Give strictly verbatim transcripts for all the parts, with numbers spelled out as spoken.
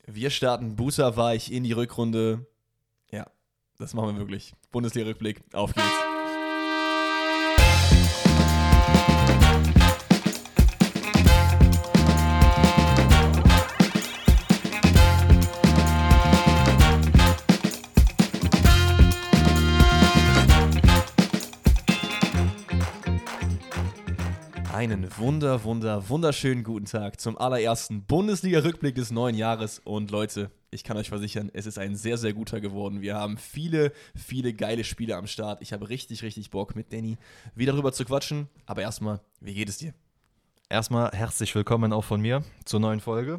Wir starten bußerweich in die Rückrunde. Ja, das machen wir wirklich. Bundesliga-Rückblick, auf geht's. Einen wunder, wunder, wunderschönen guten Tag zum allerersten Bundesliga-Rückblick des neuen Jahres. Und Leute, ich kann euch versichern, es ist ein sehr, sehr guter geworden. Wir haben viele, viele geile Spiele am Start. Ich habe richtig, richtig Bock, mit Danny wieder drüber zu quatschen. Aber erstmal, wie geht es dir? Erstmal herzlich willkommen auch von mir zur neuen Folge.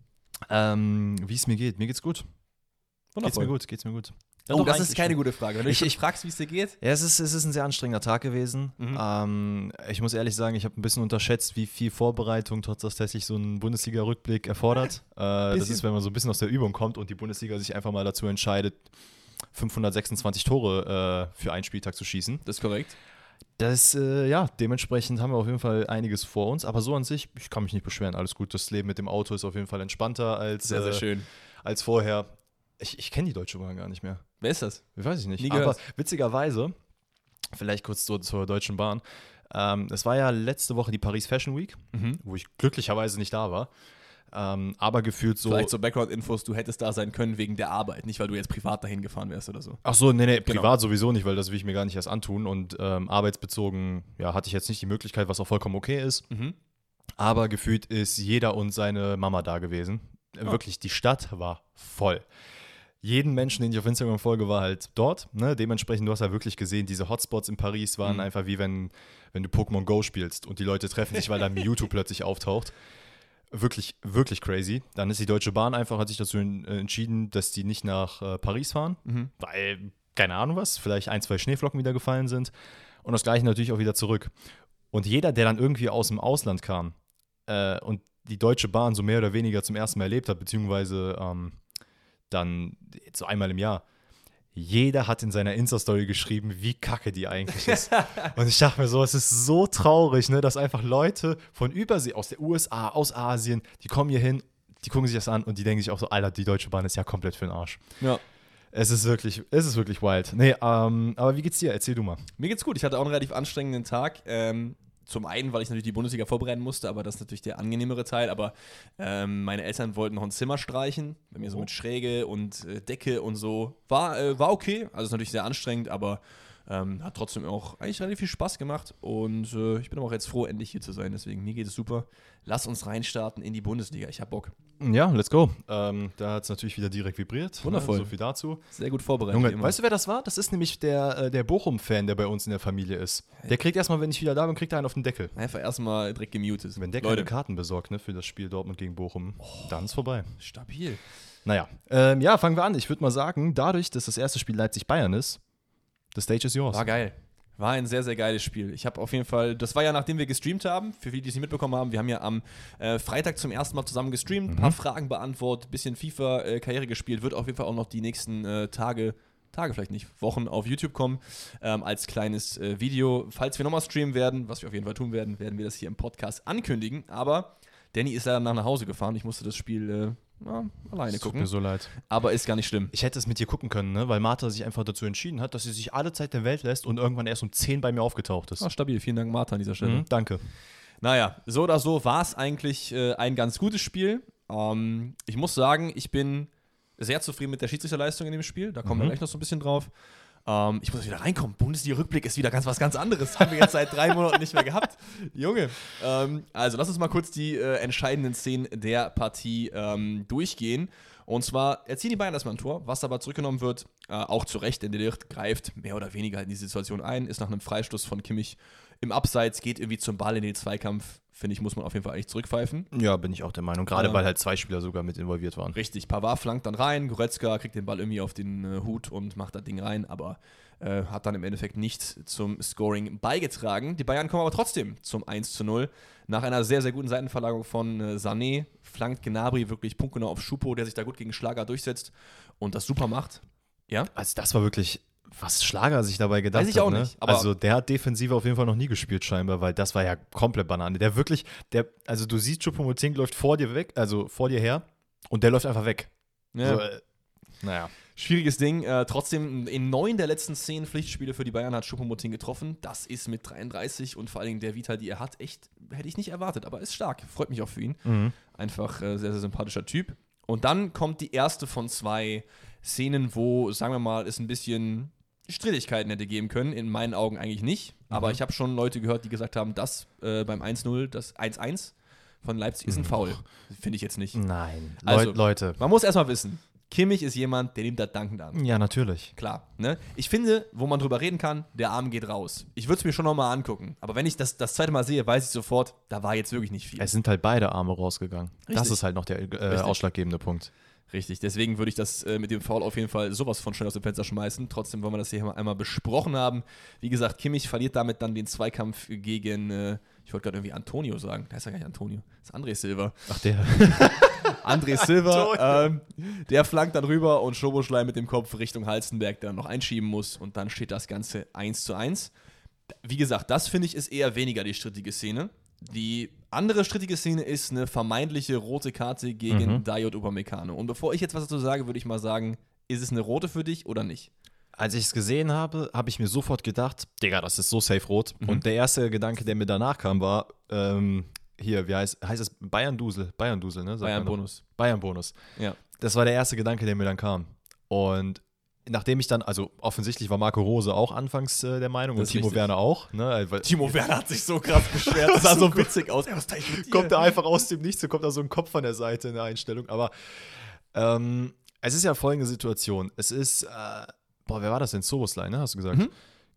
Ähm, wie es mir geht. Mir geht's gut. Wundervoll. Geht's mir gut, geht's mir gut. Ja, oh, das ist keine gute Frage. Wenn du ich, dich fragst, wie es dir geht? Ja, es ist, es ist ein sehr anstrengender Tag gewesen. Mhm. Ähm, ich muss ehrlich sagen, ich habe ein bisschen unterschätzt, wie viel Vorbereitung trotz tatsächlich so ein Bundesliga-Rückblick erfordert. Äh, das ist, wenn man so ein bisschen aus der Übung kommt und die Bundesliga sich einfach mal dazu entscheidet, fünfhundertsechsundzwanzig Tore äh, für einen Spieltag zu schießen. Das ist korrekt. Das, äh, ja, dementsprechend haben wir auf jeden Fall einiges vor uns. Aber so an sich, ich kann mich nicht beschweren. Alles gut, das Leben mit dem Auto ist auf jeden Fall entspannter als, Sehr, sehr äh, schön. als vorher. Ich, ich kenne die Deutsche Bahn gar nicht mehr. Wer ist das? Weiß ich nicht. Nie Aber gehört. witzigerweise, vielleicht kurz zur, zur Deutschen Bahn, ähm, es war ja letzte Woche die Paris Fashion Week, Mhm. wo ich glücklicherweise nicht da war. Ähm, aber gefühlt so. Vielleicht so Background-Infos, du hättest da sein können wegen der Arbeit, nicht weil du jetzt privat dahin gefahren wärst oder so. Ach so, nee, nee, Genau. privat sowieso nicht, weil das will ich mir gar nicht erst antun. Und ähm, arbeitsbezogen, ja, hatte ich jetzt nicht die Möglichkeit, was auch vollkommen okay ist. Mhm. Aber gefühlt ist jeder und seine Mama da gewesen. Ja. Wirklich, die Stadt war voll. Jeden Menschen, den ich auf Instagram folge, war halt dort. Ne? Dementsprechend, du hast ja wirklich gesehen, diese Hotspots in Paris waren Mhm. einfach wie wenn, wenn du Pokémon Go spielst und die Leute treffen sich, weil da Mewtwo plötzlich auftaucht. Wirklich, wirklich crazy. Dann ist die Deutsche Bahn einfach, hat sich dazu en- äh, entschieden, dass die nicht nach äh, Paris fahren, Mhm. weil, keine Ahnung was, vielleicht ein, zwei Schneeflocken wieder gefallen sind. Und das Gleiche natürlich auch wieder zurück. Und jeder, der dann irgendwie aus dem Ausland kam äh, und die Deutsche Bahn so mehr oder weniger zum ersten Mal erlebt hat, beziehungsweise ähm, dann so einmal im Jahr, jeder hat in seiner Insta-Story geschrieben, wie kacke die eigentlich ist. Und ich dachte mir so, es ist so traurig, ne, dass einfach Leute von Übersee, aus der U S A, aus Asien, die kommen hier hin, die gucken sich das an und die denken sich auch so, Alter, die Deutsche Bahn ist ja komplett für den Arsch. Ja. Es ist wirklich, es ist wirklich wild. Nee, ähm, aber wie geht's dir? Erzähl du mal. Mir geht's gut. Ich hatte auch einen relativ anstrengenden Tag. Ähm, zum einen, weil ich natürlich die Bundesliga vorbereiten musste, aber das ist natürlich der angenehmere Teil. Aber ähm, meine Eltern wollten noch ein Zimmer streichen, bei mir so Oh. mit Schräge und äh, Decke und so. War, äh, war okay, also ist natürlich sehr anstrengend, aber ähm, hat trotzdem auch eigentlich relativ viel Spaß gemacht. Und äh, ich bin aber auch jetzt froh, endlich hier zu sein. Deswegen, mir geht es super. Lass uns reinstarten in die Bundesliga. Ich hab Bock. Ja, let's go. Ähm, da hat es natürlich wieder direkt vibriert. Wundervoll. Ne? So viel dazu. Sehr gut vorbereitet. Junge, wie immer. weißt du, wer das war? Das ist nämlich der, äh, der Bochum-Fan, der bei uns in der Familie ist. Der kriegt erstmal, wenn ich wieder da bin, kriegt er einen auf den Deckel. Einfach erstmal direkt gemutet. Wenn der Leute, keine Karten besorgt, ne, für das Spiel Dortmund gegen Bochum, dann ist vorbei. stabil. Naja, ähm, ja, fangen wir an. Ich würde mal sagen, dadurch, dass das erste Spiel Leipzig-Bayern ist, the stage is yours. War geil. War ein sehr, sehr geiles Spiel. Ich habe auf jeden Fall, das war ja nachdem wir gestreamt haben, für viele, die es nicht mitbekommen haben, wir haben ja am äh, Freitag zum ersten Mal zusammen gestreamt, ein paar Fragen beantwortet, bisschen FIFA-Karriere gespielt, wird auf jeden Fall auch noch die nächsten äh, Tage, Tage vielleicht nicht, Wochen auf YouTube kommen, ähm, als kleines äh, Video. Falls wir nochmal streamen werden, was wir auf jeden Fall tun werden, werden wir das hier im Podcast ankündigen, aber Danny ist leider nach Hause gefahren, ich musste das Spiel äh, na, alleine Tut gucken, mir so leid. aber ist gar nicht schlimm. Ich hätte es mit dir gucken können, ne, weil Martha sich einfach dazu entschieden hat, dass sie sich alle Zeit der Welt lässt und irgendwann erst um zehn bei mir aufgetaucht ist. Ah, stabil, vielen Dank Martha an dieser Stelle. Mhm, danke. Naja, so oder so war es eigentlich äh, ein ganz gutes Spiel. Ähm, ich muss sagen, ich bin sehr zufrieden mit der Schiedsrichterleistung in dem Spiel. Da kommen wir Mhm. gleich noch so ein bisschen drauf. Ähm, ich muss wieder reinkommen. Bundesliga-Rückblick ist wieder ganz was ganz anderes. Das haben wir jetzt seit drei Monaten nicht mehr gehabt. Junge. Ähm, also lass uns mal kurz die äh, entscheidenden Szenen der Partie ähm, durchgehen. Und zwar erzielen die Bayern erstmal ein Tor, was aber zurückgenommen wird, äh, auch zu Recht, denn der Licht greift mehr oder weniger in die Situation ein, ist nach einem Freistoß von Kimmich im Abseits, geht irgendwie zum Ball in den Zweikampf. Finde ich, muss man auf jeden Fall eigentlich zurückpfeifen. Ja, bin ich auch der Meinung. Gerade Ähm, weil halt zwei Spieler sogar mit involviert waren. Richtig, Pavard flankt dann rein, Goretzka kriegt den Ball irgendwie auf den äh, Hut und macht das Ding rein, aber äh, hat dann im Endeffekt nicht zum Scoring beigetragen. Die Bayern kommen aber trotzdem zum eins zu null. Nach einer sehr, sehr guten Seitenverlagerung von äh, Sané flankt Gnabry wirklich punktgenau auf Schupo, der sich da gut gegen Schlager durchsetzt und das super macht. Ja? Also das war wirklich, was Schlager sich dabei gedacht Weiß ich hat. auch ne? nicht, aber- also der hat Defensive auf jeden Fall noch nie gespielt scheinbar, weil das war ja komplett Banane. Der wirklich, der, also du siehst, Choupo-Moting läuft vor dir weg, also vor dir her und der läuft einfach weg. Ja. So, äh, naja. Schwieriges Ding. Äh, trotzdem, in neun der letzten zehn Pflichtspiele für die Bayern hat Choupo-Moting getroffen. Das ist mit dreiunddreißig und vor allen Dingen der Vita, die er hat, echt, hätte ich nicht erwartet, aber ist stark. Freut mich auch für ihn. Mhm. Einfach äh, sehr, sehr sympathischer Typ. Und dann kommt die erste von zwei Szenen, wo, sagen wir mal, es ein bisschen Strittigkeiten hätte geben können. In meinen Augen eigentlich nicht. Mhm. Aber ich habe schon Leute gehört, die gesagt haben, dass äh, beim eins null, das eins eins von Leipzig ist ein Foul. Finde ich jetzt nicht. Nein. Also, Le- Leute. Man muss erstmal wissen, Kimmich ist jemand, der nimmt das dankend an. Ja, natürlich. Klar, ne? Ich finde, wo man drüber reden kann, der Arm geht raus. Ich würde es mir schon nochmal angucken. Aber wenn ich das das zweite Mal sehe, weiß ich sofort, da war jetzt wirklich nicht viel. Es sind halt beide Arme rausgegangen. Richtig. Das ist halt noch der äh, ausschlaggebende Punkt. Richtig, deswegen würde ich das äh, mit dem Foul auf jeden Fall sowas von schnell aus dem Fenster schmeißen. Trotzdem wollen wir das hier einmal besprochen haben. Wie gesagt, Kimmich verliert damit dann den Zweikampf gegen, äh, ich wollte gerade irgendwie Antonio sagen. Der ist ja gar nicht Antonio, das ist André Silva. Ach, der. André Silva, ähm, der flankt dann rüber und Szoboszlai mit dem Kopf Richtung Halstenberg, der dann noch einschieben muss und dann steht das Ganze eins zu eins. Wie gesagt, das finde ich ist eher weniger die strittige Szene. Die andere strittige Szene ist eine vermeintliche rote Karte gegen Mhm. Dayot Upamecano. Und bevor ich jetzt was dazu sage, würde ich mal sagen, ist es eine rote für dich oder nicht? Als ich es gesehen habe, habe ich mir sofort gedacht, Digga, das ist so safe rot. Mhm. Und der erste Gedanke, der mir danach kam, war, ähm, hier, wie heißt, heißt es Bayern-Dusel? Bayern-Dusel, ne? Sagt man doch. Bayern-Bonus. Bayern-Bonus. Ja. Das war der erste Gedanke, der mir dann kam. Und nachdem ich dann, also offensichtlich war Marco Rose auch anfangs äh, der Meinung Das und ist Timo richtig. Werner auch. Ne? Weil, Timo Werner hat sich so krass beschwert. Das sah so witzig aus. Ey, was da ich mit dir? kommt da einfach aus dem Nichts, so kommt da so ein Kopf von der Seite in der Einstellung. Aber ähm, es ist ja folgende Situation. Es ist, äh, boah, wer war das denn? Szoboszlai, ne? Hast du gesagt? Mhm.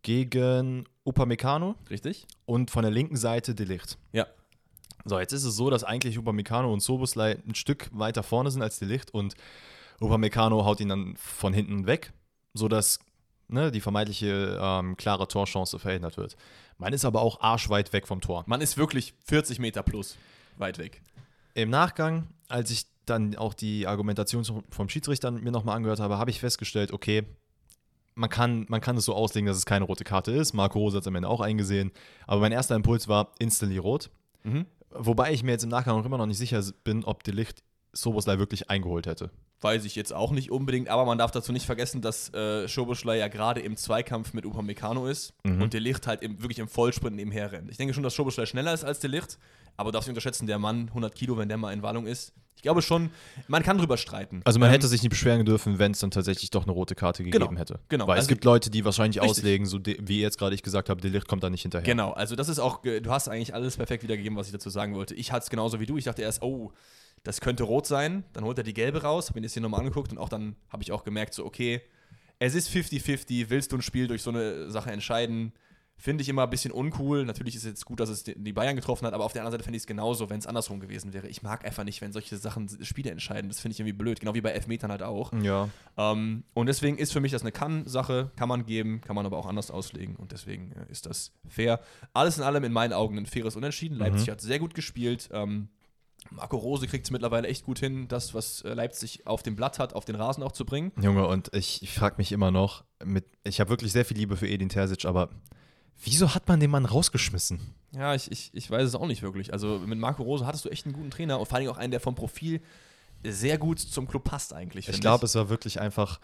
Gegen Upamecano Richtig? und von der linken Seite De Ligt. Ja. So, jetzt ist es so, dass eigentlich Upamecano und Szoboszlai ein Stück weiter vorne sind als De Ligt und Upamecano haut ihn dann von hinten weg, sodass ne, die vermeintliche ähm, klare Torchance verhindert wird. Man ist aber auch arschweit weg vom Tor. Man ist wirklich vierzig Meter plus weit weg. Im Nachgang, als ich dann auch die Argumentation vom Schiedsrichter mir nochmal angehört habe, habe ich festgestellt, okay, man kann, man kann es so auslegen, dass es keine rote Karte ist. Marco Rose hat es am Ende auch eingesehen. Aber mein erster Impuls war instantly rot. Mhm. Wobei ich mir jetzt im Nachgang auch immer noch nicht sicher bin, ob De Ligt Szoboszlai wirklich eingeholt hätte. Weiß ich jetzt auch nicht unbedingt, aber man darf dazu nicht vergessen, dass äh, Szoboszlai ja gerade im Zweikampf mit Upamecano ist Mhm. und De Ligt halt im, wirklich im Vollsprint nebenher rennt. Ich denke schon, dass Szoboszlai schneller ist als De Ligt, aber darfst du nicht unterschätzen, der Mann, hundert Kilo, wenn der mal in Wallung ist. Ich glaube schon, man kann drüber streiten. Also man Ähm, hätte sich nicht beschweren dürfen, wenn es dann tatsächlich doch eine rote Karte gegeben Genau, hätte. genau. Weil es Also- gibt Leute, die wahrscheinlich Richtig. auslegen, so de, wie jetzt gerade ich gesagt habe, De Ligt kommt da nicht hinterher. Genau, also das ist auch, ge- du hast eigentlich alles perfekt wiedergegeben, was ich dazu sagen wollte. Ich hatte es genauso wie du. Ich dachte erst, oh, das könnte rot sein. Dann holt er die gelbe raus, habe mir das hier nochmal angeguckt und auch dann habe ich auch gemerkt, so, okay, es ist fünfzig fünfzig. Willst du ein Spiel durch so eine Sache entscheiden? Finde ich immer ein bisschen uncool. Natürlich ist es jetzt gut, dass es die Bayern getroffen hat, aber auf der anderen Seite fände ich es genauso, wenn es andersrum gewesen wäre. Ich mag einfach nicht, wenn solche Sachen Spiele entscheiden. Das finde ich irgendwie blöd. Genau wie bei Elfmetern halt auch. Ja. Ähm, und deswegen ist für mich das eine Kann-Sache, kann man geben, kann man aber auch anders auslegen und deswegen äh, ist das fair. Alles in allem in meinen Augen ein faires Unentschieden. Leipzig Mhm. hat sehr gut gespielt. Ähm, Marco Rose kriegt es mittlerweile echt gut hin, das, was äh, Leipzig auf dem Blatt hat, auf den Rasen auch zu bringen. Junge, und ich, ich frage mich immer noch, mit, ich habe wirklich sehr viel Liebe für Edin Terzic, aber wieso hat man den Mann rausgeschmissen? Ja, ich, ich, ich weiß es auch nicht wirklich. Also mit Marco Rose hattest du echt einen guten Trainer und vor allem auch einen, der vom Profil sehr gut zum Club passt eigentlich. Ich finde glaube, es war wirklich einfach,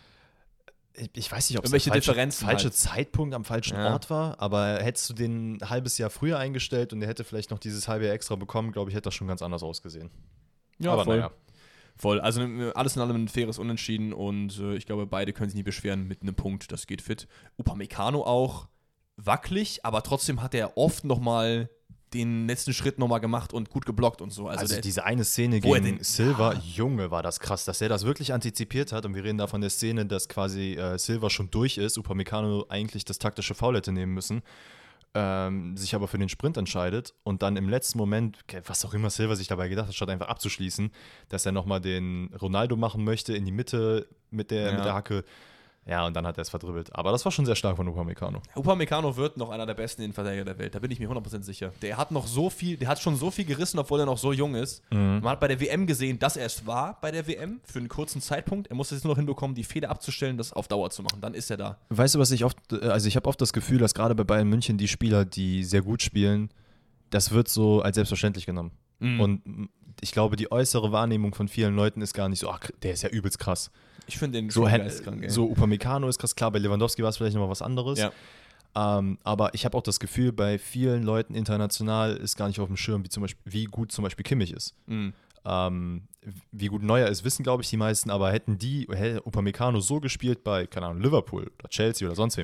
ich, ich weiß nicht, ob es der Irgendwelche falsche, Differenzen falsche halt. Zeitpunkt am falschen Ja. Ort war, aber hättest du den ein halbes Jahr früher eingestellt und der hätte vielleicht noch dieses halbe Jahr extra bekommen, glaube ich, hätte das schon ganz anders ausgesehen. Ja, aber voll. naja. Voll. Also äh, alles in allem ein faires Unentschieden und äh, ich glaube, beide können sich nicht beschweren mit einem Punkt. Das geht fit. Upamecano auch wackelig, aber trotzdem hat er oft nochmal den letzten Schritt nochmal gemacht und gut geblockt und so. Also, Also, der, diese eine Szene wo er gegen den- Silva, Junge, war das krass, dass er das wirklich antizipiert hat. Und wir reden da von der Szene, dass quasi äh, Silva schon durch ist, Upamecano eigentlich das taktische Foul hätte nehmen müssen, ähm, sich aber für den Sprint entscheidet und dann im letzten Moment, was auch immer Silva sich dabei gedacht hat, statt einfach abzuschließen, dass er nochmal den Ronaldo machen möchte in die Mitte mit der, Ja. mit der Hacke. Ja, und dann hat er es verdribbelt. Aber das war schon sehr stark von Upamecano. Upamecano wird noch einer der besten Innenverteidiger der Welt. Da bin ich mir hundert Prozent sicher. Der hat noch so viel, der hat schon so viel gerissen, obwohl er noch so jung ist. Mhm. Man hat bei der W M gesehen, dass er es war bei der W M für einen kurzen Zeitpunkt. Er muss es jetzt nur noch hinbekommen, die Fehler abzustellen, das auf Dauer zu machen. Dann ist er da. Weißt du, was ich oft, also ich habe oft das Gefühl, dass gerade bei Bayern München die Spieler, die sehr gut spielen, das wird so als selbstverständlich genommen. Mhm. Und ich glaube, die äußere Wahrnehmung von vielen Leuten ist gar nicht so, ach, der ist ja übelst krass. Ich finde den So, schon Hen- geisteskrank, ey. so Upamecano ist krass, klar, bei Lewandowski war es vielleicht nochmal was anderes. Ja. Ähm, aber ich habe auch das Gefühl, bei vielen Leuten international ist gar nicht auf dem Schirm, wie, zum Beispiel, wie gut zum Beispiel Kimmich ist. Mhm. Ähm, wie gut Neuer ist, wissen, glaube ich, die meisten, aber hätten die, hätte Upamecano so gespielt bei, keine Ahnung, Liverpool oder Chelsea oder sonst wem,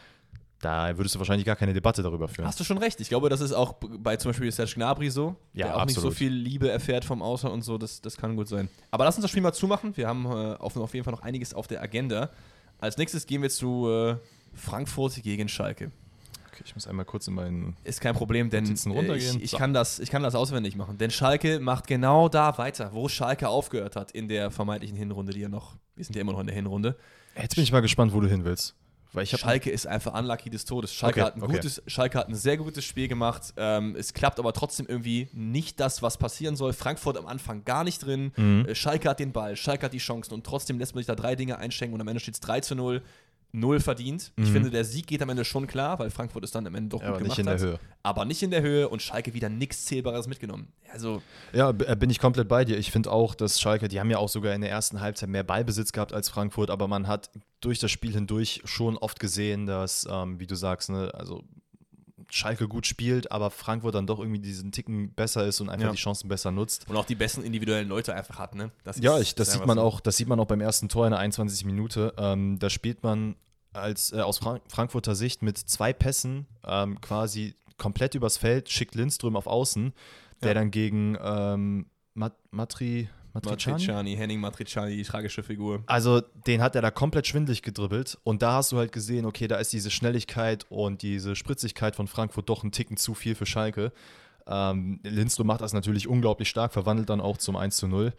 da würdest du wahrscheinlich gar keine Debatte darüber führen. Hast du schon recht. Ich glaube, das ist auch bei zum Beispiel Serge Gnabry so, Ja, der auch nicht so absolut. viel Liebe erfährt vom Ausland und so. Das, das kann gut sein. Aber lass uns das Spiel mal zumachen. Wir haben äh, auf, auf jeden Fall noch einiges auf der Agenda. Als nächstes gehen wir zu äh, Frankfurt gegen Schalke. Okay, ich muss einmal kurz in meinen Ist kein Problem, denn Notizen äh, runtergehen. ich, ich, So. kann das, ich kann das auswendig machen. Denn Schalke macht genau da weiter, wo Schalke aufgehört hat in der vermeintlichen Hinrunde, die ja noch, wir sind ja immer noch in der Hinrunde. Jetzt bin ich mal gespannt, wo du hin willst. Weil ich hab, Schalke ist einfach unlucky des Todes. Schalke, Okay, hat ein okay. gutes, Schalke hat ein sehr gutes Spiel gemacht. Ähm, es klappt aber trotzdem irgendwie nicht das, was passieren soll. Frankfurt am Anfang gar nicht drin. Mhm. Äh, Schalke hat den Ball, Schalke hat die Chancen und trotzdem lässt man sich da drei Dinge einschenken und am Ende steht es drei zu null. Null verdient. Ich Mhm. finde, der Sieg geht am Ende schon klar, weil Frankfurt es dann am Ende doch gut aber gemacht nicht in der hat. Höhe. Aber nicht in der Höhe und Schalke wieder nichts Zählbares mitgenommen. Also, Ja, b- äh, bin ich komplett bei dir. Ich finde auch, dass Schalke, die haben ja auch sogar in der ersten Halbzeit mehr Ballbesitz gehabt als Frankfurt, aber man hat durch das Spiel hindurch schon oft gesehen, dass, ähm, wie du sagst, ne, also Schalke gut spielt, aber Frankfurt dann doch irgendwie diesen Ticken besser ist und einfach Ja. die Chancen besser nutzt. und auch die besten individuellen Leute einfach hat, ne? Das Ja, ist- ich, das ist sieht einfach man so. auch, das sieht man auch beim ersten Tor in der einundzwanzigsten Minute. Ähm, da spielt man als, äh, aus Frank Frankfurter Sicht mit zwei Pässen ähm, quasi komplett übers Feld, schickt Lindström auf Außen, der Ja. dann gegen ähm, Mat Matri, Matriciani? Matriciani, Henning Matriciani, die tragische Figur. Also den hat er da komplett schwindelig gedribbelt und da hast du halt gesehen, okay, da ist diese Schnelligkeit und diese Spritzigkeit von Frankfurt doch ein Ticken zu viel für Schalke. Ähm, Lindström macht das natürlich unglaublich stark, verwandelt dann auch zum eins zu null.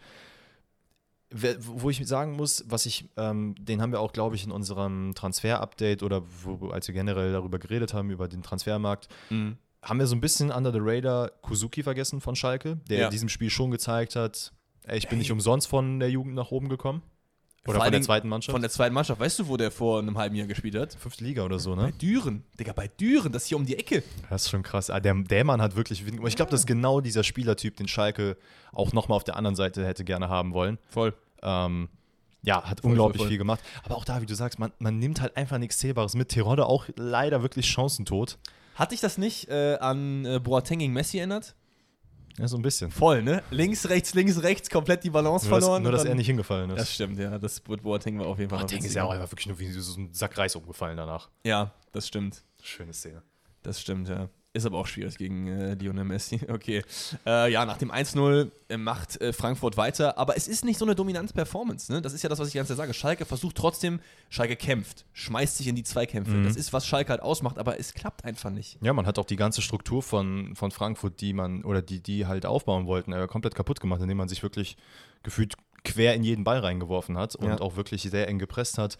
Wer- Wo ich sagen muss, was ich, ähm, den haben wir auch, glaube ich, in unserem Transfer-Update oder wo, als wir generell darüber geredet haben, über den Transfermarkt, Mhm. haben wir so ein bisschen under the radar Kuzuki vergessen von Schalke, der Ja. in diesem Spiel schon gezeigt hat, ey, ich bin Ey. nicht umsonst von der Jugend nach oben gekommen. Oder Vor von allen der Dingen zweiten Mannschaft. Von der zweiten Mannschaft. Weißt du, wo der vor einem halben Jahr gespielt hat? Fünfte Liga oder so, Bei ne? Düren. Digga, bei Düren, das ist hier um die Ecke. Das ist schon krass. Ah, Der, der Mann hat wirklich, ich glaube, das ist genau dieser Spielertyp, den Schalke auch nochmal auf der anderen Seite hätte gerne haben wollen. Voll. Ähm, ja, hat Voll, unglaublich voll, voll. viel gemacht. Aber auch da, wie du sagst, man, man nimmt halt einfach nichts Zählbares mit. Terodde auch leider wirklich chancentot. Hat dich das nicht äh, an äh, Boateng gegen Messi erinnert? Ja, so ein bisschen. Voll, ne? Links, rechts, links, rechts, komplett die Balance Nur, dass, verloren. nur, und dass dann- er nicht hingefallen ist. Das stimmt, ja. Das Boateng war auf jeden Fall noch Boateng ist witziger. ja auch einfach wirklich nur wie so ein Sack Reis umgefallen danach. Ja, das stimmt. Schöne Szene. Das stimmt, ja. Ist aber auch schwierig gegen äh, Lionel Messi. Okay. Äh, ja, nach dem eins null äh, macht äh, Frankfurt weiter. Aber es ist nicht so eine dominante Performance. Ne? Das ist ja das, was ich die ganze Zeit sage. Schalke versucht trotzdem, Schalke kämpft, schmeißt sich in die Zweikämpfe. Mhm. Das ist, was Schalke halt ausmacht, aber es klappt einfach nicht. Ja, man hat auch die ganze Struktur von, von Frankfurt, die man, oder die, die halt aufbauen wollten, äh, komplett kaputt gemacht, indem man sich wirklich gefühlt quer in jeden Ball reingeworfen hat und Ja. auch wirklich sehr eng gepresst hat.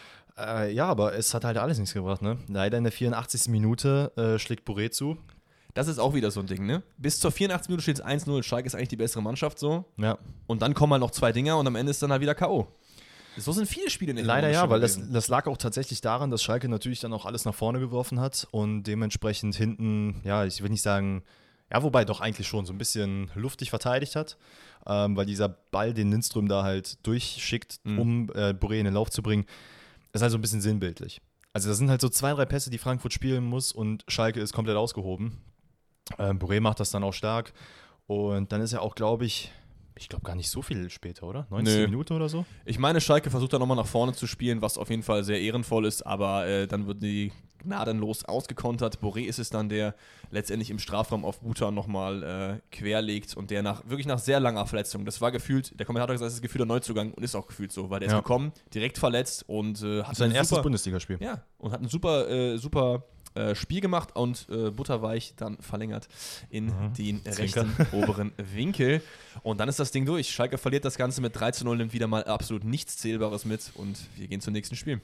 Äh, ja, aber es hat halt alles nichts gebracht, ne? Leider in der vierundachtzigsten Minute äh, schlägt Bourré zu. Das ist auch wieder so ein Ding, ne? Bis zur vierundachtzigsten Minute steht es eins null. Schalke ist eigentlich die bessere Mannschaft so. Ja, Und dann kommen halt noch zwei Dinger und am Ende ist dann halt wieder K O. So sind viele Spiele in der leider Hinrunde ja, schon weil das, gewesen. das lag auch tatsächlich daran, dass Schalke natürlich dann auch alles nach vorne geworfen hat und dementsprechend hinten, ja, ich will nicht sagen, ja, wobei doch eigentlich schon so ein bisschen luftig verteidigt hat, ähm, weil dieser Ball, den Lindström da halt durchschickt, Mhm. um äh, Bourré in den Lauf zu bringen, ist halt so ein bisschen sinnbildlich. Also das sind halt so zwei, drei Pässe, die Frankfurt spielen muss und Schalke ist komplett ausgehoben. Ähm, Bourré macht das dann auch stark und dann ist er auch, glaube ich, ich glaube gar nicht so viel später, oder? neunzigste Nö. Minute oder so? Ich meine, Schalke versucht da nochmal nach vorne zu spielen, was auf jeden Fall sehr ehrenvoll ist, aber äh, dann wird die gnadenlos ausgekontert. Bourré ist es dann, der letztendlich im Strafraum auf Buta nochmal äh, querlegt und der nach wirklich nach sehr langer Verletzung, das war gefühlt, der Kommentator hat gesagt, es ist gefühlt ein Neuzugang und ist auch gefühlt so, weil der ist Ja. gekommen, direkt verletzt und äh, hat Das ist sein eine erstes super, Bundesligaspiel. ja, und hat ein super, äh, super äh, Spiel gemacht und äh, butterweich dann verlängert in Mhm. den Zwinker. rechten oberen Winkel. Und dann ist das Ding durch. Schalke verliert das Ganze mit drei zu null, nimmt wieder mal absolut nichts Zählbares mit und wir gehen zum nächsten Spiel.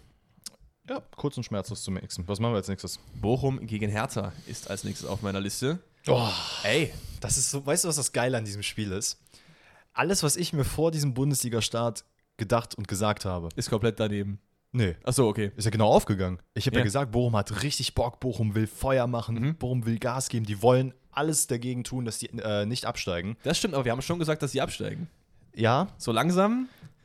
Ja, kurz und schmerzlos zum nächsten. Was machen wir als nächstes? Bochum gegen Hertha ist als nächstes auf meiner Liste. Oh, Ey, das ist so, weißt du, was das Geile an diesem Spiel ist? Alles, was ich mir vor diesem Bundesliga-Start gedacht und gesagt habe. ist komplett daneben. Nee. Achso, okay. Ist ja genau aufgegangen. Ich habe ja. Ja. gesagt, Bochum hat richtig Bock, Bochum will Feuer machen, Mhm. Bochum will Gas geben, die wollen alles dagegen tun, dass die äh, nicht absteigen. Das stimmt, aber wir haben schon gesagt, dass sie absteigen. Ja. So langsam,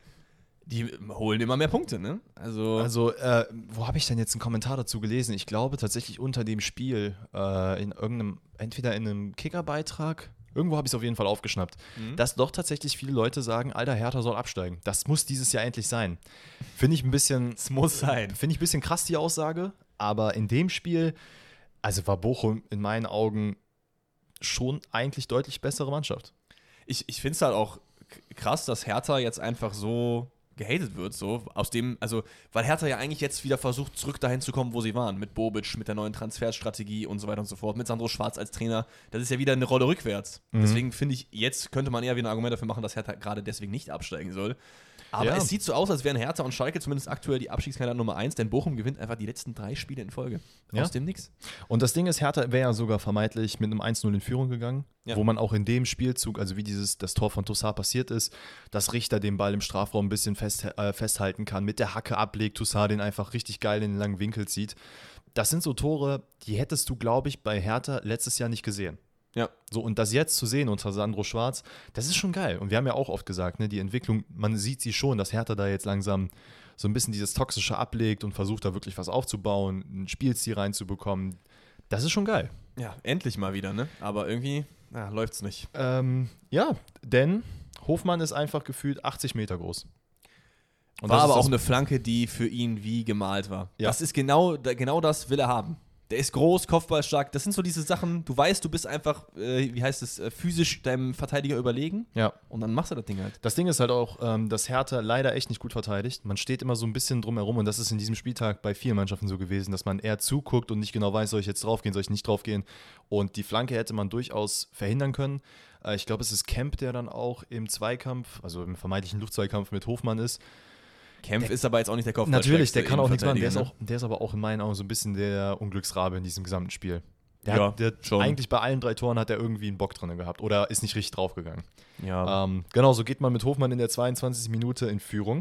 die holen immer mehr Punkte, ne? Also, Also, äh, wo habe ich denn jetzt einen Kommentar dazu gelesen? Ich glaube tatsächlich unter dem Spiel, äh, in irgendeinem, entweder in einem Kicker-Beitrag, irgendwo habe ich es auf jeden Fall aufgeschnappt, mhm. dass doch tatsächlich viele Leute sagen, Alter, Hertha soll absteigen. Das muss dieses Jahr endlich sein. Finde ich ein bisschen. Es muss sein. Finde ich ein bisschen krass, die Aussage. Aber in dem Spiel, also war Bochum in meinen Augen schon eigentlich deutlich bessere Mannschaft. Ich, ich finde es halt auch krass, dass Hertha jetzt einfach so gehatet wird, so aus dem, also, weil Hertha ja eigentlich jetzt wieder versucht, zurück dahin zu kommen, wo sie waren, mit Bobic, mit der neuen Transferstrategie und so weiter und so fort, mit Sandro Schwarz als Trainer, das ist ja wieder eine Rolle rückwärts. Mhm. Deswegen finde ich, jetzt könnte man eher wieder ein Argument dafür machen, dass Hertha gerade deswegen nicht absteigen soll. Aber ja. Es sieht so aus, als wären Hertha und Schalke zumindest aktuell die Abstiegskandidaten Nummer eins, denn Bochum gewinnt einfach die letzten drei Spiele in Folge. Ja. Aus dem Nix. Und das Ding ist, Hertha wäre ja sogar vermeintlich mit einem eins null in Führung gegangen, ja. wo man auch in dem Spielzug, also wie dieses das Tor von Toussaint passiert ist, dass Richter den Ball im Strafraum ein bisschen fest, äh, festhalten kann, mit der Hacke ablegt, Toussaint den einfach richtig geil in den langen Winkel zieht. Das sind so Tore, die hättest du, glaube ich, bei Hertha letztes Jahr nicht gesehen. Ja. So, und das jetzt zu sehen unter Sandro Schwarz, das ist schon geil. Und wir haben ja auch oft gesagt, ne, die Entwicklung, man sieht sie schon, dass Hertha da jetzt langsam so ein bisschen dieses Toxische ablegt und versucht da wirklich was aufzubauen, ein Spielstil reinzubekommen. Das ist schon geil. Ja, endlich mal wieder, ne? Aber irgendwie ja, läuft's nicht. Ähm, ja, denn Hofmann ist einfach gefühlt achtzig Meter groß. Und war aber auch eine Flanke, die für ihn wie gemalt war. Ja. Das ist genau, genau das will er haben. Der ist groß, kopfballstark. Das sind so diese Sachen, du weißt, du bist einfach, äh, wie heißt es, äh, physisch deinem Verteidiger überlegen. Ja. Und dann machst du das Ding halt. Das Ding ist halt auch, ähm, dass Hertha leider echt nicht gut verteidigt. Man steht immer so ein bisschen drumherum und das ist in diesem Spieltag bei vielen Mannschaften so gewesen, dass man eher zuguckt und nicht genau weiß, soll ich jetzt draufgehen, soll ich nicht draufgehen. Und die Flanke hätte man durchaus verhindern können. Äh, ich glaube, es ist Kemp, der dann auch im Zweikampf, also im vermeintlichen Luftzweikampf mit Hofmann ist. Kempf ist aber jetzt auch nicht der Kopf. Natürlich, der kann auch nichts machen. Der ist, auch, der ist aber auch in meinen Augen so ein bisschen der Unglücksrabe in diesem gesamten Spiel. Der ja, hat, der schon. Eigentlich bei allen drei Toren hat er irgendwie einen Bock drin gehabt oder ist nicht richtig draufgegangen. Ja. Ähm, genau, so geht man mit Hofmann in der zweiundzwanzigsten Minute in Führung.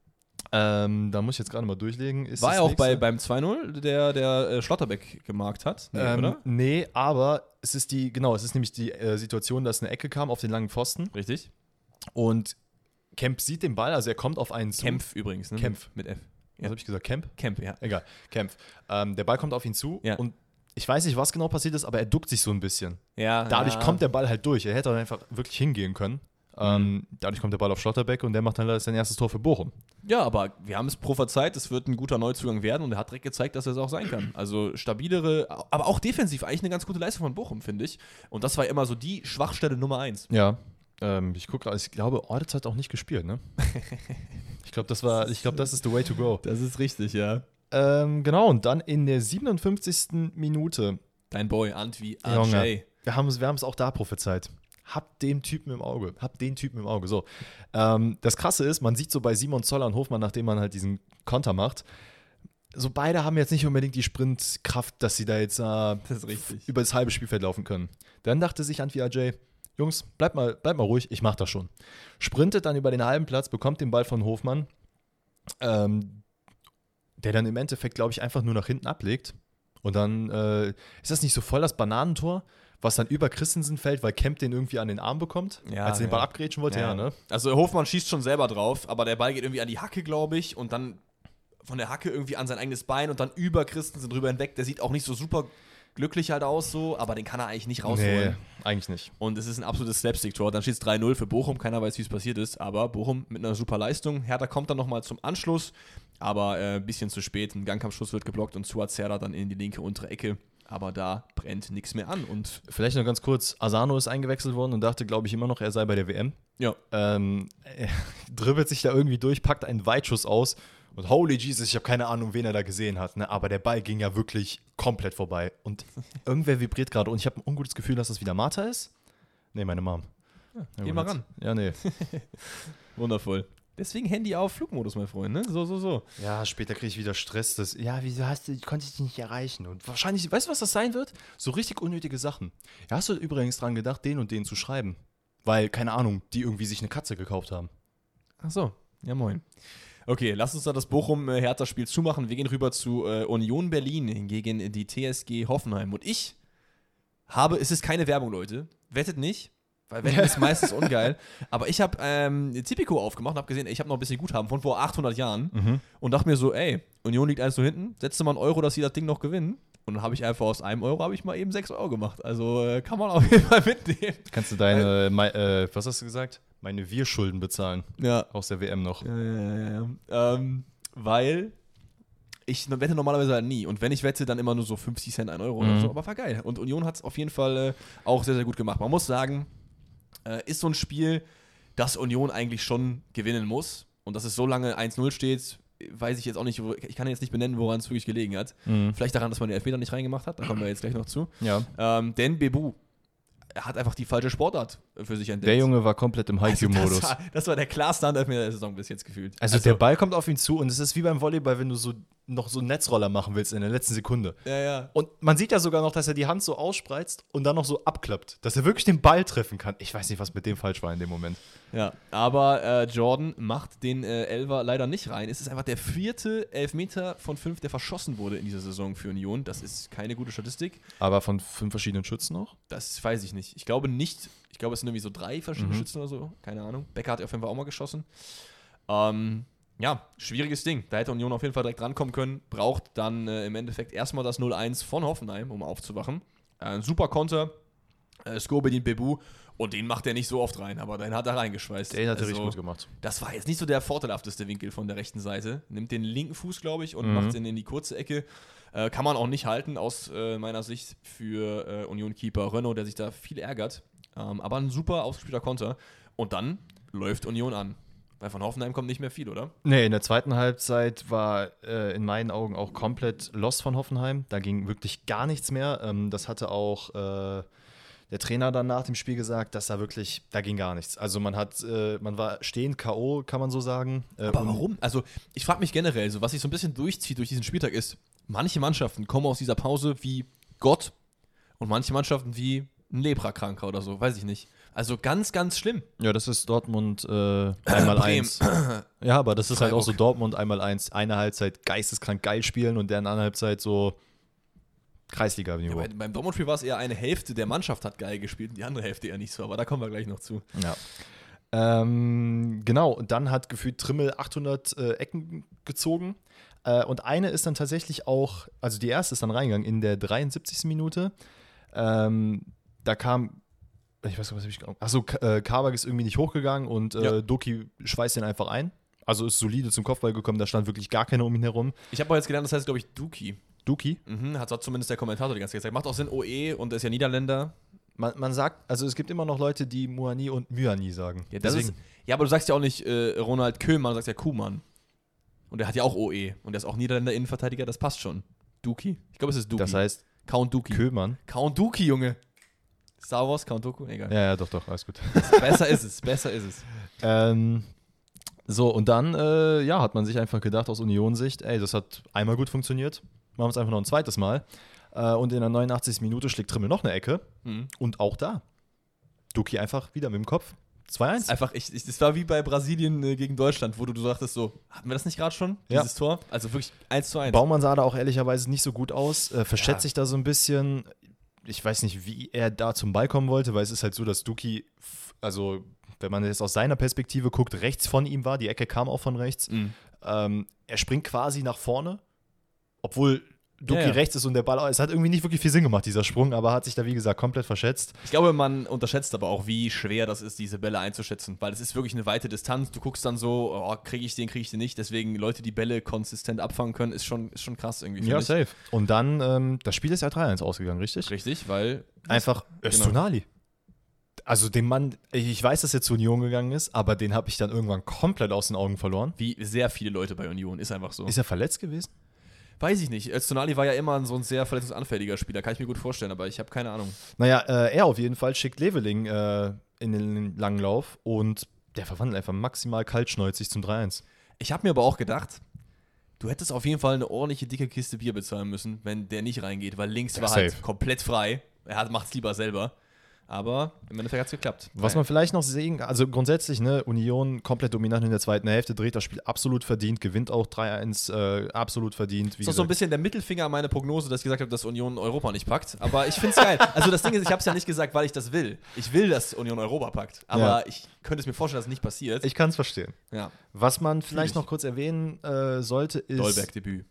Ähm, da muss ich jetzt gerade mal durchlegen. Ist War er auch bei, beim zwei null, der, der äh, Schlotterbeck gemarkt hat? Nee, ähm, oder? Nee, aber es ist die, genau, es ist nämlich die äh, Situation, dass eine Ecke kam auf den langen Pfosten. Richtig. Und Kemp sieht den Ball, also er kommt auf einen zu. Kempf übrigens, ne? Kempf. Mit F. Was ja. habe ich gesagt? Kemp? Kemp, ja. Egal, Kempf. Ähm, der Ball kommt auf ihn zu ja. und ich weiß nicht, was genau passiert ist, aber er duckt sich so ein bisschen. Ja, dadurch ja. kommt der Ball halt durch. Er hätte einfach wirklich hingehen können. Mhm. Ähm, dadurch kommt der Ball auf Schlotterbeck und der macht dann sein erstes Tor für Bochum. Ja, aber wir haben es prophezeit, es wird ein guter Neuzugang werden und er hat direkt gezeigt, dass er es auch sein kann. Also stabilere, aber auch defensiv eigentlich eine ganz gute Leistung von Bochum, finde ich. Und das war immer so die Schwachstelle Nummer eins. Ja. Ähm, ich gucke gerade, ich glaube, Ordetz hat auch nicht gespielt, ne? ich glaube, das war, ich glaube, das ist the way to go. Das ist richtig, ja. Ähm, genau, und dann in der siebenundfünfzigsten Minute. Dein Boy, Antwi, A J. Wir haben es wir auch da prophezeit. Habt den Typen im Auge. Habt den Typen im Auge. So. Ähm, das Krasse ist, man sieht so bei Simon Zoller und Hofmann, nachdem man halt diesen Konter macht, so beide haben jetzt nicht unbedingt die Sprintkraft, dass sie da jetzt äh, das über das halbe Spielfeld laufen können. Dann dachte sich Antwi A J, Jungs, bleibt mal, bleibt mal ruhig, ich mach das schon. Sprintet dann über den halben Platz, bekommt den Ball von Hofmann, ähm, der dann im Endeffekt, glaube ich, einfach nur nach hinten ablegt. Und dann äh, ist das nicht so voll das Bananentor, was dann über Christensen fällt, weil Kemp den irgendwie an den Arm bekommt, ja, als er den ja. Ball abgrätschen wollte. Ja. Ja, ne? Also Hofmann schießt schon selber drauf, aber der Ball geht irgendwie an die Hacke, glaube ich, und dann von der Hacke irgendwie an sein eigenes Bein und dann über Christensen drüber hinweg. Der sieht auch nicht so super glücklich halt aus, so, aber den kann er eigentlich nicht rausholen. Nee, eigentlich nicht. Und es ist ein absolutes Slapstick-Tor. Dann steht es drei null für Bochum. Keiner weiß, wie es passiert ist, aber Bochum mit einer super Leistung. Hertha kommt dann nochmal zum Anschluss, aber ein äh, bisschen zu spät. Ein Gangkampfschuss wird geblockt und Suazerda dann in die linke untere Ecke. Aber da brennt nichts mehr an. Und vielleicht noch ganz kurz, Asano ist eingewechselt worden und dachte, glaube ich, immer noch, er sei bei der W M. Ja. Ähm, er dribbelt sich da irgendwie durch, packt einen Weitschuss aus und holy Jesus, ich habe keine Ahnung, wen er da gesehen hat, ne? Aber der Ball ging ja wirklich komplett vorbei. Und irgendwer vibriert gerade und ich habe ein ungutes Gefühl, dass das wieder Martha ist. Nee, meine Mom. Ja, ja, geh mal ran. Ja, nee. Wundervoll. Deswegen Handy auf Flugmodus, mein Freund, ne? So, so, so. Ja, später kriege ich wieder Stress. Das, ja, wieso hast du, konnte ich dich nicht erreichen? Und wahrscheinlich, weißt du, was das sein wird? So richtig unnötige Sachen. Ja, hast du übrigens dran gedacht, den und den zu schreiben? Weil, keine Ahnung, die irgendwie sich eine Katze gekauft haben. Ach so, ja moin. Okay, lass uns da das Bochum-Hertha-Spiel zumachen. Wir gehen rüber zu äh, Union Berlin gegen die T S G Hoffenheim. Und ich habe, es ist keine Werbung, Leute, wettet nicht, weil Wetten ist meistens ungeil, aber ich habe ähm, Tipico aufgemacht und habe gesehen, ey, ich habe noch ein bisschen Guthaben von vor achthundert Jahren Mhm. und dachte mir so, ey, Union liegt eins so hinten, setze mal einen Euro, dass sie das Ding noch gewinnen. Und dann habe ich einfach aus einem Euro habe ich mal eben sechs Euro gemacht. Also äh, kann man auf jeden Fall mitnehmen. Kannst du deine, mei, äh, was hast du gesagt? Meine Wir-Schulden bezahlen. Ja. Aus der W M noch. Ja, ja, ja, ja. Ähm, weil ich wette normalerweise halt nie. Und wenn ich wette, dann immer nur so fünfzig Cent, ein Euro Mhm. oder so. Aber war geil. Und Union hat es auf jeden Fall äh, auch sehr, sehr gut gemacht. Man muss sagen, äh, ist so ein Spiel, das Union eigentlich schon gewinnen muss. Und dass es so lange eins null steht, weiß ich jetzt auch nicht, wo- ich kann jetzt nicht benennen, woran es wirklich gelegen hat. Mhm. Vielleicht daran, dass man den Elfmeter nicht reingemacht hat, da kommen wir jetzt gleich noch zu. Ja. Ähm, denn Bebu er hat einfach die falsche Sportart für sich entdeckt. Der Junge war komplett im also Haiku-Modus. das, war, das war der klarste Handelfmeter der Saison bis jetzt gefühlt. Also, der Ball kommt auf ihn zu und es ist wie beim Volleyball, wenn du so noch so einen Netzroller machen willst in der letzten Sekunde. Ja, ja. Und man sieht ja sogar noch, dass er die Hand so ausspreizt und dann noch so abklappt, dass er wirklich den Ball treffen kann. Ich weiß nicht, was mit dem falsch war in dem Moment. Ja, aber äh, Jordan macht den äh, Elfer leider nicht rein. Es ist einfach der vierte Elfmeter von fünf, der verschossen wurde in dieser Saison für Union. Das ist keine gute Statistik. Aber von fünf verschiedenen Schützen noch? Das weiß ich nicht. Ich glaube nicht. Ich glaube, es sind irgendwie so drei verschiedene Mhm. Schützen oder so. Keine Ahnung. Becker hat auf jeden Fall auch mal geschossen. Ähm, ja, schwieriges Ding. Da hätte Union auf jeden Fall direkt rankommen können. Braucht dann äh, im Endeffekt erstmal das null eins von Hoffenheim, um aufzuwachen. Äh, ein super Konter. Äh, Sko bedient Bebu. Und den macht er nicht so oft rein, aber den hat er reingeschweißt. Den hat er Also, richtig gut gemacht. das war jetzt nicht so der vorteilhafteste Winkel von der rechten Seite. Nimmt den linken Fuß, glaube ich, und Mhm. macht den in die kurze Ecke. Äh, kann man auch nicht halten, aus äh, meiner Sicht, für äh, Union-Keeper Renault, der sich da viel ärgert. Ähm, aber ein super ausgespielter Konter. Und dann läuft Union an. Weil von Hoffenheim kommt nicht mehr viel, oder? Nee, in der zweiten Halbzeit war äh, in meinen Augen auch komplett lost von Hoffenheim. Da ging wirklich gar nichts mehr. Ähm, das hatte auch äh, der Trainer dann nach dem Spiel gesagt, dass da wirklich, da ging gar nichts. Also man hat, äh, man war stehend K O, kann man so sagen. Äh, Aber und- warum? Also, ich frage mich generell, so was sich so ein bisschen durchzieht durch diesen Spieltag ist, manche Mannschaften kommen aus dieser Pause wie Gott und manche Mannschaften wie ein Leprakranker oder so, weiß ich nicht. Also ganz, ganz schlimm. Ja, das ist Dortmund äh, einmal eins. Ja, aber das ist halt auch so Freiburg. Dortmund einmal eins. Eine Halbzeit geisteskrank geil spielen und deren andere Halbzeit so Ja, Kreisliga-Niveau. bei, beim Dortmund-Spiel war es eher eine Hälfte der Mannschaft hat geil gespielt und die andere Hälfte eher nicht so, aber da kommen wir gleich noch zu. Ja. Ähm, genau, und dann hat gefühlt Trimmel achthundert äh, Ecken gezogen. Äh, und eine ist dann tatsächlich auch, also die erste ist dann reingegangen in der dreiundsiebzigsten Minute. Ähm, da kam, ich weiß nicht, was habe ich gesagt? Achso, K- äh, Kabak ist irgendwie nicht hochgegangen und äh, Ja. Doki schweißt den einfach ein. Also ist solide zum Kopfball gekommen, da stand wirklich gar keiner um ihn herum. Ich habe auch jetzt gelernt, das heißt, glaube ich, Duki. Duki? Mhm, hat so zumindest der Kommentator die ganze Zeit gesagt. Macht auch Sinn, O E und ist ja Niederländer. Man, man sagt, also es gibt immer noch Leute, die Muani und Myani sagen. Ja, das ist, ja, aber du sagst ja auch nicht äh, Ronald Koeman, du sagst ja Kuhmann. Und der hat ja auch O E. Und der ist auch Niederländer Innenverteidiger, das passt schon. Duki? Ich glaube, es ist Duki. das heißt Count Duki. Kömann. Count Duki, Junge. Star Wars, Count Dooku? Egal. Ja, ja, doch, doch, alles gut. Besser ist es, besser ist es. Ähm, so, und dann, äh, ja, hat man sich einfach gedacht aus Union-Sicht, ey, das hat einmal gut funktioniert. Machen wir es einfach noch ein zweites Mal. Äh, und in der neunundachtzigsten Minute schlägt Trimmel noch eine Ecke. Mhm. Und auch da. Duki einfach wieder mit dem Kopf. zwei eins. Einfach, ich, ich, das war wie bei Brasilien äh, gegen Deutschland, wo du, du sagtest so, hatten wir das nicht gerade schon, Ja. dieses Tor? Also wirklich eins zu eins. Baumann sah da auch ehrlicherweise nicht so gut aus. Äh, verschätzt Ja. sich da so ein bisschen. Ich weiß nicht, wie er da zum Ball kommen wollte, weil es ist halt so, dass Duki, f- also wenn man jetzt aus seiner Perspektive guckt, rechts von ihm war. Die Ecke kam auch von rechts. Mhm. Ähm, er springt quasi nach vorne, obwohl Duki Ja, ja. rechts ist und der Ball. Es hat irgendwie nicht wirklich viel Sinn gemacht, dieser Sprung, aber hat sich da, wie gesagt, komplett verschätzt. Ich glaube, man unterschätzt aber auch, wie schwer das ist, diese Bälle einzuschätzen, weil es ist wirklich eine weite Distanz. Du guckst dann so, oh, kriege ich den, kriege ich den nicht. Deswegen Leute, die Bälle konsistent abfangen können, ist schon, ist schon krass irgendwie. finde ich. safe. Und dann, ähm, das Spiel ist ja drei eins ausgegangen, richtig? Richtig, weil Einfach Öztunali. Also den Mann, ich weiß, dass er zu Union gegangen ist, aber den habe ich dann irgendwann komplett aus den Augen verloren. wie sehr viele Leute bei Union, ist einfach so. Ist er verletzt gewesen? Weiß ich nicht. Öztunali war ja immer so ein sehr verletzungsanfälliger Spieler, kann ich mir gut vorstellen, aber ich habe keine Ahnung. Naja, äh, er auf jeden Fall schickt Leveling äh, in den langen Lauf und der verwandelt einfach maximal kaltschnäuzig zum drei eins. Ich habe mir aber auch gedacht, du hättest auf jeden Fall eine ordentliche dicke Kiste Bier bezahlen müssen, wenn der nicht reingeht, weil links Ja, war halt safe. komplett frei. Er macht es lieber selber. Aber im Endeffekt hat es geklappt. Was man vielleicht noch sehen kann, also grundsätzlich, ne, Union komplett dominant in der zweiten Hälfte, dreht das Spiel absolut verdient, gewinnt auch drei eins, äh, absolut verdient. Wie das ist doch so ein bisschen der Mittelfinger an meine Prognose, dass ich gesagt habe, dass Union Europa nicht packt. Aber ich finde es geil. Also das Ding ist, ich habe es ja nicht gesagt, weil ich das will. Ich will, dass Union Europa packt. Aber Ja. ich könnte es mir vorstellen, dass es nicht passiert. Ich kann es verstehen. Ja. Was man vielleicht ich. noch kurz erwähnen äh, sollte, ist. Dolberg-Debüt.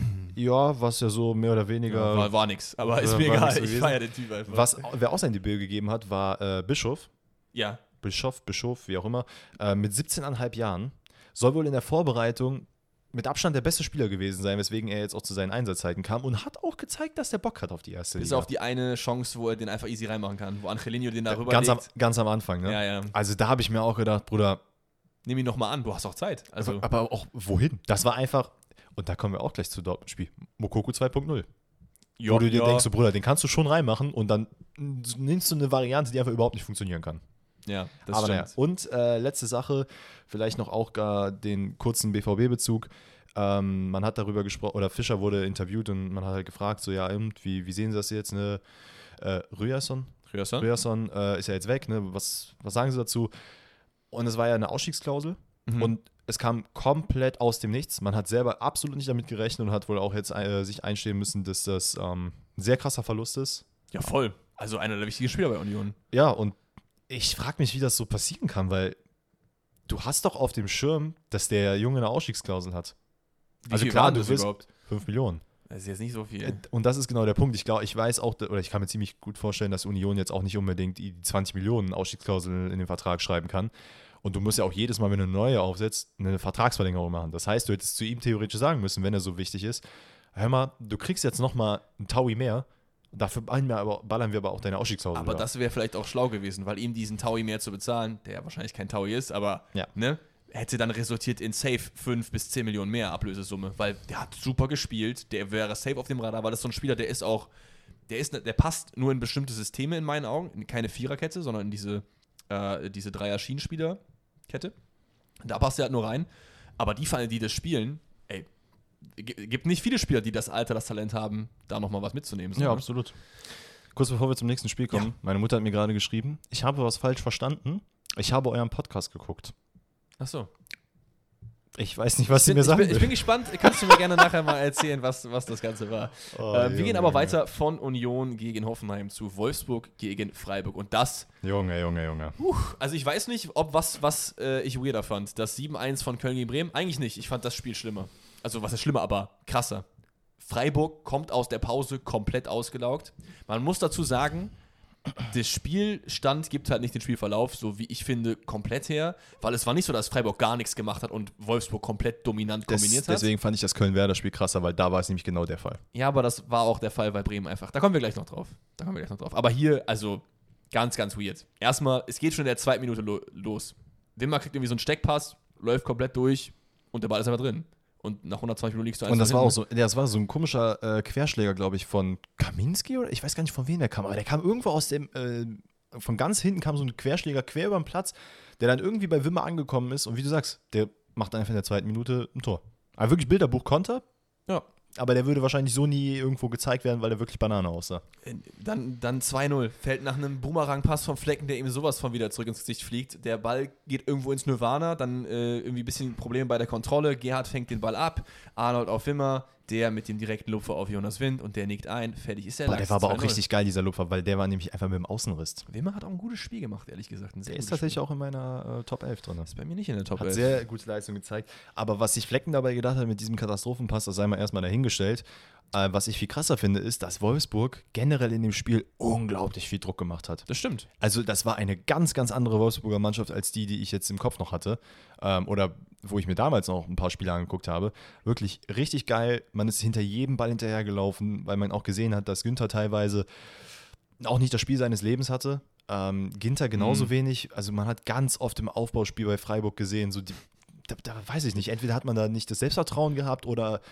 Ja, was ja so mehr oder weniger. Ja, war, war nix. Aber ist War mir nix egal. Ich gewesen. feiere den Typ einfach. Was, wer auch sein Debüt gegeben hat, war äh, Bischof. Ja. Bischof, Bischof, wie auch immer. Äh, mit siebzehn Komma fünf Jahren. Soll wohl in der Vorbereitung mit Abstand der beste Spieler gewesen sein, weswegen er jetzt auch zu seinen Einsatzzeiten kam und hat auch gezeigt, dass der Bock hat auf die erste Bis Liga. auf die eine Chance, wo er den einfach easy reinmachen kann. Wo Angelino den da rüber ganz, am, legt. ganz am Anfang, ne? Ja, ja. Also da habe ich mir auch gedacht, Bruder, Nimm ihn nochmal an. Du hast auch Zeit. Also, aber auch wohin? Das war einfach, und da kommen wir auch gleich zu Dortmund-Spiel, Moukoko zwei Punkt null. ja, Wo du dir ja. denkst, so, Bruder, den kannst du schon reinmachen und dann nimmst du eine Variante, die einfach überhaupt nicht funktionieren kann. Ja, das Aber stimmt. naja. Und äh, letzte Sache, vielleicht noch auch gar den kurzen B V B-Bezug. Ähm, man hat darüber gesprochen, oder Fischer wurde interviewt und man hat halt gefragt, so ja, und wie, wie sehen Sie das jetzt? Ne? Äh, Ryerson? Ryerson? Ryerson äh, ist ja jetzt weg, ne? was, was sagen Sie dazu? Und es war ja eine Ausstiegsklausel Mhm. und es kam komplett aus dem Nichts. Man hat selber absolut nicht damit gerechnet und hat wohl auch jetzt äh, sich einstehen müssen, dass das ähm, ein sehr krasser Verlust ist. Ja, voll. Also einer der wichtigen Spieler bei Union. Ja, und ich frage mich, wie das so passieren kann, weil du hast doch auf dem Schirm, dass der Junge eine Ausstiegsklausel hat. Wie Also viel klar, waren du das wirst überhaupt? fünf Millionen. Das ist jetzt nicht so Äh, viel. Und das ist genau der Punkt. Ich glaube, ich weiß auch, oder ich kann mir ziemlich gut vorstellen, dass Union jetzt auch nicht unbedingt die zwanzig Millionen Ausstiegsklausel in den Vertrag schreiben kann. Und du musst ja auch jedes Mal, wenn du eine neue aufsetzt, eine Vertragsverlängerung machen. Das heißt, du hättest zu ihm theoretisch sagen müssen, wenn er so wichtig ist, hör mal, du kriegst jetzt nochmal einen Taui mehr, dafür ballern wir aber, ballern wir aber auch deine Ausstiegsklausel. Aber da. das wäre vielleicht auch schlau gewesen, weil ihm diesen Taui mehr zu bezahlen, der ja wahrscheinlich kein Taui ist, aber Ja. ne, hätte dann resultiert in safe fünf bis zehn Millionen mehr Ablösesumme, weil der hat super gespielt, der wäre safe auf dem Radar, weil das ist so ein Spieler, der ist auch, der ist, der passt nur in bestimmte Systeme in meinen Augen, in keine Viererkette, sondern in diese, äh, diese Dreier-Schienenspieler-Kette. Da passt er halt nur rein. Aber die Fälle, die das spielen, ey, g- gibt nicht viele Spieler, die das Alter, das Talent haben, da nochmal was mitzunehmen. So, Ja, ne? absolut. Kurz bevor wir zum nächsten Spiel kommen, Ja. meine Mutter hat mir gerade geschrieben, ich habe was falsch verstanden. Ich habe euren Podcast geguckt. Ach so. Ich weiß nicht, was sie Ich mir bin, ich, sagen bin, ich will. bin gespannt, kannst du mir gerne nachher mal erzählen, was, was das Ganze war. Oh, ähm, wir Junge, gehen aber Junge. weiter von Union gegen Hoffenheim zu Wolfsburg gegen Freiburg. Und das, Junge, Junge, Junge. also ich weiß nicht, ob was, was äh, ich weirder fand. Das sieben eins von Köln gegen Bremen, eigentlich nicht. Ich fand das Spiel schlimmer. Also was ist schlimmer, aber krasser. Freiburg kommt aus der Pause komplett ausgelaugt. Man muss dazu sagen, der Spielstand gibt halt nicht den Spielverlauf, so wie ich finde, komplett her, weil es war nicht so, dass Freiburg gar nichts gemacht hat und Wolfsburg komplett dominant Des, kombiniert hat. deswegen fand ich das Köln-Werder-Spiel krasser, weil da war es nämlich genau der Fall. Ja, aber das war auch der Fall bei Bremen einfach. Da kommen wir gleich noch drauf. Da kommen wir gleich noch drauf. Aber hier, also, ganz, ganz weird. Erstmal, es geht schon in der zweiten Minute lo- los. Wimmer kriegt irgendwie so einen Steckpass, läuft komplett durch und der Ball ist einfach drin. Und nach hundertzwanzig Minuten liegst du Und das war hinten. auch so, ja, das war so ein komischer äh, Querschläger, glaube ich, von Kaminski oder ich weiß gar nicht, von wem der kam, aber der kam irgendwo aus dem, äh, von ganz hinten kam so ein Querschläger quer über den Platz, der dann irgendwie bei Wimmer angekommen ist und wie du sagst, der macht einfach in der zweiten Minute ein Tor. Aber wirklich Bilderbuch-Konter, Ja. aber der würde wahrscheinlich so nie irgendwo gezeigt werden, weil der wirklich Banane aussah. Dann, dann zwei null. Fällt nach einem Boomerang-Pass vom Flecken, der ihm sowas von wieder zurück ins Gesicht fliegt. Der Ball geht irgendwo ins Nirvana, dann äh, irgendwie ein bisschen Probleme bei der Kontrolle. Gerhard fängt den Ball ab, Arnold auf Wimmer, der mit dem direkten Lupfer auf Jonas Wind und der nickt ein. Fertig ist der Boah, Lachs. der war aber auch zwei null. richtig geil, dieser Lupfer, weil der war nämlich einfach mit dem Außenriss. Wimmer hat auch ein gutes Spiel gemacht, ehrlich gesagt. Ein sehr Der ist gutes tatsächlich Spiel. auch in meiner äh, Top elf drin. Ist bei mir nicht in der Top Hat elf. sehr gute Leistung gezeigt. Aber was sich Flecken dabei gedacht hat mit diesem Katastrophenpass, das sei mal erstmal dahingestellt. Äh, was ich viel krasser finde, ist, dass Wolfsburg generell in dem Spiel unglaublich viel Druck gemacht hat. Das stimmt. Also das war eine ganz, ganz andere Wolfsburger Mannschaft als die, die ich jetzt im Kopf noch hatte. Ähm, oder wo ich mir damals noch ein paar Spiele angeguckt habe. Wirklich richtig geil. Man ist hinter jedem Ball hinterhergelaufen, weil man auch gesehen hat, dass Günther teilweise auch nicht das Spiel seines Lebens hatte. Ähm, Ginter genauso Mhm. wenig. Also man hat ganz oft im Aufbauspiel bei Freiburg gesehen, so die, da, da weiß ich nicht, entweder hat man da nicht das Selbstvertrauen gehabt oder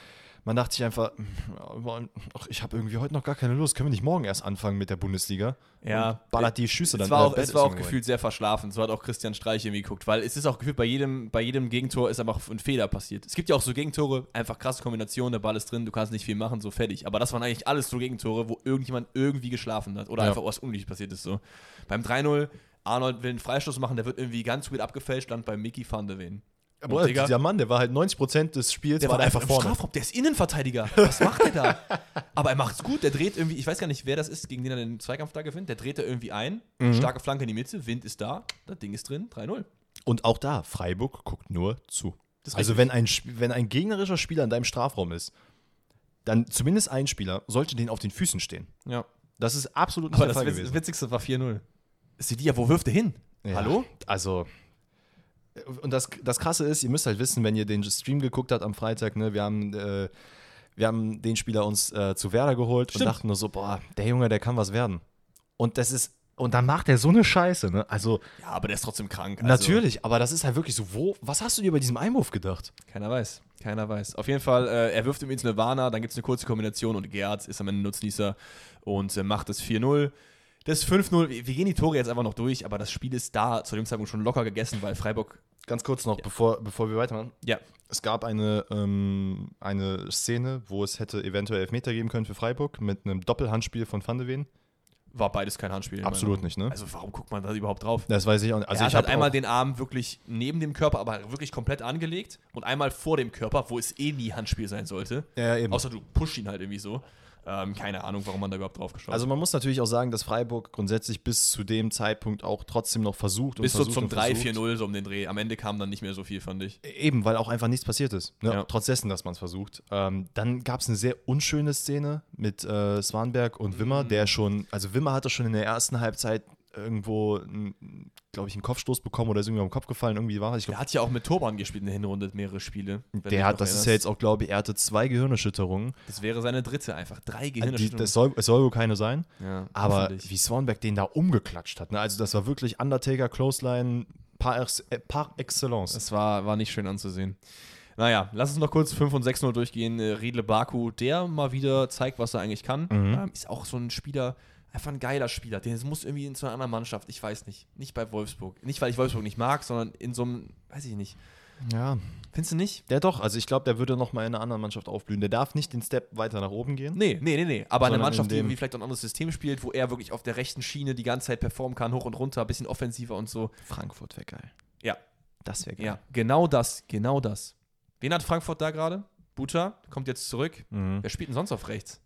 Man dachte sich einfach, ach, ich habe irgendwie heute noch gar keine Lust. Können wir nicht morgen erst anfangen mit der Bundesliga? Ja. Und ballert die Schüsse dann. Es war auch, es war auch gefühlt sehr verschlafen. So hat auch Christian Streich irgendwie geguckt, weil es ist auch gefühlt, bei jedem, bei jedem Gegentor ist einfach ein Fehler passiert. Es gibt ja auch so Gegentore, einfach krasse Kombination, der Ball ist drin, du kannst nicht viel machen, so fertig. Aber das waren eigentlich alles so Gegentore, wo irgendjemand irgendwie geschlafen hat oder Ja. einfach was Unglückliches passiert ist. So. Beim drei null, Arnold will einen Freistoß machen, der wird irgendwie ganz weird abgefälscht, dann bei Mickey van de Ven. Aber Und, Digga, dieser Mann, der war halt neunzig Prozent des Spiels der war einfach im vorne. Strafraum. Der ist Innenverteidiger. Was macht der da? Aber er macht's gut. Der dreht irgendwie, ich weiß gar nicht, wer das ist, gegen den er den Zweikampf da gewinnt. Der dreht da irgendwie ein. Mhm. Starke Flanke in die Mitte. Wind ist da. Das Ding ist drin. drei null. Und auch da, Freiburg guckt nur zu. Das ist Also richtig. wenn ein, Sp- wenn ein gegnerischer Spieler in deinem Strafraum ist, dann zumindest ein Spieler sollte den auf den Füßen stehen. Ja. Das ist absolut nicht Aber der das Fall Witz, gewesen. Witzigste war vier null. Sidia, wo wirft er hin? Ja, Hallo? Also, und das, das Krasse ist, ihr müsst halt wissen, wenn ihr den Stream geguckt habt am Freitag, ne, wir haben, äh, wir haben den Spieler uns äh, zu Werder geholt Stimmt. und dachten nur so, boah, der Junge, der kann was werden. Und das ist, und dann macht er so eine Scheiße, ne? Also, Ja, aber der ist trotzdem krank. Also, natürlich, aber das ist halt wirklich so, wo, was hast du dir bei diesem Einwurf gedacht? Keiner weiß. Keiner weiß. Auf jeden Fall, äh, er wirft ihm ins Nirvana, dann gibt es eine kurze Kombination und Gerhardt ist am Ende Nutznießer und äh, macht das vier null. Das fünf null, wir wir gehen die Tore jetzt einfach noch durch, aber das Spiel ist da zu dem Zeitpunkt schon locker gegessen, weil Freiburg. Ganz kurz noch, bevor, bevor wir weitermachen. Ja. Es gab eine, ähm, eine Szene, wo es hätte eventuell Elfmeter geben können für Freiburg mit einem Doppelhandspiel von Van de Ven. War beides kein Handspiel. in Absolut meiner nicht, ne? Meinung. Also warum guckt man da überhaupt drauf? Das weiß ich auch nicht. Also er ich hat halt habe einmal auch, den Arm wirklich neben dem Körper, aber wirklich komplett angelegt und einmal vor dem Körper, wo es eh nie Handspiel sein sollte. Ja, eben. Außer du pushst ihn halt irgendwie so. Ähm, keine Ahnung, warum man da überhaupt drauf geschaut hat. Also man muss natürlich auch sagen, dass Freiburg grundsätzlich bis zu dem Zeitpunkt auch trotzdem noch versucht und bis so versucht zum und drei versucht. vier null so um den Dreh. Am Ende kam dann nicht mehr so viel, fand ich. Eben, weil auch einfach nichts passiert ist. Ne? Ja. Trotz dessen, dass man es versucht. Ähm, dann gab es eine sehr unschöne Szene mit äh, Swanberg und Wimmer, Mhm. der schon, also Wimmer hatte schon in der ersten Halbzeit irgendwo, glaube ich, einen Kopfstoß bekommen oder ist irgendwie am Kopf gefallen, irgendwie war es. Ich Der glaub, hat ja auch mit Turban gespielt in der Hinrunde mehrere Spiele. wenn du dich der hat, noch das ist erinnerst. ja jetzt auch, glaube ich, er hatte zwei Gehirnerschütterungen. Das wäre seine dritte einfach. Drei Also die, Gehirnerschütterungen. das soll, es soll wohl keine sein. ja, Aber hoffentlich. wie Swanberg den da umgeklatscht hat, ne? Also das war wirklich Undertaker, Clothesline par, ex, äh, par excellence. Es war, war nicht schön anzusehen. Naja, lass uns noch kurz fünf und sechs null durchgehen. Äh, Riedle Baku, der mal wieder zeigt, was er eigentlich kann. Mhm. Ähm, ist auch so ein Spieler, einfach ein geiler Spieler. Der muss irgendwie in so einer anderen Mannschaft, ich weiß nicht. Nicht bei Wolfsburg. Nicht, weil ich Wolfsburg nicht mag, sondern in so einem, weiß ich nicht. Ja, Findest du nicht? der doch. Also ich glaube, der würde noch mal in einer anderen Mannschaft aufblühen. Der darf nicht den Step weiter nach oben gehen. Nee, nee, nee, nee. Aber eine Sondern Mannschaft, in die dem- irgendwie vielleicht ein anderes System spielt, wo er wirklich auf der rechten Schiene die ganze Zeit performen kann, hoch und runter, ein bisschen offensiver und so. Frankfurt wäre geil. Ja. Das wäre geil. Ja, genau das, genau das. Wen hat Frankfurt da gerade? Buta kommt jetzt zurück. Mhm. Wer spielt denn sonst auf rechts?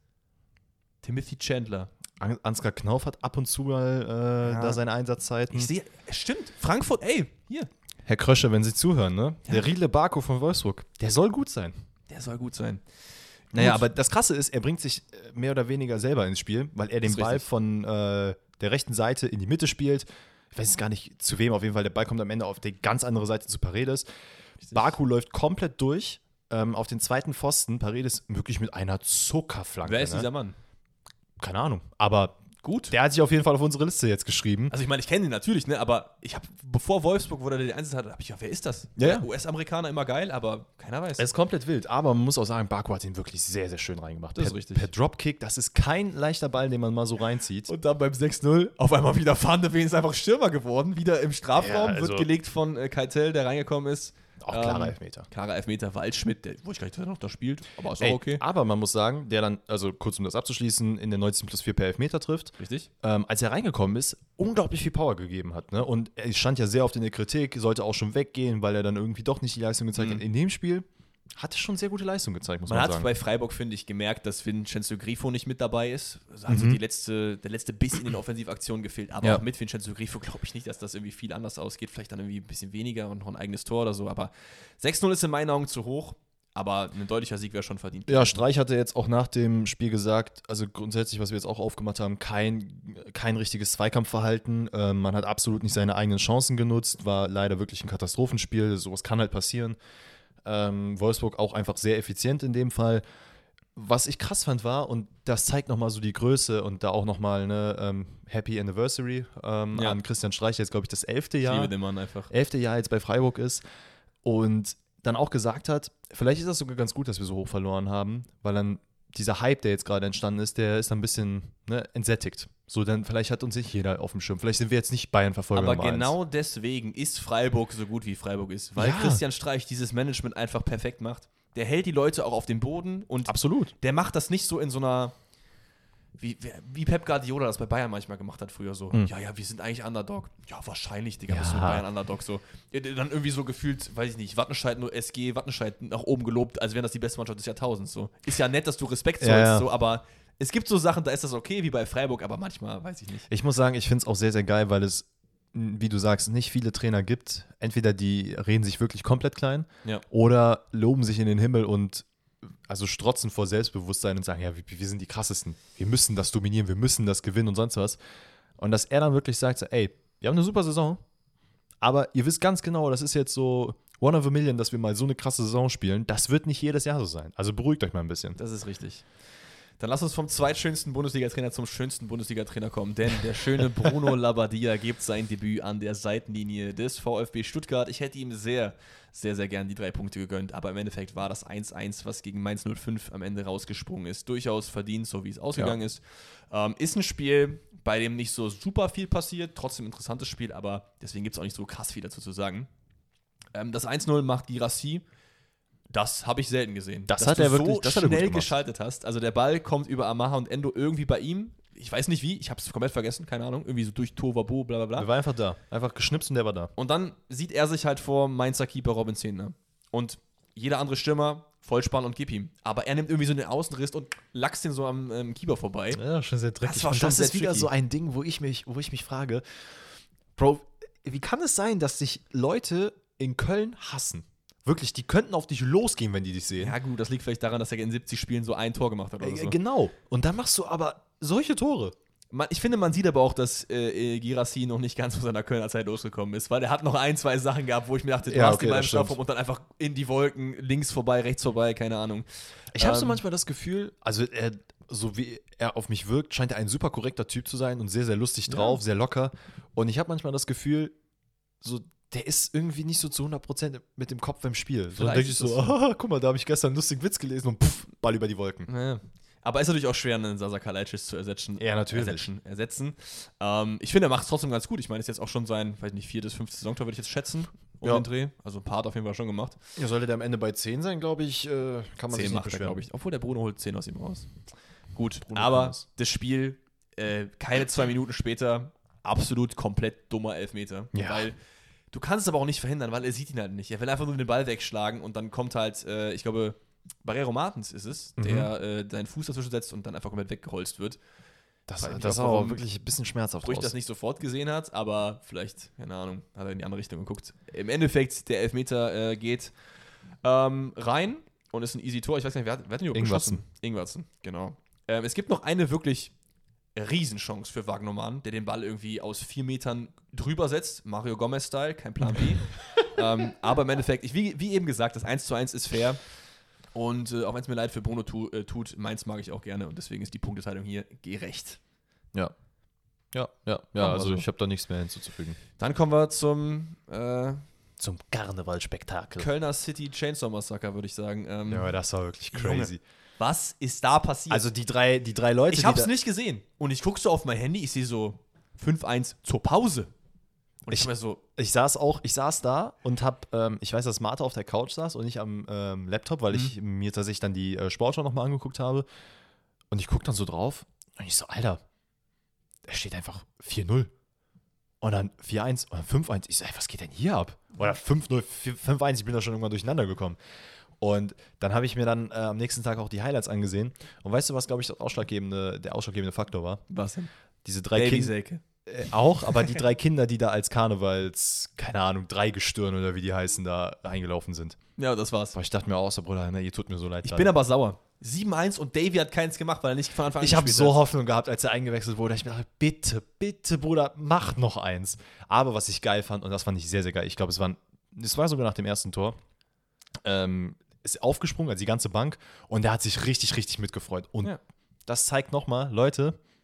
Timothy Chandler. An- Ansgar Knauf hat ab und zu mal äh, Ja. da seine Einsatzzeiten. Ich sehe, stimmt, Frankfurt, ey, hier. Herr Krösche, wenn Sie zuhören, ne? Ja. Der Riedle Baku von Wolfsburg, der soll gut sein. Der soll gut sein. Naja, Gut. aber das Krasse ist, er bringt sich äh, mehr oder weniger selber ins Spiel, weil er den Ist Ball richtig. von äh, der rechten Seite in die Mitte spielt. Ich weiß jetzt gar nicht zu wem, auf jeden Fall, der Ball kommt am Ende auf die ganz andere Seite zu Paredes. Richtig. Baku läuft komplett durch ähm, auf den zweiten Pfosten. Paredes wirklich mit einer Zuckerflanke. Wer ist ne? dieser Mann? Keine Ahnung, aber Gut. der hat sich auf jeden Fall auf unsere Liste jetzt geschrieben. Also ich meine, ich kenne ihn natürlich, ne, aber ich habe, bevor Wolfsburg, wo der den Einsatz hatte, habe ich gedacht, wer ist das? Ja, ja. U S-Amerikaner immer geil, aber keiner weiß. Er ist komplett wild, aber man muss auch sagen, Baku hat ihn wirklich sehr, sehr schön reingemacht. Das ist per, richtig. Per Dropkick, das ist kein leichter Ball, den man mal so reinzieht. Und dann beim sechs null auf einmal wieder Van de Ven ist einfach Stürmer geworden, wieder im Strafraum, Ja, also- wird gelegt von äh, Keitel, der reingekommen ist. Auch klarer Ähm, Elfmeter. Klarer Elfmeter, Waldschmidt, der, wo ich gar nicht, dass er noch da spielt, aber ist auch Ey, okay. Aber man muss sagen, der dann, also kurz um das abzuschließen, in der neunzig plus vier per Elfmeter trifft, Richtig? ähm, als er reingekommen ist, unglaublich viel Power gegeben hat. Ne? Und er stand ja sehr oft in der Kritik, sollte auch schon weggehen, weil er dann irgendwie doch nicht die Leistung gezeigt Mhm. hat. In dem Spiel hat er schon sehr gute Leistung gezeigt, muss man, Man hat sagen. bei Freiburg, finde ich, gemerkt, dass Vincenzo Grifo nicht mit dabei ist. Also Mhm. die letzte, der letzte Biss in den Offensivaktionen gefehlt. Aber Ja. auch mit Vincenzo Grifo glaube ich nicht, dass das irgendwie viel anders ausgeht. Vielleicht dann irgendwie ein bisschen weniger und noch ein eigenes Tor oder so. Aber sechs null ist in meinen Augen zu hoch. Aber ein deutlicher Sieg wäre schon verdient. Ja, Streich hatte jetzt auch nach dem Spiel gesagt, also grundsätzlich, was wir jetzt auch aufgemacht haben, kein, kein richtiges Zweikampfverhalten. Ähm, man hat absolut nicht seine eigenen Chancen genutzt, war leider wirklich ein Katastrophenspiel. Sowas kann halt passieren. Ähm, Wolfsburg auch einfach sehr effizient in dem Fall. Was ich krass fand war, und das zeigt nochmal so die Größe und da auch nochmal eine ähm, Happy Anniversary ähm, Ja. an Christian Streich, jetzt glaube ich das elfte Ich Jahr liebe den Mann einfach. elfte Jahr jetzt bei Freiburg ist. Und dann auch gesagt hat, vielleicht ist das sogar ganz gut, dass wir so hoch verloren haben, weil dann dieser Hype, der jetzt gerade entstanden ist, der ist dann ein bisschen ne, entsättigt. So, dann vielleicht hat uns nicht jeder auf dem Schirm. Vielleicht sind wir jetzt nicht Bayern-Verfolger. Aber Nummer genau eins. deswegen ist Freiburg so gut, wie Freiburg ist. Weil Ja. Christian Streich dieses Management einfach perfekt macht. Der hält die Leute auch auf dem Boden und Absolut. der macht das nicht so in so einer, wie, wie Pep Guardiola das bei Bayern manchmal gemacht hat früher so. Mhm. Ja, ja, wir sind eigentlich Underdog. Ja, wahrscheinlich, Digga, Ja. bist du Bayern Underdog so. Ja, dann irgendwie so gefühlt, weiß ich nicht, Wattenscheid nur S G, Wattenscheid nach oben gelobt, als wären das die beste Mannschaft des Jahrtausends so. Ist ja nett, dass du Respekt Ja, zollst, ja. so, aber es gibt so Sachen, da ist das okay, wie bei Freiburg, aber manchmal weiß ich nicht. Ich muss sagen, ich finde es auch sehr, sehr geil, weil es, wie du sagst, nicht viele Trainer gibt. Entweder die reden sich wirklich komplett klein Ja. oder loben sich in den Himmel und also strotzen vor Selbstbewusstsein und sagen, ja, wir, wir sind die krassesten. Wir müssen das dominieren, wir müssen das gewinnen und sonst was. Und dass er dann wirklich sagt, so, ey, wir haben eine super Saison, aber ihr wisst ganz genau, das ist jetzt so one of a million, dass wir mal so eine krasse Saison spielen. Das wird nicht jedes Jahr so sein. Also beruhigt euch mal ein bisschen. Das ist richtig. Dann lass uns vom zweitschönsten Bundesliga-Trainer zum schönsten Bundesliga-Trainer kommen, denn der schöne Bruno Labbadia gibt sein Debüt an der Seitenlinie des VfB Stuttgart. Ich hätte ihm sehr, sehr, sehr gern die drei Punkte gegönnt, aber im Endeffekt war das eins eins, was gegen Mainz null fünf am Ende rausgesprungen ist, durchaus verdient, so wie es ausgegangen Ja. ist. Ähm, ist ein Spiel, bei dem nicht so super viel passiert, trotzdem ein interessantes Spiel, aber deswegen gibt es auch nicht so krass viel dazu zu sagen. Ähm, das eins null macht Girassi. Das habe ich selten gesehen. Das dass hat du er wirklich- so das hat er gut schnell gemacht. geschaltet hast. Also der Ball kommt über Amaha und Endo irgendwie bei ihm. Ich weiß nicht wie, ich habe es komplett vergessen, keine Ahnung. Irgendwie so durch Tovabo, bla bla bla. Der war einfach da. Einfach geschnipst und der war da. Und dann sieht er sich halt vor Mainzer Keeper Robin Zehner. Und jeder andere Stürmer, Vollspann und gib ihm. Aber er nimmt irgendwie so den Außenriss und lackst den so am ähm, Keeper vorbei. Ja, schon sehr dreckig. Das war und schon das sehr ist wieder tricky. so ein Ding, wo ich mich, wo ich mich frage, Bro, wie kann es sein, dass sich Leute in Köln hassen? Wirklich, die könnten auf dich losgehen, wenn die dich sehen. Ja gut, das liegt vielleicht daran, dass er in siebzig Spielen so ein Tor gemacht hat oder Äh, so. Genau. Und dann machst du aber solche Tore. Man, ich finde, man sieht aber auch, dass äh, Girassi noch nicht ganz von seiner Kölner Zeit losgekommen ist, weil er hat noch ein, zwei Sachen gehabt, wo ich mir dachte, du Ja, hast okay, die beim das stimmt. Strafraum und dann einfach in die Wolken, links vorbei, rechts vorbei, keine Ahnung. Ich habe so Ähm, manchmal das Gefühl, also er, so wie er auf mich wirkt, scheint er ein super korrekter Typ zu sein und sehr, sehr lustig drauf, Ja. sehr locker. Und ich habe manchmal das Gefühl, so der ist irgendwie nicht so zu hundert Prozent mit dem Kopf im Spiel. So, dann Vielleicht denke ich ist so, das so. ah, guck mal, da habe ich gestern einen lustigen Witz gelesen und pff, Ball über die Wolken. Ja. Aber ist natürlich auch schwer, einen Sasa Kalajdzic zu ersetzen. Ja, natürlich. Ersetzen. ersetzen. Ähm, ich finde, er macht es trotzdem ganz gut. Ich meine, ist jetzt auch schon sein, weiß nicht, viertes, fünftes Saisontor, würde ich jetzt schätzen, um Ja. den Dreh. Also ein paar hat er auf jeden Fall schon gemacht. Ja, sollte der am Ende bei zehn sein, glaube ich, äh, kann man sich zehn nicht macht er, beschweren. glaube ich. Obwohl der Bruno holt zehn aus ihm raus. Gut, Bruno aber kann es. das Spiel, äh, keine zwei Minuten später, absolut komplett dummer Elfmeter. Ja. Weil du kannst es aber auch nicht verhindern, weil er sieht ihn halt nicht. Er will einfach nur den Ball wegschlagen und dann kommt halt, äh, ich glaube, Barreiro Martens ist es, Mhm. der äh, seinen Fuß dazwischen setzt und dann einfach komplett weggeholzt wird. Das, Weiß nicht, das auch war warum aber wirklich ein bisschen schmerzhaft Wo ich aus. das nicht sofort gesehen hat, aber vielleicht, keine Ahnung, hat er in die andere Richtung geguckt. Im Endeffekt, der Elfmeter äh, geht ähm, rein und ist ein easy Tor. Ich weiß gar nicht, wer hat, wer hat den überhaupt Ingwertsen. geschossen? Ingwertsen, genau. Ähm, es gibt noch eine wirklich Riesenchance für Wagnermann, der den Ball irgendwie aus vier Metern drüber setzt. Mario Gomez-Style, kein Plan B. ähm, aber im Endeffekt, ich, wie, wie eben gesagt, das eins zu eins ist fair. Und äh, auch wenn es mir leid für Bruno tu, äh, tut, Mainz mag ich auch gerne und deswegen ist die Punkteteilung hier gerecht. Ja. Ja, ja, Machen ja, wir also so. ich habe da nichts mehr hinzuzufügen. Dann kommen wir zum äh, Zum Karnevalspektakel. Kölner City Chainsaw Massacre, würde ich sagen. Ähm, Ja, aber das war wirklich Junge. crazy. Was ist da passiert? Also die drei, die drei Leute, ich die hab's da, nicht gesehen. Und ich guck so auf mein Handy, ich sehe so fünf eins zur Pause. Und ich, Ich- mir so, ich saß auch, ich saß da und hab, ähm, ich weiß, dass Martha auf der Couch saß und ich am ähm, Laptop, weil ich mir tatsächlich dann die äh, Sportschau nochmal angeguckt habe. Und ich guck dann so drauf und ich so, Alter, da steht einfach vier null. Und dann vier eins und dann fünf eins. Ich so, ey, was geht denn hier ab? Oder fünf null, fünf eins, ich bin da schon irgendwann durcheinander gekommen. Und dann habe ich mir dann äh, am nächsten Tag auch die Highlights angesehen. Und weißt du, was, glaube ich, das ausschlaggebende, der ausschlaggebende Faktor war? was denn? Diese drei Davy Kinder. Selke. Äh, auch, aber die drei Kinder, die da als Karnevals, keine Ahnung, Dreigestirn oder wie die heißen, da eingelaufen sind. Ja, das war's. Aber ich dachte mir auch so, Bruder, ne, ihr tut mir so leid. Ich gerade. bin aber sauer. sieben eins und Davy hat keins gemacht, weil er nicht von Anfang an ich habe gespielt so hat. Hoffnung gehabt, als er eingewechselt wurde. Ich mir dachte, bitte, bitte, Bruder, mach noch eins. Aber was ich geil fand, und das fand ich sehr, sehr geil, ich glaube, es, waren, es war sogar nach dem ersten Tor, ähm, ist aufgesprungen, also die ganze Bank, und der hat sich richtig, richtig mitgefreut. Und Ja. das zeigt nochmal, Leute,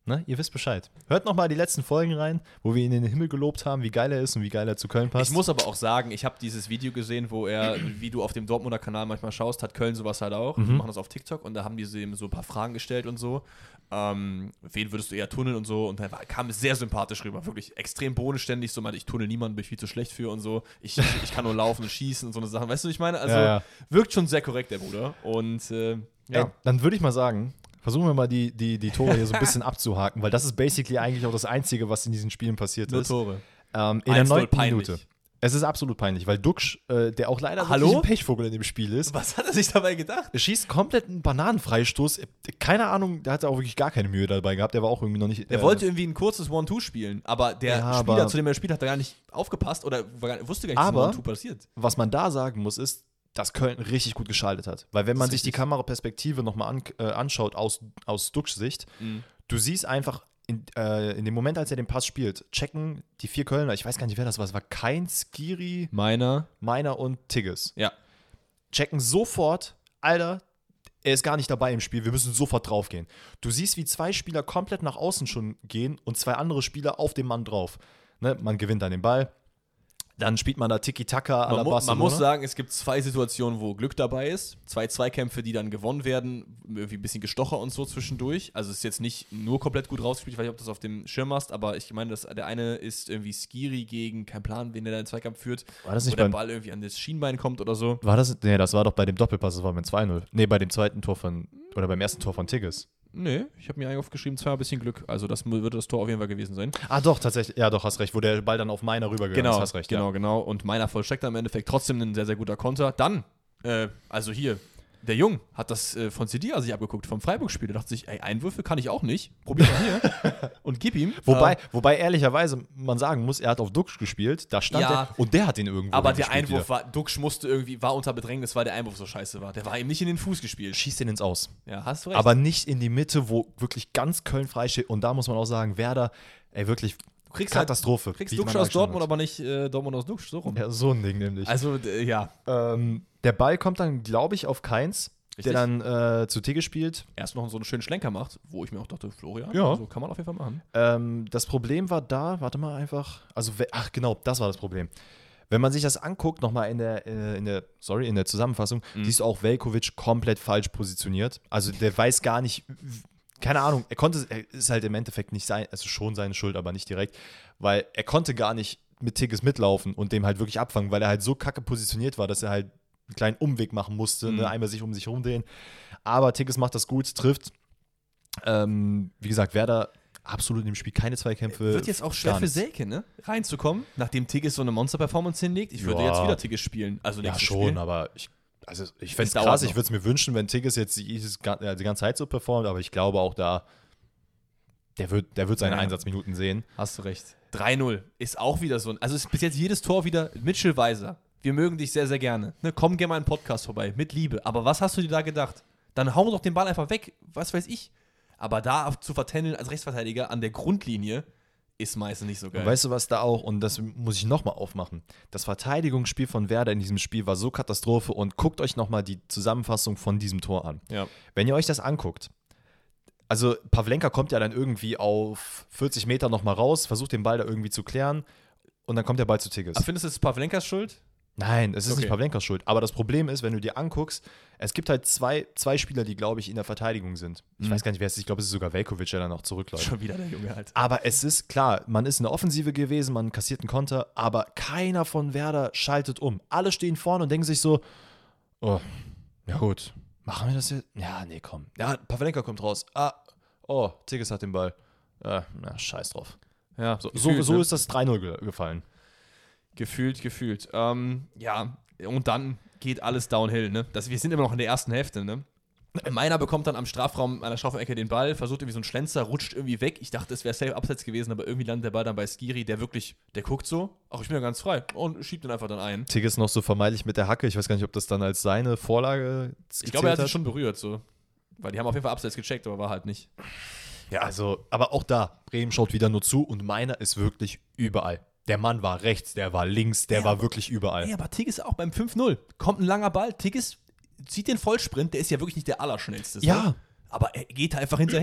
Ne? Ihr wisst Bescheid. Hört nochmal die letzten Folgen rein, wo wir ihn in den Himmel gelobt haben, wie geil er ist und wie geil er zu Köln passt. Ich muss aber auch sagen, ich habe dieses Video gesehen, wo er, wie du auf dem Dortmunder Kanal manchmal schaust, hat Köln sowas halt auch. Mhm. Die machen das auf TikTok und da haben die ihm so ein paar Fragen gestellt und so. Ähm, wen würdest du eher tunneln und so? Und da war, kam es sehr sympathisch rüber. Wirklich extrem bodenständig. So meinte, ich tunnel niemanden, bin ich viel zu schlecht für und so. Ich, ich, ich kann nur laufen und schießen und so eine Sachen. Weißt du, was ich meine? Also Ja, ja. wirkt schon sehr korrekt, der Bruder. Und äh, ja. Ey, dann würde ich mal sagen, versuchen wir mal die, die, die Tore hier so ein bisschen abzuhaken, weil das ist basically eigentlich auch das Einzige, was in diesen Spielen passiert nur ist. Tore. Ähm, in der eins null neunten peinlich. Minute. Es ist absolut peinlich, weil Duxch, äh, der auch leider Hallo? wirklich ein Pechvogel in dem Spiel ist, Was hat er sich dabei gedacht? er schießt komplett einen Bananenfreistoß. Keine Ahnung, der hatte auch wirklich gar keine Mühe dabei gehabt. Der war auch irgendwie noch nicht. Der äh, wollte irgendwie ein kurzes One-Two spielen, aber der Ja, Spieler, aber- zu dem er spielt, hat da gar nicht aufgepasst oder war gar, wusste gar nicht, dass Aber- ein One-Two passiert. Was man da sagen muss, ist, dass Köln richtig gut geschaltet hat. Weil wenn man Das ist sich die richtig. Kameraperspektive nochmal an, äh, anschaut aus, aus Duxchs Sicht, du siehst einfach in, äh, in dem Moment, als er den Pass spielt, checken die vier Kölner, ich weiß gar nicht, wer das war, es war Kein, Skiri, Meiner. Meiner und Tigges. Ja. Checken sofort, Alter, er ist gar nicht dabei im Spiel, wir müssen sofort draufgehen. Du siehst, wie zwei Spieler komplett nach außen schon gehen und zwei andere Spieler auf den Mann drauf. Ne, man gewinnt dann den Ball, dann spielt man da Tiki-Taka à la Man, mu man Barcelona. muss sagen, es gibt zwei Situationen, wo Glück dabei ist. Zwei Zweikämpfe, die dann gewonnen werden. Irgendwie ein bisschen Gestocher und so zwischendurch. Also es ist jetzt nicht nur komplett gut rausgespielt. Ich weiß nicht, ob du das auf dem Schirm hast, aber ich meine, das, der eine ist irgendwie Skiri gegen, kein Plan, wen der da in den Zweikampf führt. War das Wo nicht der beim, Ball irgendwie an das Schienbein kommt oder so. war das, nee, das war doch bei dem Doppelpass, das war beim zwei null. Nee, bei dem zweiten Tor von, oder beim ersten Tor von Tigges. Nee, ich habe mir eigentlich aufgeschrieben, zweimal ein bisschen Glück. Also das würde das Tor auf jeden Fall gewesen sein. Ah doch, tatsächlich, ja doch, hast recht, wo der Ball dann auf Meiner rübergegangen Genau, ist, hast recht. genau, Ja. genau. Und meiner vollstreckt am Endeffekt trotzdem ein sehr, sehr guter Konter. Dann, äh, also hier, der Jung hat das äh, von Cedia sich abgeguckt, vom Freiburg-Spiel. Der dachte sich, ey, Einwürfe kann ich auch nicht. Probier mal hier und gib ihm. Wobei, Äh, wobei ehrlicherweise man sagen muss, er hat auf Duxch gespielt, da stand Ja. er und der hat ihn irgendwo aber der reingespielt Einwurf wieder. war, Duxch musste irgendwie, war unter Bedrängnis, weil der Einwurf so scheiße war. Der war ihm nicht in den Fuß gespielt. Schießt ihn ins Aus. Ja, hast du recht. Aber nicht in die Mitte, wo wirklich ganz Köln frei steht. Und da muss man auch sagen, Werder, ey, wirklich du kriegst Katastrophe. Halt, kriegst wie Duxch man aus angeschaut Dortmund, hat. aber nicht äh, Dortmund aus Duxch, so rum. Ja, so ein Ding nämlich. Also, äh, ja. ähm, der Ball kommt dann, glaube ich, auf Keins, Richtig. der dann äh, zu Tigges spielt. Erst noch so einen schönen Schlenker macht, wo ich mir auch dachte, Florian, Ja. so kann man auf jeden Fall machen. Ähm, das Problem war da, warte mal einfach, also, we- ach genau, das war das Problem. Wenn man sich das anguckt, nochmal in der, äh, in der, sorry, in der Zusammenfassung, Mhm. siehst du auch Veljkovic komplett falsch positioniert. Also der weiß gar nicht, w- keine Ahnung, er konnte, er ist halt im Endeffekt nicht sein, also schon seine Schuld, aber nicht direkt, weil er konnte gar nicht mit Tigges mitlaufen und dem halt wirklich abfangen, weil er halt so kacke positioniert war, dass er halt einen kleinen Umweg machen musste, Mhm. ne, einmal sich um sich rumdrehen. Aber Tigges macht das gut, trifft. Ähm, wie gesagt, Werder absolut in dem Spiel keine Zweikämpfe. Wird jetzt auch schwer gar für nichts. Selke, ne? Reinzukommen, nachdem Tigges so eine Monster-Performance hinlegt. Ich würde Ja. jetzt wieder Tigges spielen. Also Ja, nächstes schon, Spiel. aber ich, also ich fände es dauert krass. noch. Ich würde es mir wünschen, wenn Tigges jetzt dieses, ga- äh, die ganze Zeit so performt, aber ich glaube auch da, der wird, der wird seine Ja. Einsatzminuten sehen. Hast du recht. drei null ist auch wieder so ein. Also ist bis jetzt jedes Tor wieder Mitchell Weiser. Wir mögen dich sehr, sehr gerne. Ne, komm gerne mal in den Podcast vorbei. Mit Liebe. Aber was hast du dir da gedacht? Dann hau doch den Ball einfach weg. Was weiß ich. Aber da zu vertändeln als Rechtsverteidiger an der Grundlinie ist meistens nicht so geil. Und weißt du, was da auch, und das muss ich nochmal aufmachen, das Verteidigungsspiel von Werder in diesem Spiel war so Katastrophe und guckt euch nochmal die Zusammenfassung von diesem Tor an. ja. Wenn ihr euch das anguckt, also Pavlenka kommt ja dann irgendwie auf vierzig Meter nochmal raus, versucht den Ball da irgendwie zu klären und dann kommt der Ball zu Tigges. Aber findest du, es ist Pavlenkas Schuld? Nein, es ist Okay. nicht Pavlenkas Schuld. Aber das Problem ist, wenn du dir anguckst, es gibt halt zwei, zwei Spieler, die, glaube ich, in der Verteidigung sind. Ich Mhm. weiß gar nicht, wer es ist. Ich glaube, es ist sogar Veljkovic, der dann noch zurückläuft. Schon wieder der Junge halt. Aber es ist klar, man ist in der Offensive gewesen, man kassiert einen Konter, aber keiner von Werder schaltet um. Alle stehen vorne und denken sich so, oh, ja gut, machen wir das jetzt? Ja, nee, komm. Ja, Pavlenka kommt raus. Ah, oh, Tigges hat den Ball. Ah, na, scheiß drauf. Ja, So, gefühlt, so, so ne? ist das drei null ge gefallen. Gefühlt, gefühlt. Ähm, ja, und dann geht alles downhill, ne? Das, wir sind immer noch in der ersten Hälfte, ne? Meiner bekommt dann am Strafraum, an der Strafraum-Ecke den Ball, versucht irgendwie so einen Schlenzer, rutscht irgendwie weg. Ich dachte, es wäre safe abseits gewesen, aber irgendwie landet der Ball dann bei Skiri, der wirklich, der guckt so, ach, ich bin ja ganz frei und schiebt ihn einfach dann ein. Tigges noch so vermeintlich mit der Hacke. Ich weiß gar nicht, ob das dann als seine Vorlage Ich glaube, er hat hat. sich schon berührt, so. Weil die haben auf jeden Fall abseits gecheckt, aber war halt nicht. Ja, also, aber auch da, Bremen schaut wieder nur zu und meiner ist wirklich überall. Der Mann war rechts, der war links, der Ja, war aber- wirklich überall. Ey, aber Tigges auch beim fünf null. Kommt ein langer Ball, Tigges zieht den Vollsprint, der ist ja wirklich nicht der Allerschnellste. So. Ja. Aber er geht einfach hinterher.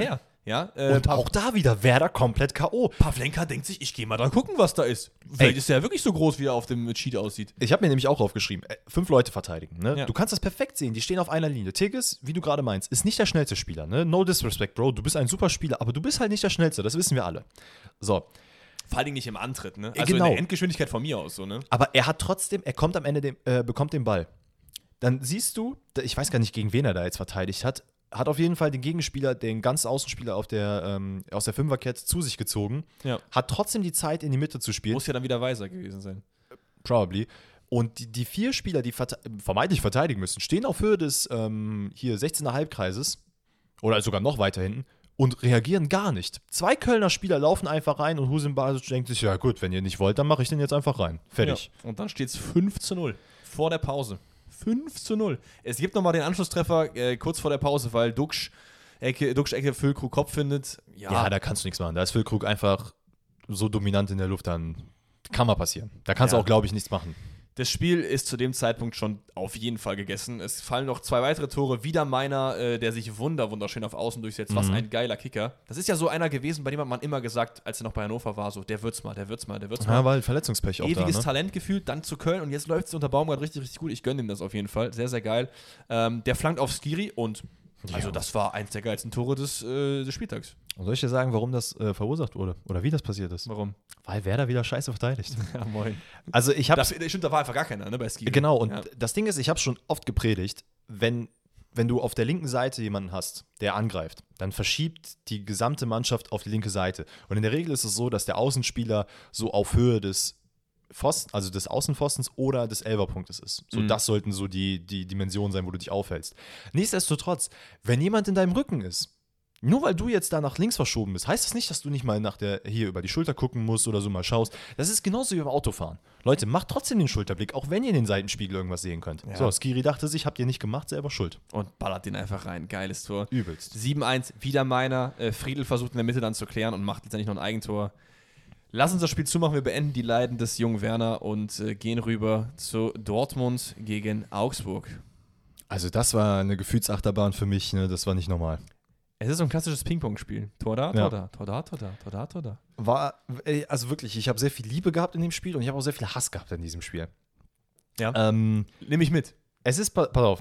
Ja, äh, Und auch da wieder Werder komplett K O. Pavlenka denkt sich, ich gehe mal dran gucken, was da ist. Vielleicht Ey. ist er ja wirklich so groß, wie er auf dem Cheat aussieht. Ich habe mir nämlich auch aufgeschrieben, äh, fünf Leute verteidigen. Ne? Ja. Du kannst das perfekt sehen, die stehen auf einer Linie. Tigges, wie du gerade meinst, ist nicht der schnellste Spieler. Ne? No disrespect, Bro, du bist ein super Spieler, aber du bist halt nicht der Schnellste, das wissen wir alle. So, Vor allen Dingen nicht im Antritt, ne? Also genau. in der Endgeschwindigkeit von mir aus, so, ne? aber er hat trotzdem, er kommt am Ende, dem, äh, bekommt den Ball. Dann siehst du, ich weiß gar nicht, gegen wen er da jetzt verteidigt hat, hat auf jeden Fall den Gegenspieler, den ganzen Außenspieler auf der, ähm, aus der Fünferkette zu sich gezogen, Ja. hat trotzdem die Zeit, in die Mitte zu spielen. Muss ja dann wieder weiser gewesen sein. Probably. Und die, die vier Spieler, die verte vermeintlich verteidigen müssen, stehen auf Höhe des ähm, hier sechzehner Halbkreises oder sogar noch weiter hinten und reagieren gar nicht. Zwei Kölner Spieler laufen einfach rein und Husin Basic denkt sich, ja gut, wenn ihr nicht wollt, dann mache ich den jetzt einfach rein. Fertig. Ja. Und dann steht es fünf zu null vor der Pause. fünf zu null. Es gibt nochmal den Anschlusstreffer äh, kurz vor der Pause, weil Duxch Ecke, Duxch Ecke Füllkrug Kopf findet. Ja, Ja, da kannst du nichts machen. Da ist Füllkrug einfach so dominant in der Luft, dann kann mal passieren. Da kannst Ja. du auch, glaube ich, nichts machen. Das Spiel ist zu dem Zeitpunkt schon auf jeden Fall gegessen. Es fallen noch zwei weitere Tore. Wieder meiner, äh, der sich wunder, wunderschön auf Außen durchsetzt. Was ein geiler Kicker. Das ist ja so einer gewesen, bei dem hat man immer gesagt, als er noch bei Hannover war, so, der wird's mal, der wird's mal, der wird's mal. Ja, weil Verletzungspech auch Ewiges da, ne? Talent gefühlt, dann zu Köln und jetzt läuft es unter Baumgart richtig, richtig gut. Ich gönne ihm das auf jeden Fall. Sehr, sehr geil. Ähm, der flankt auf Skiri und also Ja. das war eins der geilsten Tore des, äh, des Spieltags. Und soll ich dir sagen, warum das äh, verursacht wurde? Oder wie das passiert ist? Warum? Weil Werder wieder scheiße verteidigt. Ja, moin. Also ich habe Das, stimmt, da war einfach gar keiner, ne, bei Skiri. Genau, und Ja. das Ding ist, ich habe schon oft gepredigt, wenn, wenn du auf der linken Seite jemanden hast, der angreift, dann verschiebt die gesamte Mannschaft auf die linke Seite. Und in der Regel ist es so, dass der Außenspieler so auf Höhe des Pfosten, also des Außenpfostens oder des Elferpunktes ist. So, Mhm. das sollten so die, die Dimensionen sein, wo du dich aufhältst. Nichtsdestotrotz, wenn jemand in deinem Rücken ist, nur weil du jetzt da nach links verschoben bist, heißt das nicht, dass du nicht mal nach der hier über die Schulter gucken musst oder so mal schaust. Das ist genauso wie beim Autofahren. Leute, macht trotzdem den Schulterblick, auch wenn ihr in den Seitenspiegel irgendwas sehen könnt. Ja. So, Skiri dachte sich, habt ihr nicht gemacht, selber schuld. Und ballert den einfach rein. Geiles Tor. Übelst. sieben eins, wieder meiner. Äh, Friedel versucht in der Mitte dann zu klären und macht letztendlich noch ein Eigentor. Lass uns das Spiel zumachen. Wir beenden die Leiden des jungen Werner und äh, gehen rüber zu Dortmund gegen Augsburg. Also das war eine Gefühlsachterbahn für mich, ne? Das war nicht normal. Es ist so ein klassisches Ping-Pong-Spiel. Tor da, Tor Ja. da, Tor da, Tor da, Tor da, Tor da. War, ey, also wirklich, ich habe sehr viel Liebe gehabt in dem Spiel und ich habe auch sehr viel Hass gehabt in diesem Spiel. Ja. Ähm, Nimm ich mit. es ist, pa- pass auf,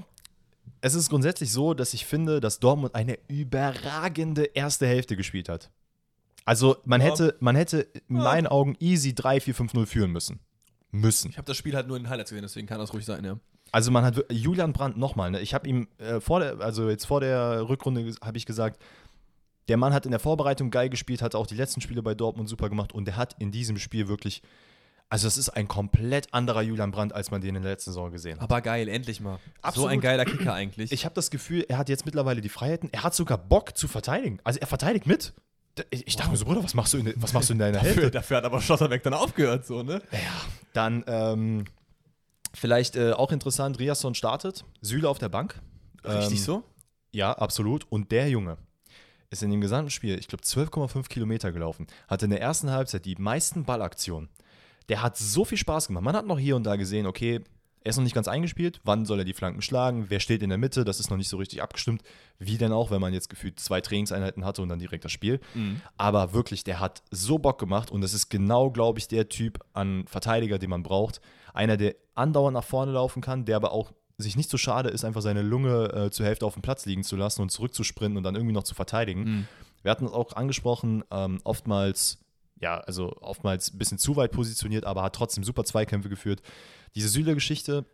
es ist grundsätzlich so, dass ich finde, dass Dortmund eine überragende erste Hälfte gespielt hat. Also man Ja. hätte, man hätte in Ja. meinen Augen easy drei vier fünf null führen müssen. Müssen. Ich habe das Spiel halt nur in den Highlights gesehen, deswegen kann das ruhig sein, ja. Also man hat wir- Julian Brandt nochmal, ne? Ich habe ihm äh, vor der, also jetzt vor der Rückrunde habe ich gesagt, der Mann hat in der Vorbereitung geil gespielt, hat auch die letzten Spiele bei Dortmund super gemacht und der hat in diesem Spiel wirklich, also es ist ein komplett anderer Julian Brandt, als man den in der letzten Saison gesehen hat. Aber geil, endlich mal. So Absolut. ein geiler Kicker eigentlich. Ich habe das Gefühl, er hat jetzt mittlerweile die Freiheiten, er hat sogar Bock zu verteidigen. Also er verteidigt mit. Ich, ich dachte mir so, Bruder, was machst du in, was machst du in deiner dafür, Hälfte? dafür hat aber Schlotterbeck dann aufgehört, so, ne? Dann ähm, vielleicht äh, auch interessant, Riasson startet, Süle auf der Bank. Richtig Ähm, so? Ja, absolut. Und der Junge ist in dem gesamten Spiel, ich glaube, zwölf Komma fünf Kilometer gelaufen, hatte in der ersten Halbzeit die meisten Ballaktionen. Der hat so viel Spaß gemacht. Man hat noch hier und da gesehen, okay, er ist noch nicht ganz eingespielt. Wann soll er die Flanken schlagen? Wer steht in der Mitte? Das ist noch nicht so richtig abgestimmt. Wie denn auch, wenn man jetzt gefühlt zwei Trainingseinheiten hatte und dann direkt das Spiel. Mhm. Aber wirklich, der hat so Bock gemacht und das ist genau, glaube ich, der Typ an Verteidiger, den man braucht. Einer, der andauernd nach vorne laufen kann, der aber auch sich nicht so schade ist, einfach seine Lunge äh, zur Hälfte auf dem Platz liegen zu lassen und zurückzusprinten und dann irgendwie noch zu verteidigen. Mhm. Wir hatten es auch angesprochen, ähm, oftmals, ja, also oftmals ein bisschen zu weit positioniert, aber hat trotzdem super Zweikämpfe geführt. Diese Süle-Geschichte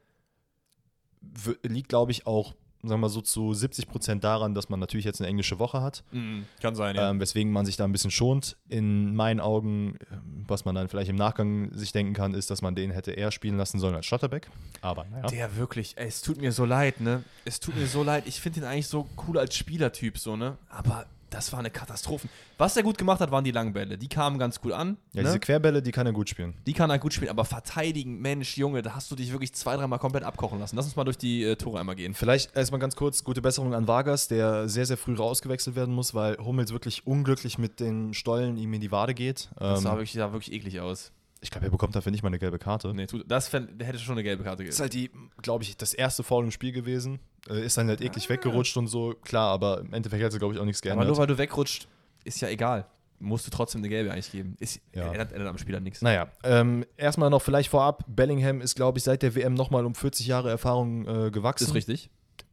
w- liegt, glaube ich, auch, sagen wir mal so, zu siebzig Prozent daran, dass man natürlich jetzt eine englische Woche hat. Mhm. Kann sein, ja. Ähm, weswegen man sich da ein bisschen schont. In meinen Augen, ähm, was man dann vielleicht im Nachgang sich denken kann, ist, dass man den hätte eher spielen lassen sollen als Schlotterbeck. Aber naja. Der wirklich, ey, es tut mir so leid, ne? Es tut mir so leid. Ich finde ihn eigentlich so cool als Spielertyp, so, ne? Aber das war eine Katastrophe. Was er gut gemacht hat, waren die langen Bälle. Die kamen ganz gut an. Ja, ne? diese Querbälle, die kann er gut spielen. Die kann er gut spielen, aber verteidigen, Mensch, Junge, da hast du dich wirklich zwei, dreimal komplett abkochen lassen. Lass uns mal durch die äh, Tore einmal gehen. Vielleicht erstmal ganz kurz, gute Besserung an Vargas, der sehr, sehr früh rausgewechselt werden muss, weil Hummels wirklich unglücklich mit den Stollen ihm in die Wade geht. Das Ähm, sah wirklich, sah wirklich eklig aus. ich glaube, er bekommt dafür nicht mal eine gelbe Karte. Nee, tut, das fänd, der hätte schon eine gelbe Karte Ist gegeben. halt die, glaube ich, das erste Foul im Spiel gewesen. Äh, ist dann halt eklig Ah. weggerutscht und so, klar, aber im Endeffekt hat sie, glaube ich, auch nichts Aber geändert. nur weil du wegrutscht, ist ja egal. Musst du trotzdem eine gelbe eigentlich geben. Ist, Ja. ändert, ändert am Spiel dann nichts. Naja, ähm, erstmal noch vielleicht vorab, Bellingham ist, glaube ich, seit der W M nochmal um vierzig Jahre Erfahrung äh, gewachsen. Ist richtig.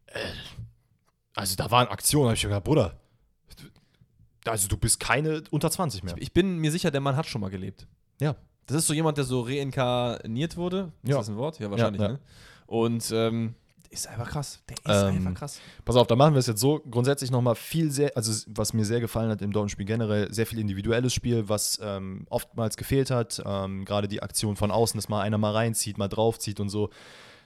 Also da waren Aktionen, da habe ich gedacht, Bruder, also du bist keine unter zwanzig mehr. Ich bin mir sicher, der Mann hat schon mal gelebt. Ja. Das ist so jemand, der so reinkarniert wurde. Ist Ja. das ein Wort? Ja, wahrscheinlich, Ja, ja. ne? Und ähm, ist einfach krass. Der ist Ähm, einfach krass. Pass auf, da machen wir es jetzt so. Grundsätzlich nochmal viel sehr, also was mir sehr gefallen hat im Dortmund-Spiel generell, sehr viel individuelles Spiel, was ähm, oftmals gefehlt hat. Ähm, Gerade die Aktion von außen, dass mal einer mal reinzieht, mal draufzieht und so.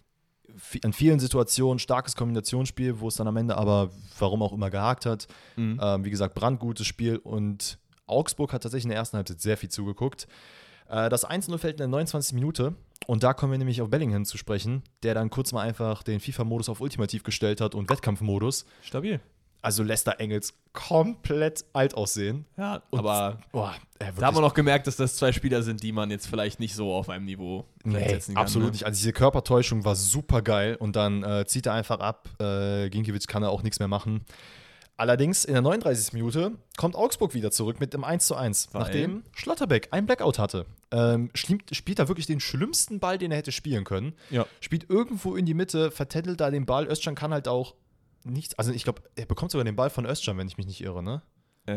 V- in vielen Situationen starkes Kombinationsspiel, wo es dann am Ende aber, warum auch immer, gehakt hat. Mhm. Ähm, wie gesagt, brandgutes Spiel und Augsburg hat tatsächlich in der ersten Halbzeit sehr viel zugeguckt. Äh, das eins null fällt in der neunundzwanzigsten Minute und da kommen wir nämlich auf Bellingham zu sprechen, der dann kurz mal einfach den FIFA-Modus auf Ultimativ gestellt hat und Wettkampfmodus. Stabil. Also Lester Engels komplett alt aussehen. Ja, Und, aber boah, äh, da haben wir noch gemerkt, dass das zwei Spieler sind, die man jetzt vielleicht nicht so auf einem Niveau vielleicht Nee, setzen kann. absolut ne? nicht. Also diese Körpertäuschung war super geil und dann äh, zieht er einfach ab. Äh, Ginkiewicz kann er auch nichts mehr machen. Allerdings in der neununddreißigsten Minute kommt Augsburg wieder zurück mit dem eins zu eins, Weil? nachdem Schlotterbeck einen Blackout hatte. Ähm, spielt, spielt da wirklich den schlimmsten Ball, den er hätte spielen können. Ja. Spielt irgendwo in die Mitte, vertändelt da den Ball. Özcan kann halt auch nichts. Also ich glaube, er bekommt sogar den Ball von Özcan, wenn ich mich nicht irre, ne?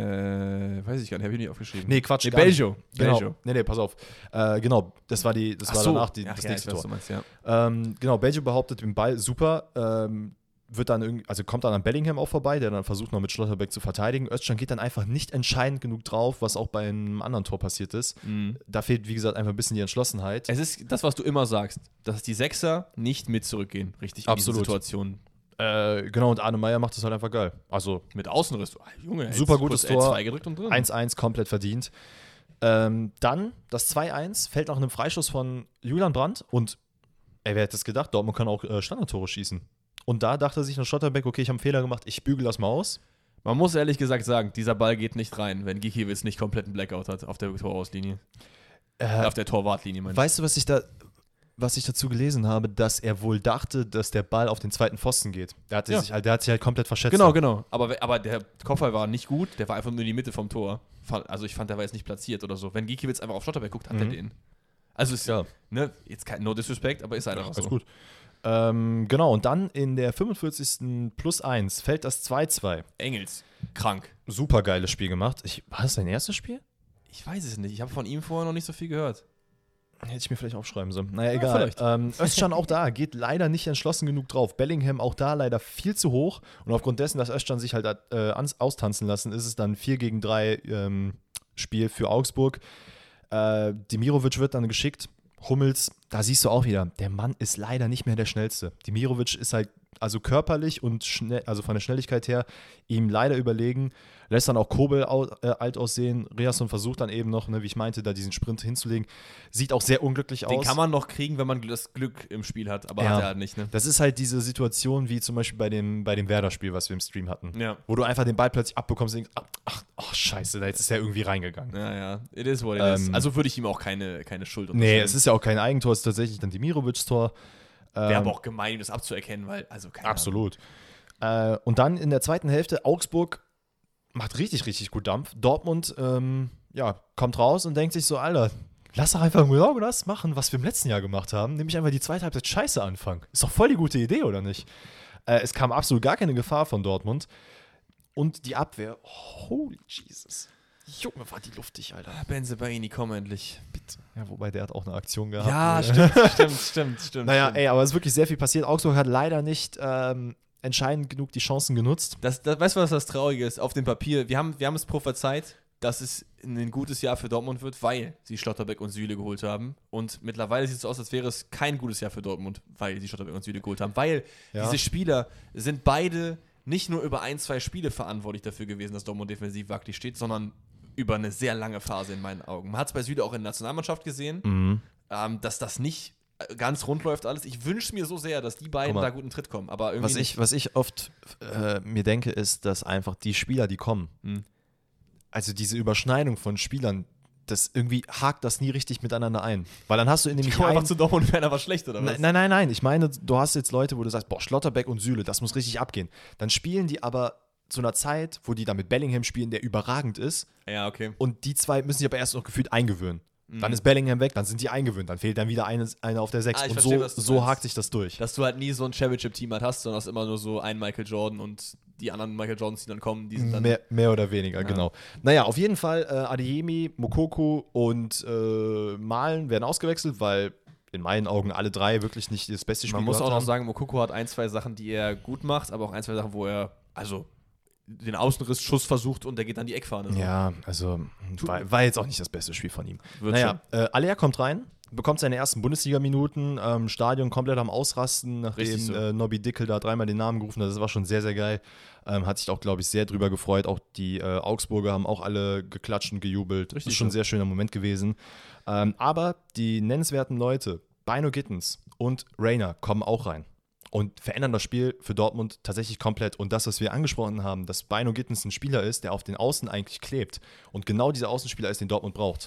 Äh, weiß ich gar nicht, habe ich nicht aufgeschrieben. Nee, Quatsch. Nee, gar nicht. Belgio. Genau. Belgio. Nee, nee, pass auf. Äh, genau, das war, die, das Ach war so. danach die, Ach das ja, nächste ich weiß, Tor. was du meinst, ja. Ähm, genau, Belgio behauptet den Ball super, ähm, wird dann irgendwie, also kommt dann an Bellingham auch vorbei, der dann versucht noch mit Schlotterbeck zu verteidigen. Özcan geht dann einfach nicht entscheidend genug drauf, was auch bei einem anderen Tor passiert ist. Mhm. Da fehlt, wie gesagt, einfach ein bisschen die Entschlossenheit. Es ist das, was du immer sagst, dass die Sechser nicht mit zurückgehen, richtig, in Absolut. diese Situation. Äh, genau, und Arne Meyer macht das halt einfach geil. Also Mit Außenriss. Ah, Junge, Super jetzt gutes kurz Tor. L zwei gedrückt und drin. eins eins komplett verdient. Ähm, dann das zwei eins fällt nach einem Freischuss von Julian Brandt und ey, wer hätte das gedacht, Dortmund kann auch äh, Standardtore schießen. Und da dachte sich dann Schlotterbeck, okay, ich habe einen Fehler gemacht, ich bügel das mal aus. Man muss ehrlich gesagt sagen, dieser Ball geht nicht rein, wenn Gikiewicz nicht komplett einen Blackout hat auf der Torauslinie. Äh, auf der Torwartlinie, meine ich. Weißt du, was ich da, was ich dazu gelesen habe, dass er wohl dachte, dass der Ball auf den zweiten Pfosten geht. Der, hatte Ja. sich, halt- der hat sich halt komplett verschätzt. Genau, genau. Aber, we- aber der Kopfball war nicht gut, der war einfach nur in die Mitte vom Tor. Fa- Also ich fand, der war jetzt nicht platziert oder so. Wenn Gikiewicz einfach auf Schlotterbeck guckt, hat er Mhm. den. Also ist, Ja. ne, jetzt kein No Disrespect, aber ist einfach so. Alles gut. Ähm, genau, und dann in der fünfundvierzigsten plus eins fällt das zwei zwei. Engels, krank. Super geiles Spiel gemacht. Ich, war das sein erstes Spiel? Ich weiß es nicht, ich habe von ihm vorher noch nicht so viel gehört. Hätte ich mir vielleicht aufschreiben sollen. Naja, Ja, egal. vielleicht. Ähm, Özcan auch da, geht leider nicht entschlossen genug drauf. Bellingham auch da leider viel zu hoch. Und aufgrund dessen, dass Özcan sich halt äh, ans, austanzen lassen, ist es dann vier gegen drei ähm, Spiel für Augsburg. Äh, Demirovic wird dann geschickt. Hummels, da siehst du auch wieder, der Mann ist leider nicht mehr der Schnellste. Demirovic ist halt also körperlich und schnell, also von der Schnelligkeit her ihm leider überlegen. Lässt dann auch Kobel au, äh, alt aussehen. Riasson versucht dann eben noch, ne, wie ich meinte, da diesen Sprint hinzulegen. Sieht auch sehr unglücklich Den aus. kann man noch kriegen, wenn man das Glück im Spiel hat, aber Ja. hat er halt nicht, ne? Das ist halt diese Situation wie zum Beispiel bei dem, bei dem Werder-Spiel, was wir im Stream hatten. Ja. Wo du einfach den Ball plötzlich abbekommst und denkst, ach, ach, ach scheiße, da jetzt ist er irgendwie reingegangen. Ja, ja, it is what it Ähm, is. Also würde ich ihm auch keine, keine Schuld Nee, unterstellen. es ist ja auch kein Eigentor, es ist tatsächlich dann Demirovics Tor. Wäre Ähm, aber auch gemein, ihm das abzuerkennen, weil, also keine Absolut. Äh, und dann in der zweiten Hälfte, Augsburg macht richtig, richtig gut Dampf. Dortmund, ähm, ja, kommt raus und denkt sich so, Alter, lass doch einfach genau das machen, was wir im letzten Jahr gemacht haben, nämlich einfach die zweite Halbzeit scheiße anfangen. Ist doch voll die gute Idee, oder nicht? Äh, es kam absolut gar keine Gefahr von Dortmund. Und die Abwehr, holy Jesus. Junge, war die luftig, Alter. Ahnung. Benze Baini, komm endlich. Bitte. Ja, wobei der hat auch eine Aktion gehabt. Ja, ne? stimmt, stimmt, stimmt, stimmt. Naja, stimmt. ey, aber es ist wirklich sehr viel passiert. Augsburg hat leider nicht ähm, entscheidend genug die Chancen genutzt. Das, das, weißt du, was das Traurige ist? Auf dem Papier, wir haben, wir haben es prophezeit, dass es ein gutes Jahr für Dortmund wird, weil sie Schlotterbeck und Süle geholt haben. Und mittlerweile sieht es so aus, als wäre es kein gutes Jahr für Dortmund, weil sie Schlotterbeck und Süle geholt haben. Weil Ja. diese Spieler sind beide nicht nur über ein, zwei Spiele verantwortlich dafür gewesen, dass Dortmund defensiv wackelig steht, sondern über eine sehr lange Phase in meinen Augen. Man hat es bei Süle auch in der Nationalmannschaft gesehen, Mhm. ähm, dass das nicht ganz rund läuft alles. Ich wünsche mir so sehr, dass die beiden Guck mal, da guten Tritt kommen. Aber irgendwie Was ich, was ich oft äh, mir denke, ist, dass einfach die Spieler, die kommen, Hm. also diese Überschneidung von Spielern, das irgendwie hakt das nie richtig miteinander ein. Weil dann hast du in dem nicht einfach zu Dortmund und einer war schlecht, oder was? Nein, nein, nein, nein. Ich meine, du hast jetzt Leute, wo du sagst, boah, Schlotterbeck und Süle, das muss richtig abgehen. Dann spielen die aber zu einer Zeit, wo die da mit Bellingham spielen, der überragend ist. Ja, okay. Und die zwei müssen sich aber erst noch gefühlt eingewöhnen. Mhm. Dann ist Bellingham weg, dann sind die eingewöhnt, dann fehlt dann wieder eine, eine auf der sechs. Ah, und verstehe, so, so hakt sich das durch. Dass du halt nie so ein Championship-Team halt hast, sondern hast immer nur so einen Michael Jordan und die anderen Michael Jordans, die dann kommen, die sind dann... Mehr, mehr oder weniger, ja. genau. Naja, auf jeden Fall, äh, Adeyemi, Moukoko und äh, Malen werden ausgewechselt, weil in meinen Augen alle drei wirklich nicht das beste Spiel Man muss auch noch haben. sagen, Moukoko hat ein, zwei Sachen, die er gut macht, aber auch ein, zwei Sachen, wo er, also den Außenriss-Schuss versucht und der geht dann die Eckfahne. So. Ja, also war, war jetzt auch nicht das beste Spiel von ihm. Wird naja, äh, Aller kommt rein, bekommt seine ersten Bundesliga-Minuten, ähm, Stadion komplett am Ausrasten, nachdem so. äh, Nobby Dickel da dreimal den Namen gerufen hat. Das war schon sehr, sehr geil. Ähm, hat sich auch, glaube ich, sehr drüber gefreut. Auch die äh, Augsburger haben auch alle geklatscht und gejubelt. Richtig das ist schon ein so. sehr schöner Moment gewesen. Ähm, aber die nennenswerten Leute, Bino Gittens und Reina, kommen auch rein und verändern das Spiel für Dortmund tatsächlich komplett. Und das, was wir angesprochen haben, dass Bino Gittens ein Spieler ist, der auf den Außen eigentlich klebt und genau dieser Außenspieler ist, den Dortmund braucht.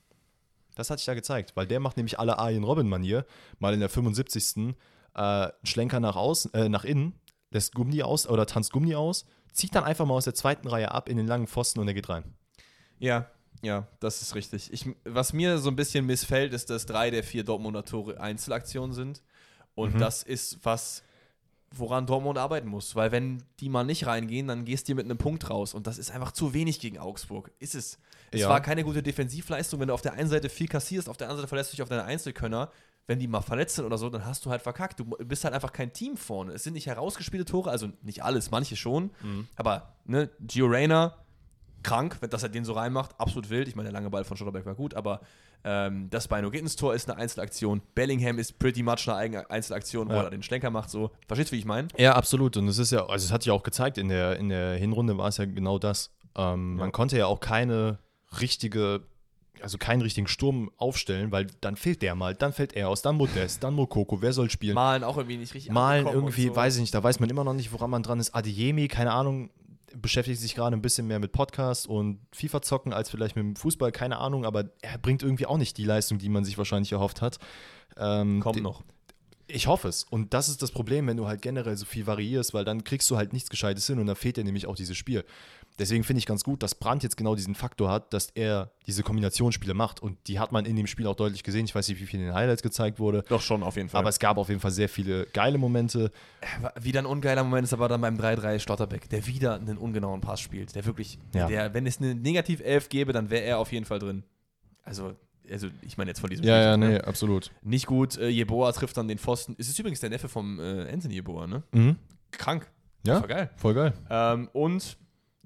Das hat sich da gezeigt, weil der macht nämlich alle Arjen Robben-Manier, mal in der fünfundsiebzigsten Äh, einen Schlenker nach, außen, äh, nach innen, lässt Gummi aus oder tanzt Gummi aus, zieht dann einfach mal aus der zweiten Reihe ab in den langen Pfosten und er geht rein. Ja, ja, das ist richtig. Ich, was mir so ein bisschen missfällt, ist, dass drei der vier Dortmunder Tore Einzelaktionen sind. Und mhm. das ist was, woran Dortmund arbeiten muss. Weil wenn die mal nicht reingehen, dann gehst du mit einem Punkt raus. Und das ist einfach zu wenig gegen Augsburg. Ist es. Es ja. war keine gute Defensivleistung. Wenn du auf der einen Seite viel kassierst, auf der anderen Seite verlässt du dich auf deine Einzelkönner. Wenn die mal verletzt sind oder so, dann hast du halt verkackt. Du bist halt einfach kein Team vorne. Es sind nicht herausgespielte Tore, also nicht alles, manche schon. Mhm. Aber, ne, Gio Reyna, krank, wenn das er den so reinmacht, absolut wild. Ich meine, der lange Ball von Schlotterbeck war gut, aber ähm, das Bino Gittens Tor ist eine Einzelaktion. Bellingham ist pretty much eine eigene Einzelaktion, wo ja. er den Schlenker macht. So. Verstehst du, wie ich meine? Ja, absolut. Und es ist ja, also es hat sich auch gezeigt, in der, in der Hinrunde war es ja genau das. Ähm, ja. Man konnte ja auch keine richtige, also keinen richtigen Sturm aufstellen, weil dann fehlt der mal, dann fällt er aus, dann Modest, dann Moukoko, wer soll spielen? Malen auch irgendwie nicht richtig. Malen irgendwie, so. Weiß ich nicht, da weiß man immer noch nicht, woran man dran ist. Adeyemi, keine Ahnung, beschäftigt sich gerade ein bisschen mehr mit Podcast und FIFA zocken als vielleicht mit dem Fußball, keine Ahnung, aber er bringt irgendwie auch nicht die Leistung, die man sich wahrscheinlich erhofft hat. Ähm, Kommt noch. Ich hoffe es. Und das ist das Problem, wenn du halt generell so viel variierst, weil dann kriegst du halt nichts Gescheites hin und dann fehlt dir nämlich auch dieses Spiel. Deswegen finde ich ganz gut, dass Brandt jetzt genau diesen Faktor hat, dass er diese Kombinationsspiele macht und die hat man in dem Spiel auch deutlich gesehen. Ich weiß nicht, wie viel in den Highlights gezeigt wurde. Doch schon, auf jeden Fall. Aber es gab auf jeden Fall sehr viele geile Momente. Wieder ein ungeiler Moment ist aber dann beim drei drei Schlotterbeck, der wieder einen ungenauen Pass spielt. Der wirklich, ja. der, wenn es eine Negativ-Elf gäbe, dann wäre er auf jeden Fall drin. Also, also ich meine jetzt von diesem Ja, Spiel. ja, nee, ne? absolut. Nicht gut. Äh, Jeboa trifft dann den Pfosten. Es ist übrigens der Neffe vom äh, Anthony Jeboa, ne? Mhm. Krank. Ja, voll geil. Voll geil. Ähm, und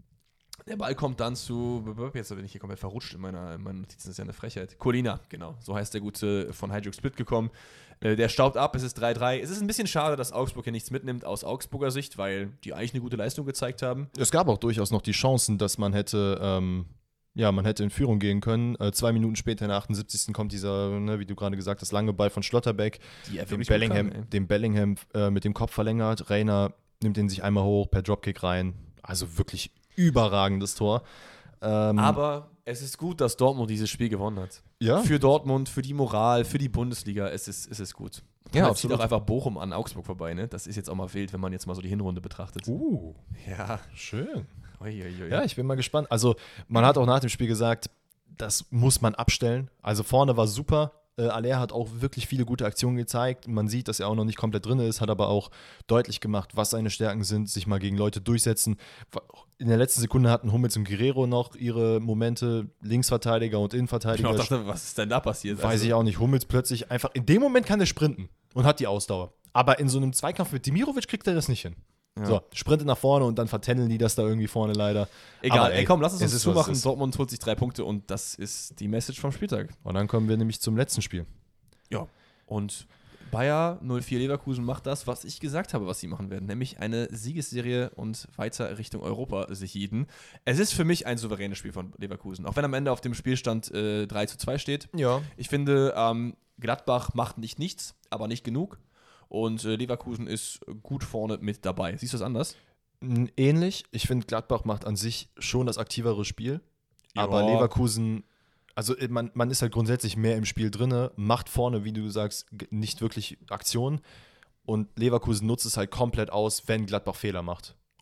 der Ball kommt dann zu, jetzt bin ich hier komplett verrutscht in meiner, in meinen Notizen, das ist ja eine Frechheit. Colina, genau, so heißt der Gute von Hajduk Split gekommen. Äh, der staubt ab, es ist drei drei. Es ist ein bisschen schade, dass Augsburg hier nichts mitnimmt aus Augsburger Sicht, weil die eigentlich eine gute Leistung gezeigt haben. Es gab auch durchaus noch die Chancen, dass man hätte, ähm, ja, man hätte in Führung gehen können. Äh, zwei Minuten später, in der achtundsiebzigsten kommt dieser, ne, wie du gerade gesagt hast, lange Ball von Schlotterbeck, dem Bellingham, kann, dem Bellingham äh, mit dem Kopf verlängert. Reina nimmt den sich einmal hoch, per Dropkick rein. Also wirklich überragendes Tor. Ähm, Aber es ist gut, dass Dortmund dieses Spiel gewonnen hat. Ja. Für Dortmund, für die Moral, für die Bundesliga, es ist, es ist gut. Ja, es zieht auch einfach Bochum an Augsburg vorbei, ne? Das ist jetzt auch mal wild, wenn man jetzt mal so die Hinrunde betrachtet. Uh, ja. Schön. Ui, ui, ui. Ja, ich bin mal gespannt. Also, man hat auch nach dem Spiel gesagt, das muss man abstellen. Also, vorne war super. Äh, Aller hat auch wirklich viele gute Aktionen gezeigt. Man sieht, dass er auch noch nicht komplett drin ist, hat aber auch deutlich gemacht, was seine Stärken sind, sich mal gegen Leute durchsetzen. In der letzten Sekunde hatten Hummels und Guerrero noch ihre Momente, Linksverteidiger und Innenverteidiger. Ich dachte, was ist denn da passiert? Weiß also, ich auch nicht. Hummels plötzlich einfach, in dem Moment kann der sprinten und hat die Ausdauer. Aber in so einem Zweikampf mit Demirovic kriegt er das nicht hin. Ja. So, sprintet nach vorne und dann vertändeln die das da irgendwie vorne leider. Egal, aber, ey, komm, lass es uns ist, zumachen. Dortmund holt sich drei Punkte und das ist die Message vom Spieltag. Und dann kommen wir nämlich zum letzten Spiel. Ja, und Bayer null vier Leverkusen macht das, was ich gesagt habe, was sie machen werden, nämlich eine Siegesserie und weiter Richtung Europa sich hieden. Es ist für mich ein souveränes Spiel von Leverkusen, auch wenn am Ende auf dem Spielstand äh, drei zu zwei steht. Ja. Ich finde, ähm, Gladbach macht nicht nichts, aber nicht genug. Und äh, Leverkusen ist gut vorne mit dabei. Siehst du das anders? Ähnlich. Ich finde, Gladbach macht an sich schon das aktivere Spiel. Ja. Aber Leverkusen, also man, man ist halt grundsätzlich mehr im Spiel drin, macht vorne, wie du sagst, nicht wirklich Aktionen. Und Leverkusen nutzt es halt komplett aus, wenn Gladbach Fehler macht.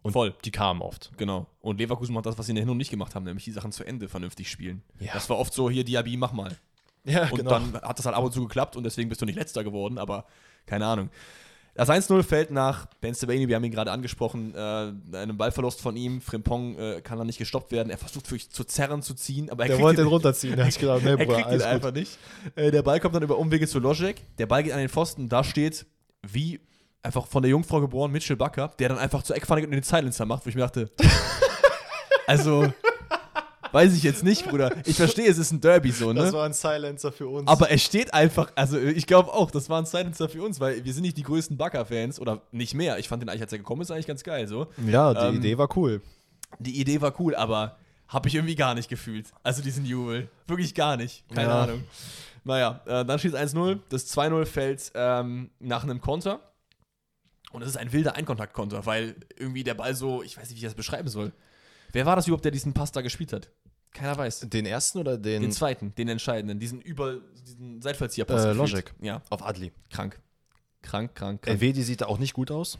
Und Voll. die kamen oft. Genau. Und Leverkusen macht das, was sie in der Hinrunde nicht gemacht haben, nämlich die Sachen zu Ende vernünftig spielen. Ja. Das war oft so, hier, Diaby, mach mal. Ja, Und dann hat das halt ab und zu geklappt und deswegen bist du nicht Letzter geworden, aber keine Ahnung. Das eins null fällt nach Ben Sebaini, wir haben ihn gerade angesprochen, äh, einem Ballverlust von ihm. Frimpong äh, kann dann nicht gestoppt werden. Er versucht wirklich zu zerren, zu ziehen, aber er Der kriegt wollte ihn, den runterziehen. Da hab ich gedacht, nee, er Bruder, kriegt ihn alles gut. einfach nicht. Äh, der Ball kommt dann über Umwege zu Logic. Der Ball geht an den Pfosten. Da steht, wie einfach von der Jungfrau geboren, Mitchell Bakker, der dann einfach zur Eckfahne und den Silencer macht, wo ich mir dachte, also, weiß ich jetzt nicht, Bruder. Ich verstehe, es ist ein Derby so, ne? Das war ein Silencer für uns. Aber er steht einfach, also ich glaube auch, das war ein Silencer für uns, weil wir sind nicht die größten Bakker-Fans oder nicht mehr. Ich fand den eigentlich, als er gekommen ist, eigentlich ganz geil so. ja, die Ähm, Idee war cool. Die Idee war cool, aber habe ich irgendwie gar nicht gefühlt. Also diesen Jubel. Wirklich gar nicht. Keine Ja. Ahnung. Naja, äh, dann steht es eins null. Das zwei null fällt ähm, nach einem Konter. Und es ist ein wilder Einkontaktkonter, weil irgendwie der Ball so, ich weiß nicht, wie ich das beschreiben soll. Wer war das überhaupt, der diesen Pass da gespielt hat? Keiner weiß. Den ersten oder den? Den zweiten, den entscheidenden, diesen über, diesen Seitfallzieher-Pass. Äh, gefühlt. Logic. Ja, Auf Adli. krank. Krank, krank, krank. Elvedi sieht da auch nicht gut aus.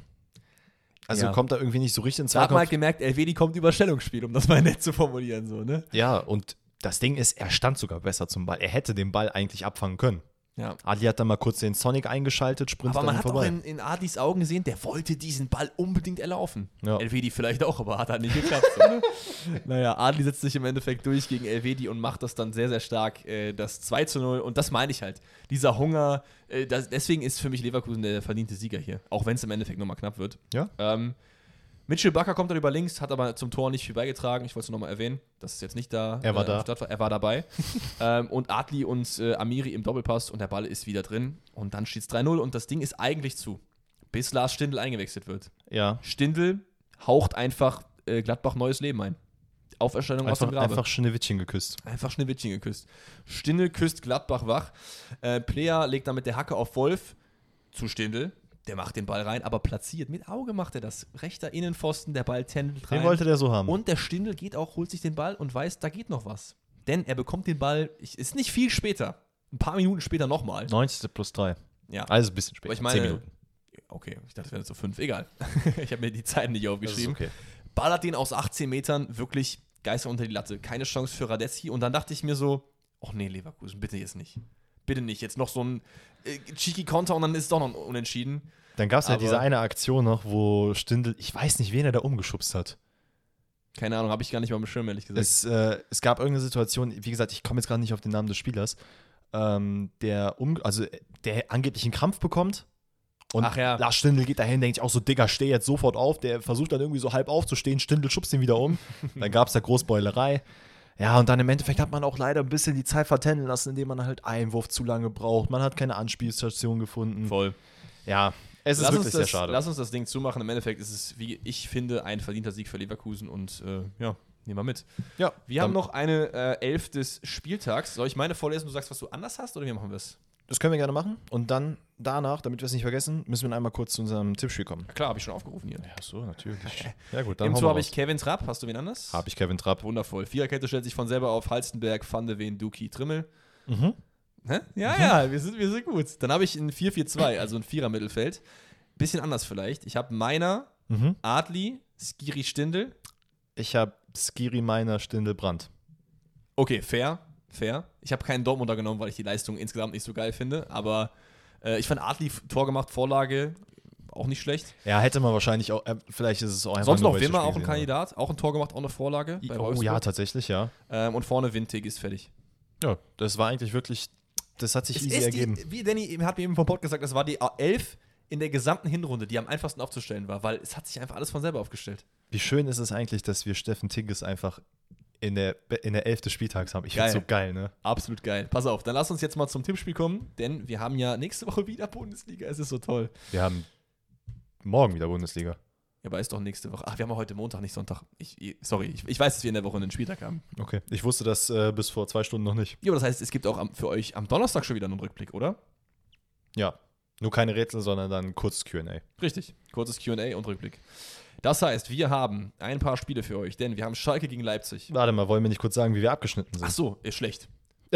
Also Ja. kommt da irgendwie nicht so richtig ins Da hat man halt Zweikampf. gemerkt, Elvedi kommt über Stellungsspiel, um das mal nett zu formulieren, so, ne? Ja, und das Ding ist, er stand sogar besser zum Ball. Er hätte den Ball eigentlich abfangen können. Ja. Adli hat dann mal kurz den Sonic eingeschaltet, sprintet Aber man dann hat auch vorbei. in, in Adlis Augen gesehen, der wollte diesen Ball unbedingt erlaufen. Ja. Elvedi vielleicht auch, aber hat halt nicht geklappt. So, ne? Naja, Adli setzt sich im Endeffekt durch gegen Elvedi und macht das dann sehr, sehr stark, äh, das zwei zu null. Und das meine ich halt. Dieser Hunger, äh, das, deswegen ist für mich Leverkusen der verdiente Sieger hier. Auch wenn es im Endeffekt nochmal knapp wird. Ja. Ähm, Mitchell Bakker kommt dann über links, hat aber zum Tor nicht viel beigetragen. Ich wollte es nochmal erwähnen, dass es jetzt nicht da Er war äh, da. am Start war. Er war dabei. ähm, und Adli und äh, Amiri im Doppelpass und der Ball ist wieder drin. Und dann steht es drei null und das Ding ist eigentlich zu, bis Lars Stindl eingewechselt wird. Ja. Stindl haucht einfach äh, Gladbach neues Leben ein. Auferstehung aus dem Einfach, Grabe. einfach Schneewittchen geküsst. Einfach Schneewittchen geküsst. Stindl küsst Gladbach wach. Äh, Player legt dann mit der Hacke auf Wolf zu Stindl. Der macht den Ball rein, aber platziert. Mit Auge macht er das. Rechter Innenpfosten, der Ball tändelt rein. Den wollte der so haben. Und der Stindl geht auch, holt sich den Ball und weiß, da geht noch was. Denn er bekommt den Ball, ich, ist nicht viel später. Ein paar Minuten später nochmal. neunzig plus drei. Ja. Also ein bisschen später. Aber ich meine, zehn Minuten. Okay, ich dachte, es wären so fünf. Egal. Ich habe mir die Zeiten nicht aufgeschrieben. Das ist okay. Ballert den aus achtzehn Metern wirklich Geister unter die Latte. Keine Chance für Radetzky. Und dann dachte ich mir so, ach nee, Leverkusen, bitte jetzt nicht. Bitte nicht. Jetzt noch so ein äh, cheeky Konter und dann ist es doch noch unentschieden. Dann gab es ja Aber- diese eine Aktion noch, wo Stindl, ich weiß nicht, wen er da umgeschubst hat. Keine Ahnung, habe ich gar nicht mal im Schirm, ehrlich gesagt. Es, äh, es gab irgendeine Situation, wie gesagt, ich komme jetzt gerade nicht auf den Namen des Spielers, ähm, der um, also der angeblich einen Krampf bekommt. Und Ach ja. Lars Stindl geht dahin, denkt sich auch so, Digga, steh jetzt sofort auf. Der versucht dann irgendwie so halb aufzustehen, Stindl schubst ihn wieder um. Dann gab es da Großbeulerei. Ja, und dann im Endeffekt hat man auch leider ein bisschen die Zeit vertändeln lassen, indem man halt Einwurf zu lange braucht. Man hat keine Anspielstation gefunden. Voll. Ja, es ist Lass wirklich uns, sehr das, schade. lass uns das Ding zumachen. Im Endeffekt ist es, wie ich finde, ein verdienter Sieg für Leverkusen und äh, ja, nehmen wir mit. ja, Wir haben noch eine äh, Elf des Spieltags. Soll ich meine vorlesen, du sagst, was du anders hast oder wie machen wir es? Das können wir gerne machen. Und dann danach, damit wir es nicht vergessen, müssen wir einmal kurz zu unserem Tippspiel kommen. Klar, habe ich schon aufgerufen hier. Ja, so, natürlich. Ja, gut, dann Im hauen Tor wir habe ich raus. Kevin Trapp. Hast du wen anders? Hab ich Kevin Trapp. Wundervoll. Viererkette stellt sich von selber auf. Halstenberg, Van de Ven, Duki, Trimmel. Mhm. Hä? Ja, ja, wir sind, wir sind gut. Dann habe ich ein vier vier zwei, also ein Vierer-Mittelfeld. Bisschen anders vielleicht. Ich habe Meiner, Mhm. Adli, Skiri, Stindl. Ich habe Skiri, Meiner, Stindl, Brandt. Okay, fair, fair. Ich habe keinen Dortmunder genommen, weil ich die Leistung insgesamt nicht so geil finde. Aber äh, ich fand Adli Tor gemacht, Vorlage, auch nicht schlecht. Ja, hätte man wahrscheinlich auch, äh, vielleicht ist es auch einfach Sonst nur, noch weil ich Wimmer, das auch Spiel ein gesehen Kandidat. Auch ein Tor gemacht, auch eine Vorlage bei habe. Oh Wolfsburg. ja, tatsächlich, ja. Ähm, und vorne Wintig ist fertig. Ja, das war eigentlich wirklich, das hat sich Es easy ist ergeben. die, wie Danny eben- hat mir eben vom Pod gesagt, das war die Elf in der gesamten Hinrunde, die am einfachsten aufzustellen war, weil es hat sich einfach alles von selber aufgestellt. Wie schön ist es eigentlich, dass wir Steffen Tigges einfach in der, in der Elf des Spieltags haben. Ich Geil. finde so geil, ne? Absolut geil. Pass auf, dann lass uns jetzt mal zum Tippspiel kommen, denn wir haben ja nächste Woche wieder Bundesliga. Es ist so toll. Wir haben morgen wieder Bundesliga. Ja, aber ist doch nächste Woche. Ach, wir haben ja heute Montag, nicht Sonntag. Ich, sorry, ich, ich weiß, dass wir in der Woche einen Spieltag haben. Okay. Ich wusste das äh, bis vor zwei Stunden noch nicht. Ja, aber das heißt, es gibt auch am, für euch am Donnerstag schon wieder einen Rückblick, oder? Ja. Nur keine Rätsel, sondern dann ein kurzes Q und A. Richtig. Kurzes Q und A und Rückblick. Das heißt, wir haben ein paar Spiele für euch, denn wir haben Schalke gegen Leipzig. Warte mal, wollen wir nicht kurz sagen, wie wir abgeschnitten sind? Ach so, ist schlecht.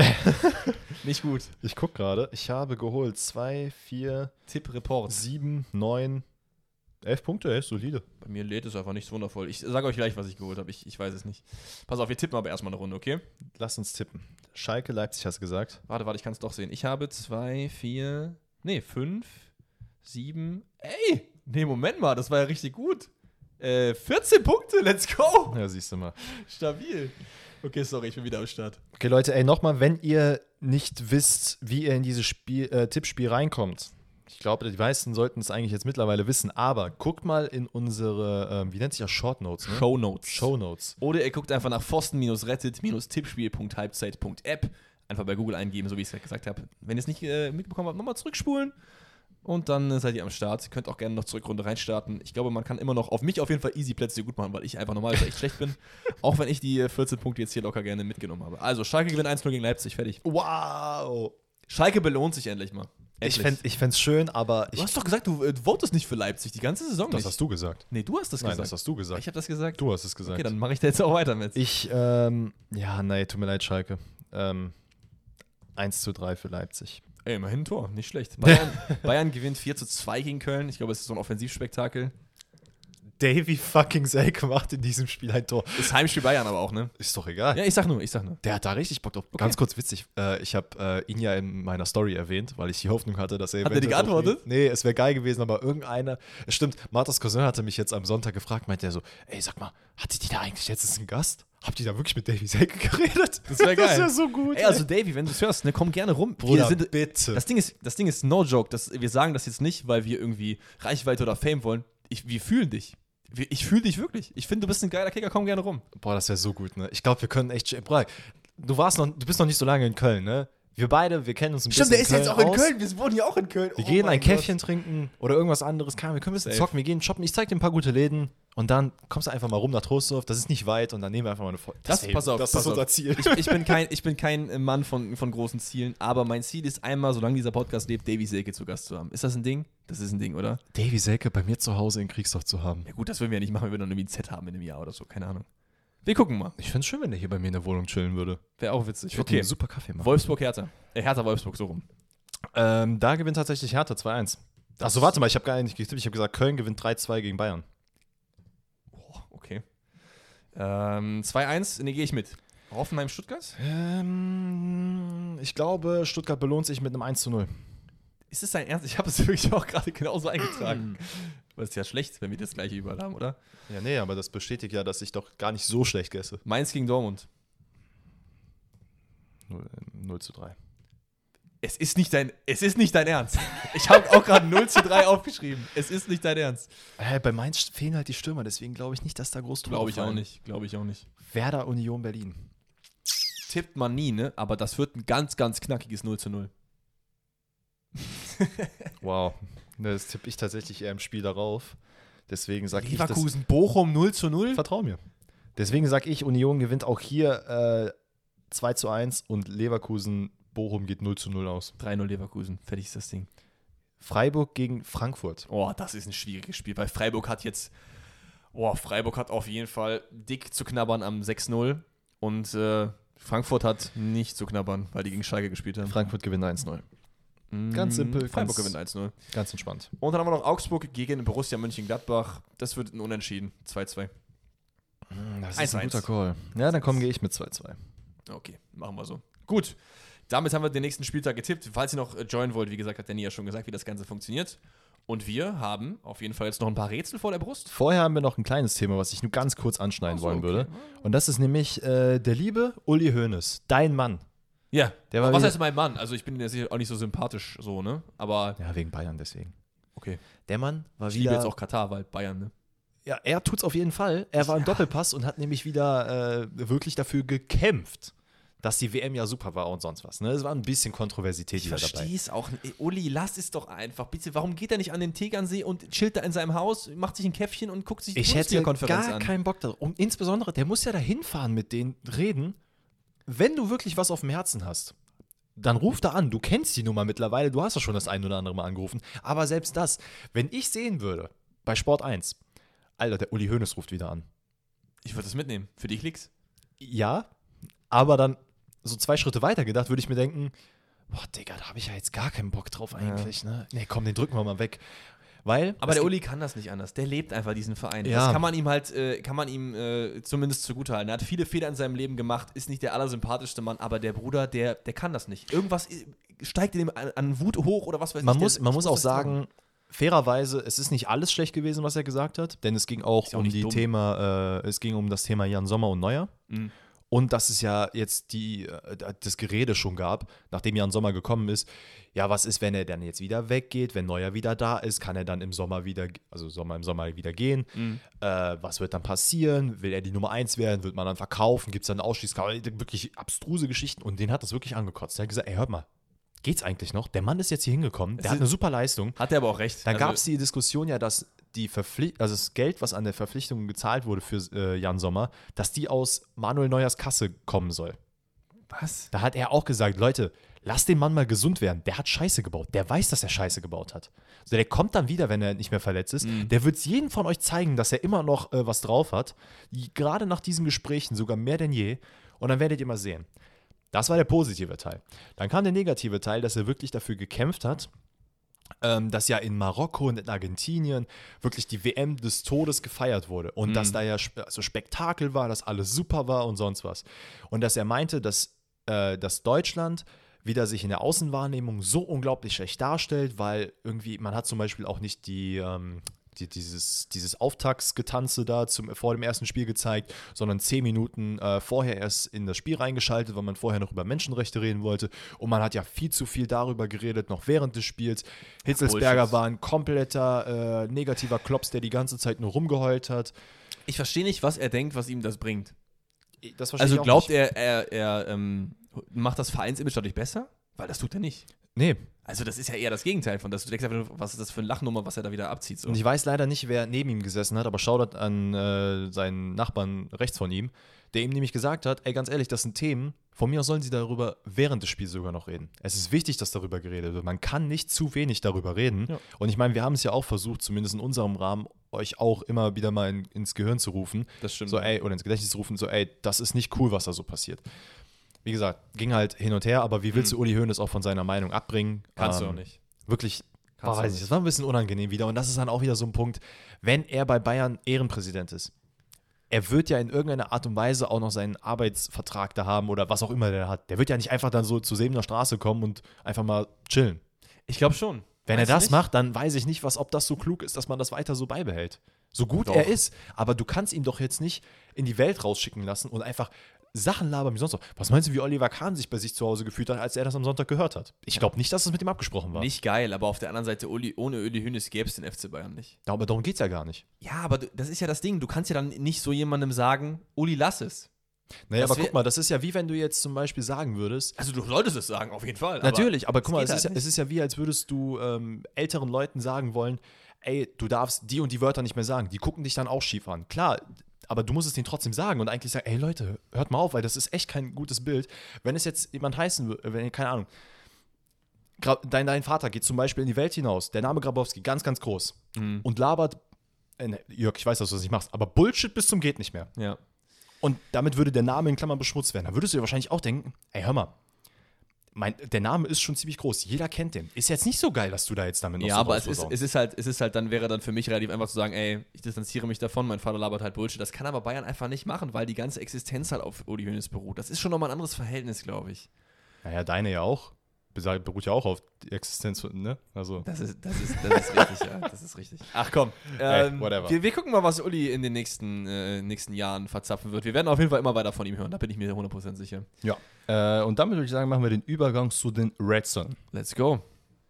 Nicht gut. Ich guck gerade. Ich habe geholt zwei, vier, Tipp-Report. sieben, neun, Elf Punkte, ey, solide. Bei mir lädt es einfach nicht so wundervoll. Ich sage euch gleich, was ich geholt habe. Ich, ich weiß es nicht. Pass auf, wir tippen aber erstmal eine Runde, okay? Lass uns tippen. Schalke, Leipzig hast du gesagt. Warte, warte, ich kann es doch sehen. Ich habe zwei, vier, nee, fünf, sieben. Ey! Nee, Moment mal, das war ja richtig gut. Äh, vierzehn Punkte, let's go! Ja, siehst du mal. Stabil. Okay, sorry, ich bin wieder am Start. Okay, Leute, ey, nochmal, wenn ihr nicht wisst, wie ihr in dieses Spiel, äh, Tippspiel reinkommt. Ich glaube, die meisten sollten es eigentlich jetzt mittlerweile wissen, aber guckt mal in unsere, ähm, wie nennt sich das, Short Notes, ne? Show Notes. Show Notes. Oder ihr guckt einfach nach pfosten-rettet-tippspiel.halbzeit.app. Einfach bei Google eingeben, so wie ich es gerade gesagt habe. Wenn ihr es nicht äh, mitbekommen habt, nochmal zurückspulen. Und dann äh, seid ihr am Start. Ihr könnt auch gerne noch zur Rückrunde reinstarten. Ich glaube, man kann immer noch auf mich auf jeden Fall easy Plätze gut machen, weil ich einfach normalerweise echt schlecht bin. Auch wenn ich die vierzehn Punkte jetzt hier locker gerne mitgenommen habe. Also, Schalke gewinnt eins null gegen Leipzig, fertig. Wow! Schalke belohnt sich endlich mal. Endlich. Ich fände ich fänd's schön, aber ich. Du hast doch gesagt, du, äh, du votest nicht für Leipzig die ganze Saison Das nicht. hast du gesagt. Nee, du hast das Nein, gesagt. das hast du gesagt. Ich habe das gesagt. Du hast es gesagt. Okay, dann mache ich da jetzt auch weiter mit. Ich, ähm, ja, nee, tut mir leid, Schalke. Ähm, eins zu drei für Leipzig. Ey, immerhin ein Tor, nicht schlecht. Bayern, Bayern gewinnt vier zu zwei gegen Köln. Ich glaube, es ist so ein Offensivspektakel. Davy fucking Selke macht in diesem Spiel ein Tor. Ist Heimspiel Bayern aber auch, ne? Ist doch egal. Ja, ich sag nur, ich sag nur. Der hat da richtig Bock drauf. Okay. Ganz kurz witzig, äh, ich habe äh, ihn ja in meiner Story erwähnt, weil ich die Hoffnung hatte, dass er Hat er die eventuell auch- geantwortet? Nee, es wäre geil gewesen, aber irgendeiner, es stimmt, Marthas Cousin hatte mich jetzt am Sonntag gefragt, meinte er so, ey, sag mal, hatte die da eigentlich jetzt einen Gast? Habt ihr da wirklich mit Davy Selke geredet? Das wär geil. Das wäre so gut. Ey, also Davy, wenn du es hörst, ne, komm gerne rum. Bruder, wir sind, bitte. das Ding ist, das Ding ist no joke. Das, wir sagen das jetzt nicht, weil wir irgendwie Reichweite oder Fame wollen. Ich, wir fühlen dich. Wir, ich fühle dich wirklich. Ich finde, du bist ein geiler Kicker. Komm gerne rum. Boah, das wäre so gut, ne? Ich glaube, wir können echt. Bruder, du warst noch, du bist noch nicht so lange in Köln, ne? Wir beide, wir kennen uns ein bisschen. aus. Wir wohnen ja auch in Köln. Wir gehen ein Käffchen trinken oder irgendwas anderes. Kann, wir können ein bisschen Safe. zocken, wir gehen shoppen. Ich zeig dir ein paar gute Läden und dann kommst du einfach mal rum nach Trostorf. Das ist nicht weit und dann nehmen wir einfach mal eine Folge. Das, pass auf, das pass ist unser auf. Ziel. Ich, ich, bin kein, ich bin kein Mann von, von großen Zielen, aber mein Ziel ist einmal, solange dieser Podcast lebt, Davy Selke zu Gast zu haben. Ist das ein Ding? Das ist ein Ding, oder? Davy Selke bei mir zu Hause in Kriegsdorf zu haben. Ja gut, das würden wir ja nicht machen, wenn wir dann irgendwie ein Z haben in einem Jahr oder so. Keine Ahnung. Wir gucken mal. Ich fände es schön, wenn der hier bei mir in der Wohnung chillen würde. Wäre auch witzig. Ich würde Okay. einen super Kaffee machen. Wolfsburg-Hertha. Äh, Hertha-Wolfsburg, so rum. Ähm, da gewinnt tatsächlich Hertha zwei eins. Achso, warte mal, ich habe gar nicht getippt. Ich habe gesagt, Köln gewinnt drei zwei gegen Bayern. Boah, okay. Ähm, zwei eins, ne, gehe ich mit. Hoffenheim-Stuttgart? Ähm, ich glaube, Stuttgart belohnt sich mit einem eins zu null. Ist es dein Ernst? Ich habe es wirklich auch gerade genauso eingetragen. Aber ist ja schlecht, wenn wir das gleiche überall haben, oder? Ja, nee, aber das bestätigt ja, dass ich doch gar nicht so schlecht esse. Mainz gegen Dortmund. null zu drei. Es ist nicht dein, es ist nicht dein Ernst. Ich habe auch gerade null zu drei aufgeschrieben. Es ist nicht dein Ernst. Äh, bei Mainz fehlen halt die Stürmer, deswegen glaube ich nicht, dass da groß Tore Glaube ich auch fallen. nicht. Glaube ich auch nicht. Werder Union Berlin. Tippt man nie, ne? Aber das wird ein ganz, ganz knackiges null zu null. Wow. Das tippe ich tatsächlich eher im Spiel darauf. Deswegen sage ich das. Leverkusen, Bochum null zu null? Vertrau mir. Deswegen sage ich, Union gewinnt auch hier äh, zwei zu eins und Leverkusen, Bochum geht null zu null aus. drei null Leverkusen. Fertig ist das Ding. Freiburg gegen Frankfurt. Oh, das ist ein schwieriges Spiel, weil Freiburg hat jetzt, oh, Freiburg hat auf jeden Fall dick zu knabbern am sechs null und äh, Frankfurt hat nicht zu knabbern, weil die gegen Schalke gespielt haben. Frankfurt gewinnt eins null. Mm, Ganz simpel, Freiburg ganz- gewinnt eins null. Ganz entspannt. Und dann haben wir noch Augsburg gegen Borussia Mönchengladbach. Das wird ein Unentschieden. zwei zwei. Das eins ist ein eins. guter Call. Ja, dann komme gehe ich mit zwei zwei. Okay, machen wir so. Gut, damit haben wir den nächsten Spieltag getippt. Falls ihr noch äh, joinen wollt, wie gesagt, hat Danny ja schon gesagt, wie das Ganze funktioniert. Und wir haben auf jeden Fall jetzt noch ein paar Rätsel vor der Brust. Vorher haben wir noch ein kleines Thema, was ich nur ganz kurz anschneiden Ach so, wollen okay. würde. Und das ist nämlich äh, der liebe Uli Hoeneß, dein Mann. Ja, Der war aber was wieder- heißt mein Mann? Also ich bin jetzt auch nicht so sympathisch so, ne? Aber Ja, wegen Bayern deswegen. okay. Der Mann war Ich liebe wieder. jetzt auch Katar, weil Bayern, ne? Ja, er tut's auf jeden Fall. Er war im Doppelpass und hat nämlich wieder äh, wirklich dafür gekämpft, dass die W M ja super war und sonst was. Ne? Es war ein bisschen Kontroversität Ich wieder dabei. verstehe es auch nicht. Ey, Uli, lass es doch einfach. Bitte, warum geht er nicht an den Tegernsee und chillt da in seinem Haus, macht sich ein Käffchen und guckt sich die Ich hätte Bundesliga-Konferenz gar an? keinen Bock darauf. Und insbesondere, der muss ja da hinfahren mit denen reden. Wenn du wirklich was auf dem Herzen hast, dann ruf da an. Du kennst die Nummer mittlerweile. Du hast ja schon das ein oder andere Mal angerufen. Aber selbst das, wenn ich sehen würde, bei Sport eins, Alter, der Uli Hoeneß ruft wieder an. Ich würde das mitnehmen. Für die Klicks. Ja, aber dann so zwei Schritte weiter gedacht, würde ich mir denken, boah, Digga, da habe ich ja jetzt gar keinen Bock drauf eigentlich, ne? Nee, komm, den drücken wir mal weg. Weil Aber der Uli kann das nicht anders. Der lebt einfach diesen Verein. Ja. Das kann man ihm halt, äh, kann man ihm äh, zumindest zugutehalten. Er hat viele Fehler in seinem Leben gemacht, ist nicht der allersympathischste Mann, aber der Bruder, der, der kann das nicht. Irgendwas äh, steigt in ihm an, an Wut hoch oder was weiß man ich. muss, der, man ich muss auch das sagen, sagen. fairerweise, es ist nicht alles schlecht gewesen, was er gesagt hat, denn es ging auch Ist ja auch um nicht die dumm. Thema, äh, es ging um das Thema Jan Sommer und Neuer. Mhm. Und dass es ja jetzt die, äh, das Gerede schon gab, nachdem Jan Sommer gekommen ist, ja, was ist, wenn er dann jetzt wieder weggeht, wenn Neuer wieder da ist, kann er dann im Sommer wieder, also Sommer im Sommer wieder gehen? Mhm. Äh, was wird dann passieren? Will er die Nummer eins werden? Wird man dann verkaufen? Gibt es dann einen Ausstiegskauf? Wirklich abstruse Geschichten und den hat das wirklich angekotzt. Er hat gesagt, ey, hört mal, geht's eigentlich noch? Der Mann ist jetzt hier hingekommen, der Es hat ist- eine super Leistung. Hat er aber auch recht. Dann Also, gab es die Diskussion ja, dass die Verpflicht also das Geld, was an der Verpflichtung gezahlt wurde für äh, Jan Sommer, dass die aus Manuel Neuers Kasse kommen soll. Was? Da hat er auch gesagt, Leute, lass den Mann mal gesund werden. Der hat Scheiße gebaut. Der weiß, dass er Scheiße gebaut hat. Also der kommt dann wieder, wenn er nicht mehr verletzt ist. Mhm. Der wird es jedem von euch zeigen, dass er immer noch äh, was drauf hat. Gerade nach diesen Gesprächen sogar mehr denn je. Und dann werdet ihr mal sehen. Das war der positive Teil. Dann kam der negative Teil, dass er wirklich dafür gekämpft hat, ähm, dass ja in Marokko und in Argentinien wirklich die W M des Todes gefeiert wurde und Mhm. dass da ja sp- also Spektakel war, dass alles super war und sonst was. Und dass er meinte, dass, äh, dass Deutschland wieder sich in der Außenwahrnehmung so unglaublich schlecht darstellt, weil irgendwie, man hat zum Beispiel auch nicht die, ähm, die dieses, dieses Auftaktsgetanze da zum, vor dem ersten Spiel gezeigt, sondern zehn Minuten äh, vorher erst in das Spiel reingeschaltet, weil man vorher noch über Menschenrechte reden wollte. Und man hat ja viel zu viel darüber geredet, noch während des Spiels. Hitzelsberger Bullshit. war ein kompletter äh, negativer Klops, der die ganze Zeit nur rumgeheult hat. Ich verstehe nicht, was er denkt, was ihm das bringt. Das verstehe Also ich auch glaubt nicht. er, er, er ähm, macht das Vereinsimage dadurch besser? Weil das tut er nicht. Nee. Also das ist ja eher das Gegenteil von das. Du denkst einfach nur, was ist das für eine Lachnummer, was er da wieder abzieht. So. Und ich weiß leider nicht, wer neben ihm gesessen hat, aber Shoutout an äh, seinen Nachbarn rechts von ihm, der ihm nämlich gesagt hat, ey, ganz ehrlich, das sind Themen, von mir aus sollen sie darüber während des Spiels sogar noch reden. Es ist wichtig, dass darüber geredet wird. Man kann nicht zu wenig darüber reden. Ja. Und ich meine, wir haben es ja auch versucht, zumindest in unserem Rahmen, euch auch immer wieder mal in, ins Gehirn zu rufen. Das stimmt. So, ey, oder ins Gedächtnis zu rufen, so, ey, das ist nicht cool, was da so passiert. Wie gesagt, ging halt hin und her, aber wie willst Mhm. du Uli Hoeneß auch von seiner Meinung abbringen? Kannst Ähm, du auch nicht. Wirklich, Kannst boah, du weiß nicht. ich, das war ein bisschen unangenehm wieder. Und das ist dann auch wieder so ein Punkt, wenn er bei Bayern Ehrenpräsident ist, er wird ja in irgendeiner Art und Weise auch noch seinen Arbeitsvertrag da haben oder was auch immer der hat. Der wird ja nicht einfach dann so zu Sebener Straße kommen und einfach mal chillen. Ich glaube schon. Wenn Meinst er du das nicht? macht, dann weiß ich nicht, was, ob das so klug ist, dass man das weiter so beibehält. So gut Doch. er ist, aber du kannst ihn doch jetzt nicht in die Welt rausschicken lassen und einfach Sachen labern wie sonst noch. Was meinst du, wie Oliver Kahn sich bei sich zu Hause gefühlt hat, als er das am Sonntag gehört hat? Ich glaube nicht, dass es mit ihm abgesprochen war. Nicht geil, aber auf der anderen Seite, Uli, ohne Uli Hoeneß gäbe es den F C Bayern nicht. Ja, aber darum geht es ja gar nicht. Ja, aber du, das ist ja das Ding. Du kannst ja dann nicht so jemandem sagen, Uli, lass es. Naja, Das aber wär- guck mal, das ist ja wie wenn du jetzt zum Beispiel sagen würdest, Also du solltest es sagen, auf jeden Fall. natürlich, aber guck mal, es es geht ist, halt es ist ja wie, als würdest du ähm, älteren Leuten sagen wollen, ey, du darfst die und die Wörter nicht mehr sagen. Die gucken dich dann auch schief an. Klar, aber du musst es denen trotzdem sagen und eigentlich sagen, ey Leute, hört mal auf, weil das ist echt kein gutes Bild. Wenn es jetzt jemand heißen würde, wenn, keine Ahnung, Gra- dein, dein Vater geht zum Beispiel in die Welt hinaus, der Name Grabowski, ganz, ganz groß, Mhm. und labert, äh, ne, Jörg, ich weiß, dass du das nicht machst, aber Bullshit bis zum geht nicht mehr. Ja. Und damit würde der Name in Klammern beschmutzt werden. Da würdest du dir wahrscheinlich auch denken, ey, hör mal, mein, der Name ist schon ziemlich groß. Jeder kennt den. Ist jetzt nicht so geil, dass du da jetzt damit noch Ja, so aber es ist, rausversaust. es ist halt, es ist halt, dann wäre dann für mich relativ einfach zu sagen, ey, ich distanziere mich davon, mein Vater labert halt Bullshit. Das kann aber Bayern einfach nicht machen, weil die ganze Existenz halt auf Uli Hoeneß beruht. Das ist schon nochmal ein anderes Verhältnis, glaube ich. Naja, deine ja auch. Besa- Beruht ja auch auf die Existenz, ne? Also, Das ist, das ist, das ist richtig, ja. Das ist richtig. Ach komm. Ey, Ähm, whatever. wir, wir gucken mal, was Uli in den nächsten, äh, nächsten Jahren verzapfen wird. Wir werden auf jeden Fall immer weiter von ihm hören, da bin ich mir hundert Prozent sicher. ja. Äh, und damit würde ich sagen, machen wir den Übergang zu den Redstone. Let's go.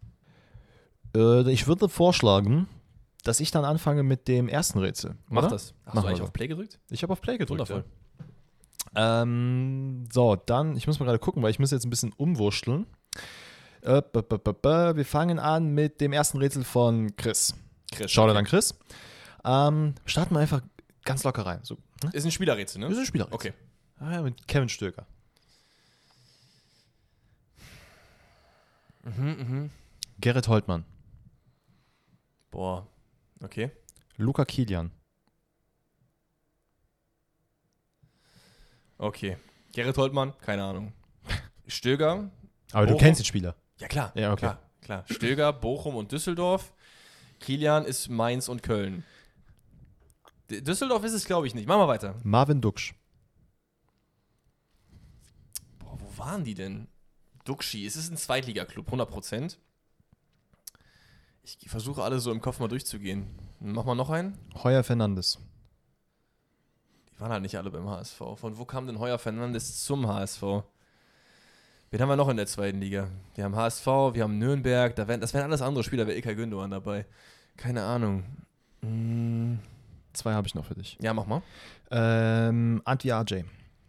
Äh, ich würde vorschlagen, dass ich dann anfange mit dem ersten Rätsel. Mach oder? das. Hast Machen du wir eigentlich so. auf Play gedrückt? Ich habe auf Play gedrückt. Wundervoll. Ja. Ähm, so, dann, ich muss mal gerade gucken, weil ich muss jetzt ein bisschen umwurschteln. Äh, b -b -b -b wir fangen an mit dem ersten Rätsel von Chris. Chris. Schau dir dann Chris. Ähm, starten wir einfach ganz locker rein. So, ne? Ist ein Spielerrätsel, ne? Wir sind Spieler. Okay. Ah, ja, mit Kevin Stöger. Mhm, mhm. Gerrit Holtmann. Boah. Okay. Luca Kilian. Okay. Gerrit Holtmann, keine Ahnung. Stöger. Aber du Bochum? kennst den Spieler. Ja, klar. Ja, okay. Klar, klar. Stöger, Bochum und Düsseldorf. Kilian ist Mainz und Köln. D- Düsseldorf ist es, glaube ich, nicht. Machen wir weiter. Marvin Duksch. Boah, wo waren die denn? Duxi, es ist ein Zweitliga-Club, hundert Prozent. Ich versuche alle so im Kopf mal durchzugehen. Mach mal noch einen. Heuer Fernandes. Die waren halt nicht alle beim H S V. Von wo kam denn Heuer Fernandes zum H S V? Wen haben wir noch in der zweiten Liga? Wir haben H S V, wir haben Nürnberg, da wären, das wären alles andere Spieler, wäre Ilkay Gündoğan dabei. Keine Ahnung. Hm. Zwei habe ich noch für dich. Ja, mach mal. Ähm, Antwi R J.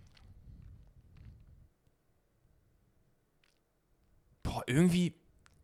Boah, irgendwie.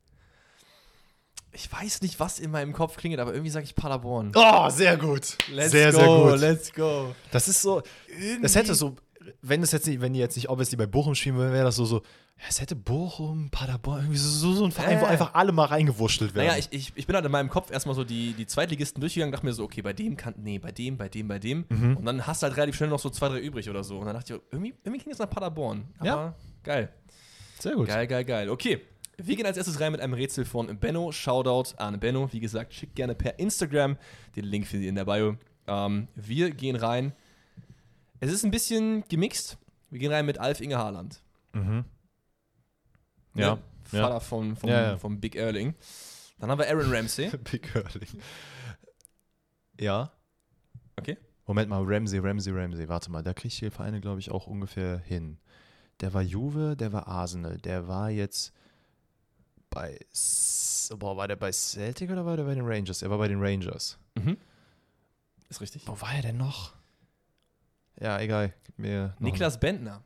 Ich weiß nicht, was in meinem Kopf klingelt, aber irgendwie sage ich Paderborn. Oh, sehr gut. Let's sehr, go, sehr gut. let's go. Das ist so, Irgendwie. das hätte so, wenn es jetzt nicht, wenn die jetzt nicht obviously bei Bochum spielen würden, wäre das so, so, ja, es hätte Bochum, Paderborn, irgendwie so, so, so ein Verein, Äh. wo einfach alle mal reingewurschtelt werden. Naja, ich, ich, ich bin halt in meinem Kopf erstmal so die, die Zweitligisten durchgegangen, dachte mir so, okay, bei dem kann, nee, bei dem, bei dem, bei dem. Mhm. Und dann hast du halt relativ schnell noch so zwei, drei übrig oder so. Und dann dachte ich, irgendwie, irgendwie klingt es nach Paderborn. Aber Ja. geil. Sehr gut. Geil, geil, geil. Okay, wir gehen als erstes rein mit einem Rätsel von Benno. Shoutout an Benno. Wie gesagt, schickt gerne per Instagram. Den Link findet ihr in der Bio. Ähm, wir gehen rein. Es ist ein bisschen gemixt. Wir gehen rein mit Alf Inge Haaland. Mhm. Ja. Ne? Vater von, vom, Ja, ja. vom Big Erling. Dann haben wir Aaron Ramsey. Big Erling. Ja. Okay. Moment mal, Ramsey, Ramsey, Ramsey. Warte mal, da kriege ich die Vereine, glaube ich, auch ungefähr hin. Der war Juve, der war Arsenal, der war jetzt bei, S- boah, war der bei Celtic oder war der bei den Rangers? Er war bei den Rangers. Mhm. Ist richtig. Wo war er denn noch? Ja, egal. Gib mir noch Niklas Bentner.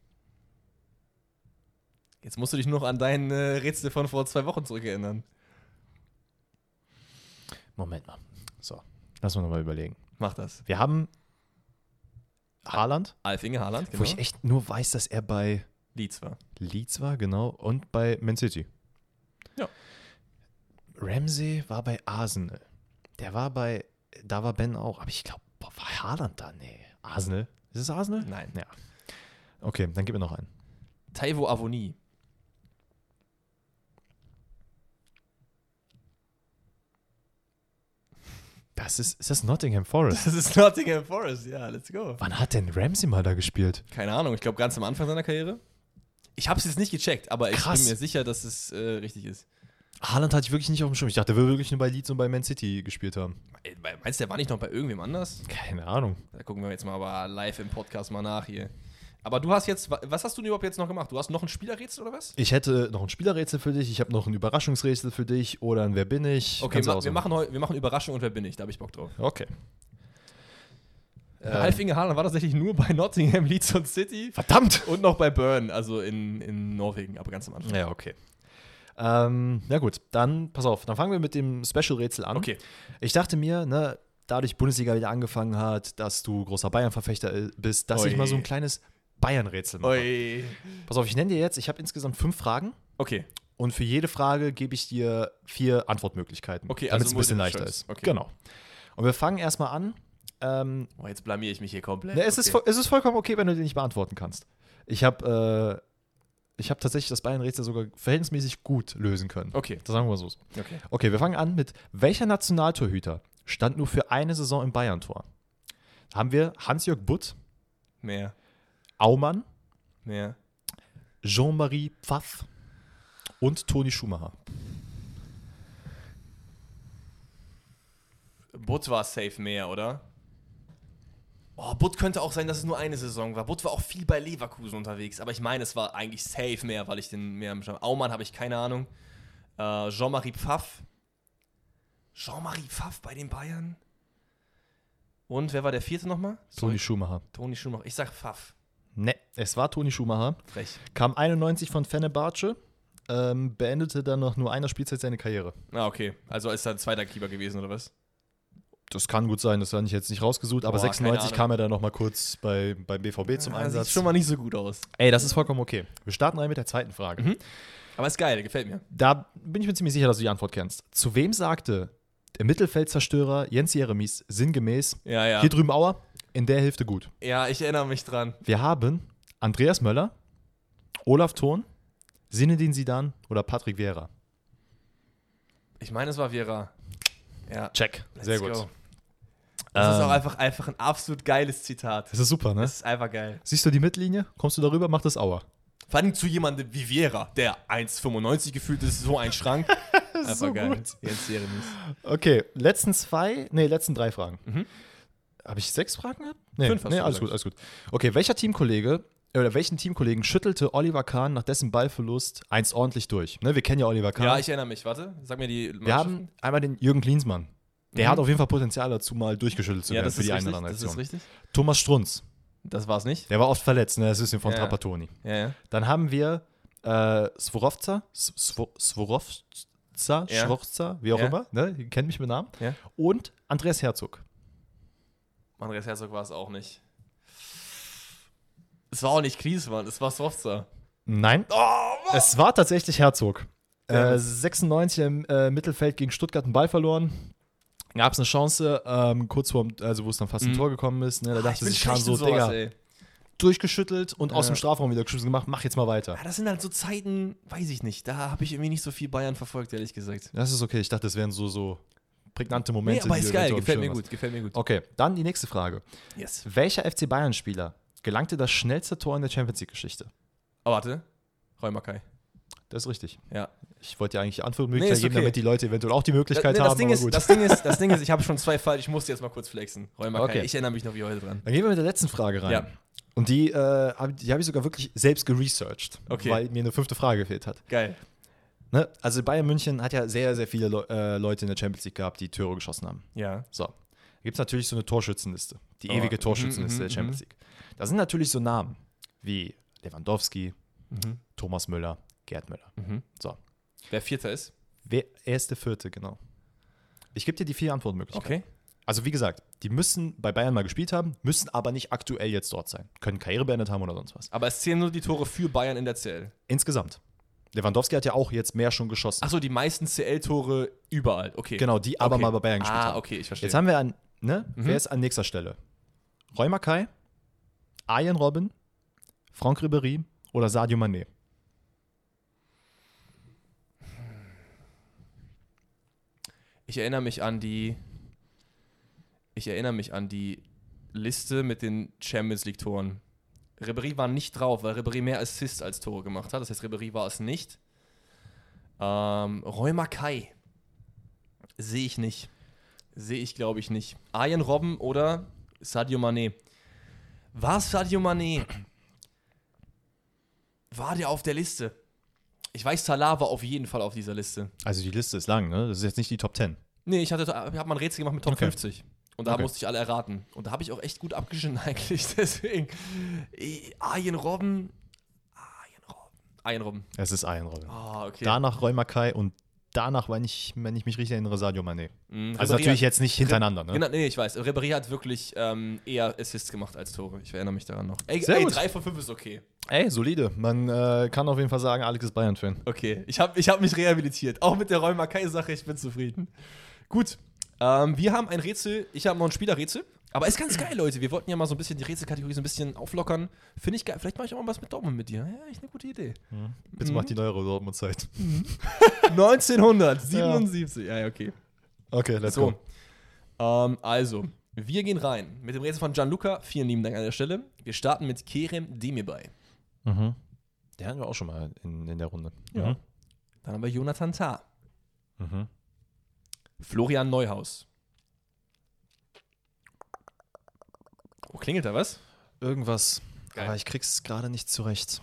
Jetzt musst du dich noch an dein äh, Rätsel von vor zwei Wochen zurückerinnern. einen. Moment mal. So, lass mal nochmal überlegen. Mach das. Wir haben Haaland, Alf Inge Haaland, genau. wo ich echt nur weiß, dass er bei Leeds war. Leeds war, genau, und bei Man City. Ja. Ramsey war bei Arsenal. Der war bei, da war Ben auch, aber ich glaube, war Haaland da? Nee. Arsenal? Ist es Arsenal? Nein. Ja. Okay, dann gib mir noch einen. Taiwo Avoni. Das ist, ist das Nottingham Forest? Das ist Nottingham Forest, ja, let's go. Wann hat denn Ramsey mal da gespielt? Keine Ahnung, ich glaube ganz am Anfang seiner Karriere. Ich habe es jetzt nicht gecheckt, aber Krass. ich bin mir sicher, dass es äh, richtig ist. Haaland hatte ich wirklich nicht auf dem Schirm. Ich dachte, der würde wirklich nur bei Leeds und bei Man City gespielt haben. Ey, Meinst du, der war nicht noch bei irgendwem anders? Keine Ahnung. Da gucken wir jetzt mal aber live im Podcast mal nach hier. Aber du hast jetzt, was hast du denn überhaupt jetzt noch gemacht? Du hast noch ein Spielerrätsel oder was? Ich hätte noch ein Spielerrätsel für dich, ich habe noch ein Überraschungsrätsel für dich oder ein Wer bin ich? Okay, Kannst du ma- wir aussuchen. machen, heu- wir machen Überraschung und Wer bin ich? Da habe ich Bock drauf. Okay. Äh, Alf Inge Haaland war tatsächlich nur bei Nottingham, Leeds und City Verdammt! und noch bei Bern, also in, in Norwegen, aber ganz am Anfang. Ja, okay. Ähm, ja gut, dann pass auf, dann fangen wir mit dem Special-Rätsel an. Okay. Ich dachte mir, ne, dadurch Bundesliga wieder angefangen hat, dass du großer Bayern-Verfechter äh, bist, dass Oi. ich mal so ein kleines Bayern-Rätsel mache. Oi. Pass auf, ich nenne dir jetzt, ich habe insgesamt fünf Fragen Okay. und für jede Frage gebe ich dir vier Antwortmöglichkeiten, Okay, damit also es ein bisschen Multiple leichter Choice. ist. Okay. Genau. Und wir fangen erstmal an. Ähm, Oh, jetzt blamier ich mich hier komplett. Ne, es, ist, okay. voll- es ist vollkommen okay, wenn du den nicht beantworten kannst. Ich habe äh, ich hab tatsächlich das Bayern-Rätsel sogar verhältnismäßig gut lösen können. Okay. Das sagen wir so. Okay. Okay, wir fangen an mit, welcher Nationaltorhüter stand nur für eine Saison im Bayern-Tor? Da haben wir Hans-Jörg Butt, Mehr. Aumann, Mehr. Jean-Marie Pfaff und Toni Schumacher. Butt war safe mehr, oder? Oh, Butt könnte auch sein, dass es nur eine Saison war. Butt war auch viel bei Leverkusen unterwegs, aber ich meine, es war eigentlich safe mehr, weil ich den mehr im Schirm. Aumann habe ich keine Ahnung. Äh, Jean-Marie Pfaff. Jean-Marie Pfaff bei den Bayern. Und wer war der vierte nochmal? Toni Schumacher. Toni Schumacher. Ich sag Pfaff. Ne, es war Toni Schumacher. Frech. Kam einundneunzig von Fenerbahce, ähm, beendete dann nach nur einer Spielzeit seine Karriere. Ah, okay. Also ist er ein zweiter Keeper gewesen, oder was? Das kann gut sein, das habe ich jetzt nicht rausgesucht, aber Boah, sechsundneunzig keine kam er dann noch mal kurz bei, beim B V B zum Ah, Einsatz. Sieht schon mal nicht so gut aus. Ey, das ist vollkommen okay. Wir starten rein mit der zweiten Frage. Mhm. Aber ist geil, gefällt mir. Da bin ich mir ziemlich sicher, dass du die Antwort kennst. Zu wem sagte der Mittelfeldzerstörer Jens Jeremies sinngemäß, Ja, ja. hier drüben Auer, in der Hälfte gut? Ja, ich erinnere mich dran. Wir haben Andreas Möller, Olaf Thon, Zinedine Zidane oder Patrick Vieira. Ich meine, es war Vera. Ja. Check. Sehr gut. Go. Das Ähm, ist auch einfach, einfach ein absolut geiles Zitat. Das ist super, ne? Das ist einfach geil. Siehst du die Mittellinie? Kommst du darüber? Mach das Auer. Vor allem zu jemandem wie Viera, der eins Komma fünfundneunzig gefühlt ist, so ein Schrank. Einfach so geil. gut. Jens Jeremies. Okay, letzten zwei, nee, letzten drei Fragen. Mhm. Habe ich sechs Fragen gehabt? Nee, Fünf hast nee du alles gesagt. gut, alles gut. Okay, welcher Teamkollege oder welchen Teamkollegen schüttelte Oliver Kahn nach dessen Ballverlust einst ordentlich durch? Ne, wir kennen ja Oliver Kahn. Ja, ich erinnere mich. Warte, sag mir die wir haben einmal den Jürgen Klinsmann. Der Mhm. hat auf jeden Fall Potenzial dazu, mal durchgeschüttelt zu ja, werden das für ist die eine richtig, oder andere das Aktion. ist richtig. Thomas Strunz, Das war's nicht. der war oft verletzt, ne? Das ist ein von Ja. Trapattoni. Ja, ja. Dann haben wir äh, Svorovca, Svo- Svorovca, Ja. Schworzza, wie auch Ja. immer, ne? Ihr kennt mich mit Namen. Ja. Und Andreas Herzog. Andreas Herzog war es auch nicht. Es war auch nicht Klinsmann, es war Sofzer. Nein, Oh, Mann. es war tatsächlich Herzog. Ja. Äh, sechsundneunzig im äh, Mittelfeld gegen Stuttgart einen Ball verloren. Gab es eine Chance, ähm, kurz vor, also wo es dann fast ein Mhm. Tor gekommen ist. Ne? Da Ah, dachte ich bin sich Kahn schlecht so, in sowas, Digga, ey. durchgeschüttelt und aus Ja. dem Strafraum wieder geschossen gemacht, mach jetzt mal weiter. Ja, das sind halt so Zeiten, weiß ich nicht. Da habe ich irgendwie nicht so viel Bayern verfolgt, ehrlich gesagt. Das ist okay, ich dachte, das wären so, so prägnante Nee, Momente. aber die ist du geil, eventuell auf dem gefällt mir Schirm gut, gefällt mir gut. hast. Okay, dann die nächste Frage. Yes. Welcher F C Bayern-Spieler gelangte das schnellste Tor in der Champions League-Geschichte? Oh, warte. Roy Mackay. Das ist richtig. Ja. Ich wollte ja eigentlich die Nee, Antwortmöglichkeit ist geben, okay. damit die Leute eventuell auch die Möglichkeit nee, das, haben, Ding aber ist, gut. das Ding ist, das Ding ist, ich habe schon zwei Fall, ich musste jetzt mal kurz flexen. Roy Mackay, Okay. ich erinnere mich noch wie heute dran. Dann gehen wir mit der letzten Frage rein. Ja. Und die, äh, hab, die habe ich sogar wirklich selbst geresearched, Okay. weil mir eine fünfte Frage gefehlt hat. Geil. Ne? Also Bayern München hat ja sehr, sehr viele Le äh, Leute in der Champions League gehabt, die Tore geschossen haben. Ja. So. Da gibt es natürlich so eine Torschützenliste, die Oh, ewige mhm, Torschützenliste mhm, der Champions mhm. League. Da sind natürlich so Namen wie Lewandowski, Mhm. Thomas Müller, Gerd Müller. Mhm. So. Wer Vierter ist? Wer er ist der Vierte, genau. Ich gebe dir die vier Antwortmöglichkeiten. Okay. Also wie gesagt, die müssen bei Bayern mal gespielt haben, müssen aber nicht aktuell jetzt dort sein. Können Karriere beendet haben oder sonst was. Aber es zählen nur die Tore für Bayern in der C L. Insgesamt. Lewandowski hat ja auch jetzt mehr schon geschossen. Achso, die meisten C L-Tore überall. Okay. Genau, die aber Okay. mal bei Bayern gespielt Ah, haben. okay, ich verstehe. Jetzt haben wir an, ne? Mhm. Wer ist an nächster Stelle? Roy Mackay, Arjen Robben, Franck Ribéry oder Sadio Mané? Ich erinnere mich an die. Ich erinnere mich an die Liste mit den Champions League-Toren. Ribéry war nicht drauf, weil Ribéry mehr Assists als Tore gemacht hat. Das heißt, Ribéry war es nicht. Ähm, Roy Mackay. Sehe ich nicht. Sehe ich, glaube ich, nicht. Arjen Robben oder Sadio Mané. War Sadio Mané? War der auf der Liste? Ich weiß, Salah war auf jeden Fall auf dieser Liste. Also die Liste ist lang, ne? Das ist jetzt nicht die Top zehn. Nee, ich hatte, ich habe mal ein Rätsel gemacht mit Top Okay. fünfzig. Und da Okay. musste ich alle erraten. Und da habe ich auch echt gut abgeschnitten eigentlich. Deswegen. Eh, Arjen Robben. Arjen Robben. Arjen Robben. Es ist Arjen Robben. Ah, okay. Danach Roy Mackay und danach, wenn ich, wenn ich mich richtig erinnere, Sadio Mané. Mhm, Also Ribéry natürlich hat, jetzt nicht hintereinander, ne? Genau, nee, ich weiß. Ribéry hat wirklich ähm, eher Assists gemacht als Tore. Ich erinnere mich daran noch. Ey, Sehr ey gut. drei von fünf ist okay. Ey, solide. Man äh, kann auf jeden Fall sagen, Alex ist Bayern-Fan. Okay, ich habe ich hab mich rehabilitiert. Auch mit der Roy Mackay-Sache, ich bin zufrieden. Gut, ähm, wir haben ein Rätsel. Ich habe noch ein Spielerrätsel. Aber ist ganz geil, Leute. Wir wollten ja mal so ein bisschen die Rätselkategorie so ein bisschen auflockern. Finde ich geil. Vielleicht mache ich auch mal was mit Dortmund mit dir. Ja, echt eine gute Idee. Bitte Mhm. mach die neuere Dortmund-Zeit. neunzehnhundertsiebenundsiebzig. Ja, ja, okay. Okay, let's So, go. ähm, also, wir gehen rein mit dem Rätsel von Gianluca. Vielen lieben Dank an der Stelle. Wir starten mit Kerem Demirbay. Mhm. Den hatten wir auch schon mal in, in der Runde. Ja. Dann haben wir Jonathan Tah. Mhm. Mhm. Florian Neuhaus. Oh, klingelt da was? Irgendwas. Geil. Aber ich krieg's gerade nicht zurecht.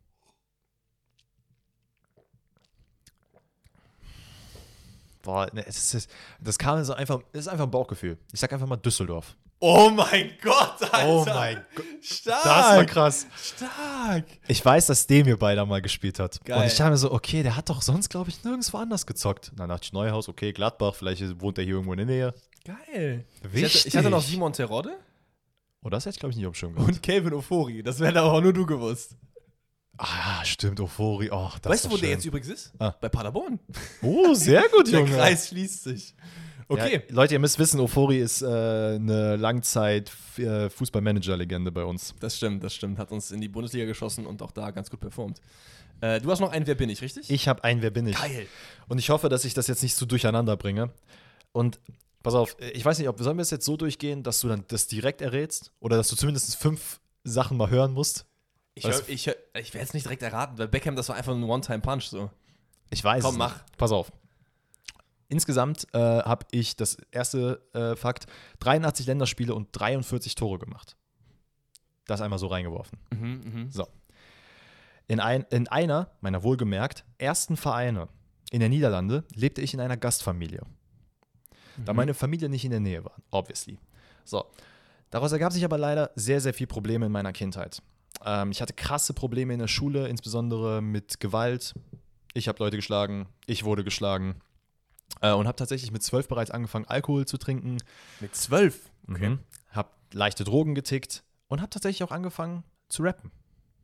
Boah, ne, es ist, das kam so einfach, es ist einfach ein Bauchgefühl. Ich sag einfach mal Düsseldorf. Oh mein Gott, Alter. Oh mein Gott. Stark. Das war krass. Stark. Ich weiß, dass Demir beider mal gespielt hat. Geil. Und ich dachte mir so, okay, der hat doch sonst, glaube ich, nirgendwo anders gezockt. Dann dachte ich, Neuhaus, okay, Gladbach, vielleicht wohnt er hier irgendwo in der Nähe. Geil. Ich hatte, Wichtig. ich hatte noch Simon Terodde Oh, das hätte ich, glaube ich, nicht auf dem Schirm gehabt. und Kelvin Ofori. Das wäre aber auch nur du gewusst. Ah, stimmt, Euphorie. Oh, das Weißt du, war wo der schön. jetzt übrigens ist? Ah. Bei Paderborn. Oh, sehr gut, Der Junge. Kreis schließt sich. Okay. Ja, Leute, ihr müsst wissen, Euphorie ist äh, eine Langzeit-Fußballmanager-Legende bei uns. Das stimmt, das stimmt. Hat uns in die Bundesliga geschossen und auch da ganz gut performt. Äh, du hast noch einen Wer bin ich, richtig? Ich habe ein Wer bin ich? Geil. Und ich hoffe, dass ich das jetzt nicht zu durcheinander bringe. Und pass auf, ich weiß nicht, ob sollen wir es jetzt so durchgehen, dass du dann das direkt errätst oder dass du zumindest fünf Sachen mal hören musst? Ich, hör, ich, hör, ich werde es nicht direkt erraten, weil Beckham, das war einfach ein One-Time-Punch. So. Ich weiß. Komm, es mach. Nicht. Pass auf. Insgesamt äh, habe ich das erste äh, Fakt: dreiundachtzig Länderspiele und dreiundvierzig Tore gemacht. Das einmal so reingeworfen. Mhm, mh. So. In, ein, in einer meiner wohlgemerkt ersten Vereine in der Niederlande lebte ich in einer Gastfamilie. Da meine Familie nicht in der Nähe war, obviously. So. Daraus ergab sich aber leider sehr, sehr viel Probleme in meiner Kindheit. Ähm, ich hatte krasse Probleme in der Schule, insbesondere mit Gewalt. Ich habe Leute geschlagen, ich wurde geschlagen äh, und habe tatsächlich mit zwölf bereits angefangen, Alkohol zu trinken. Mit zwölf? Okay. Mhm. Habe leichte Drogen getickt und habe tatsächlich auch angefangen zu rappen.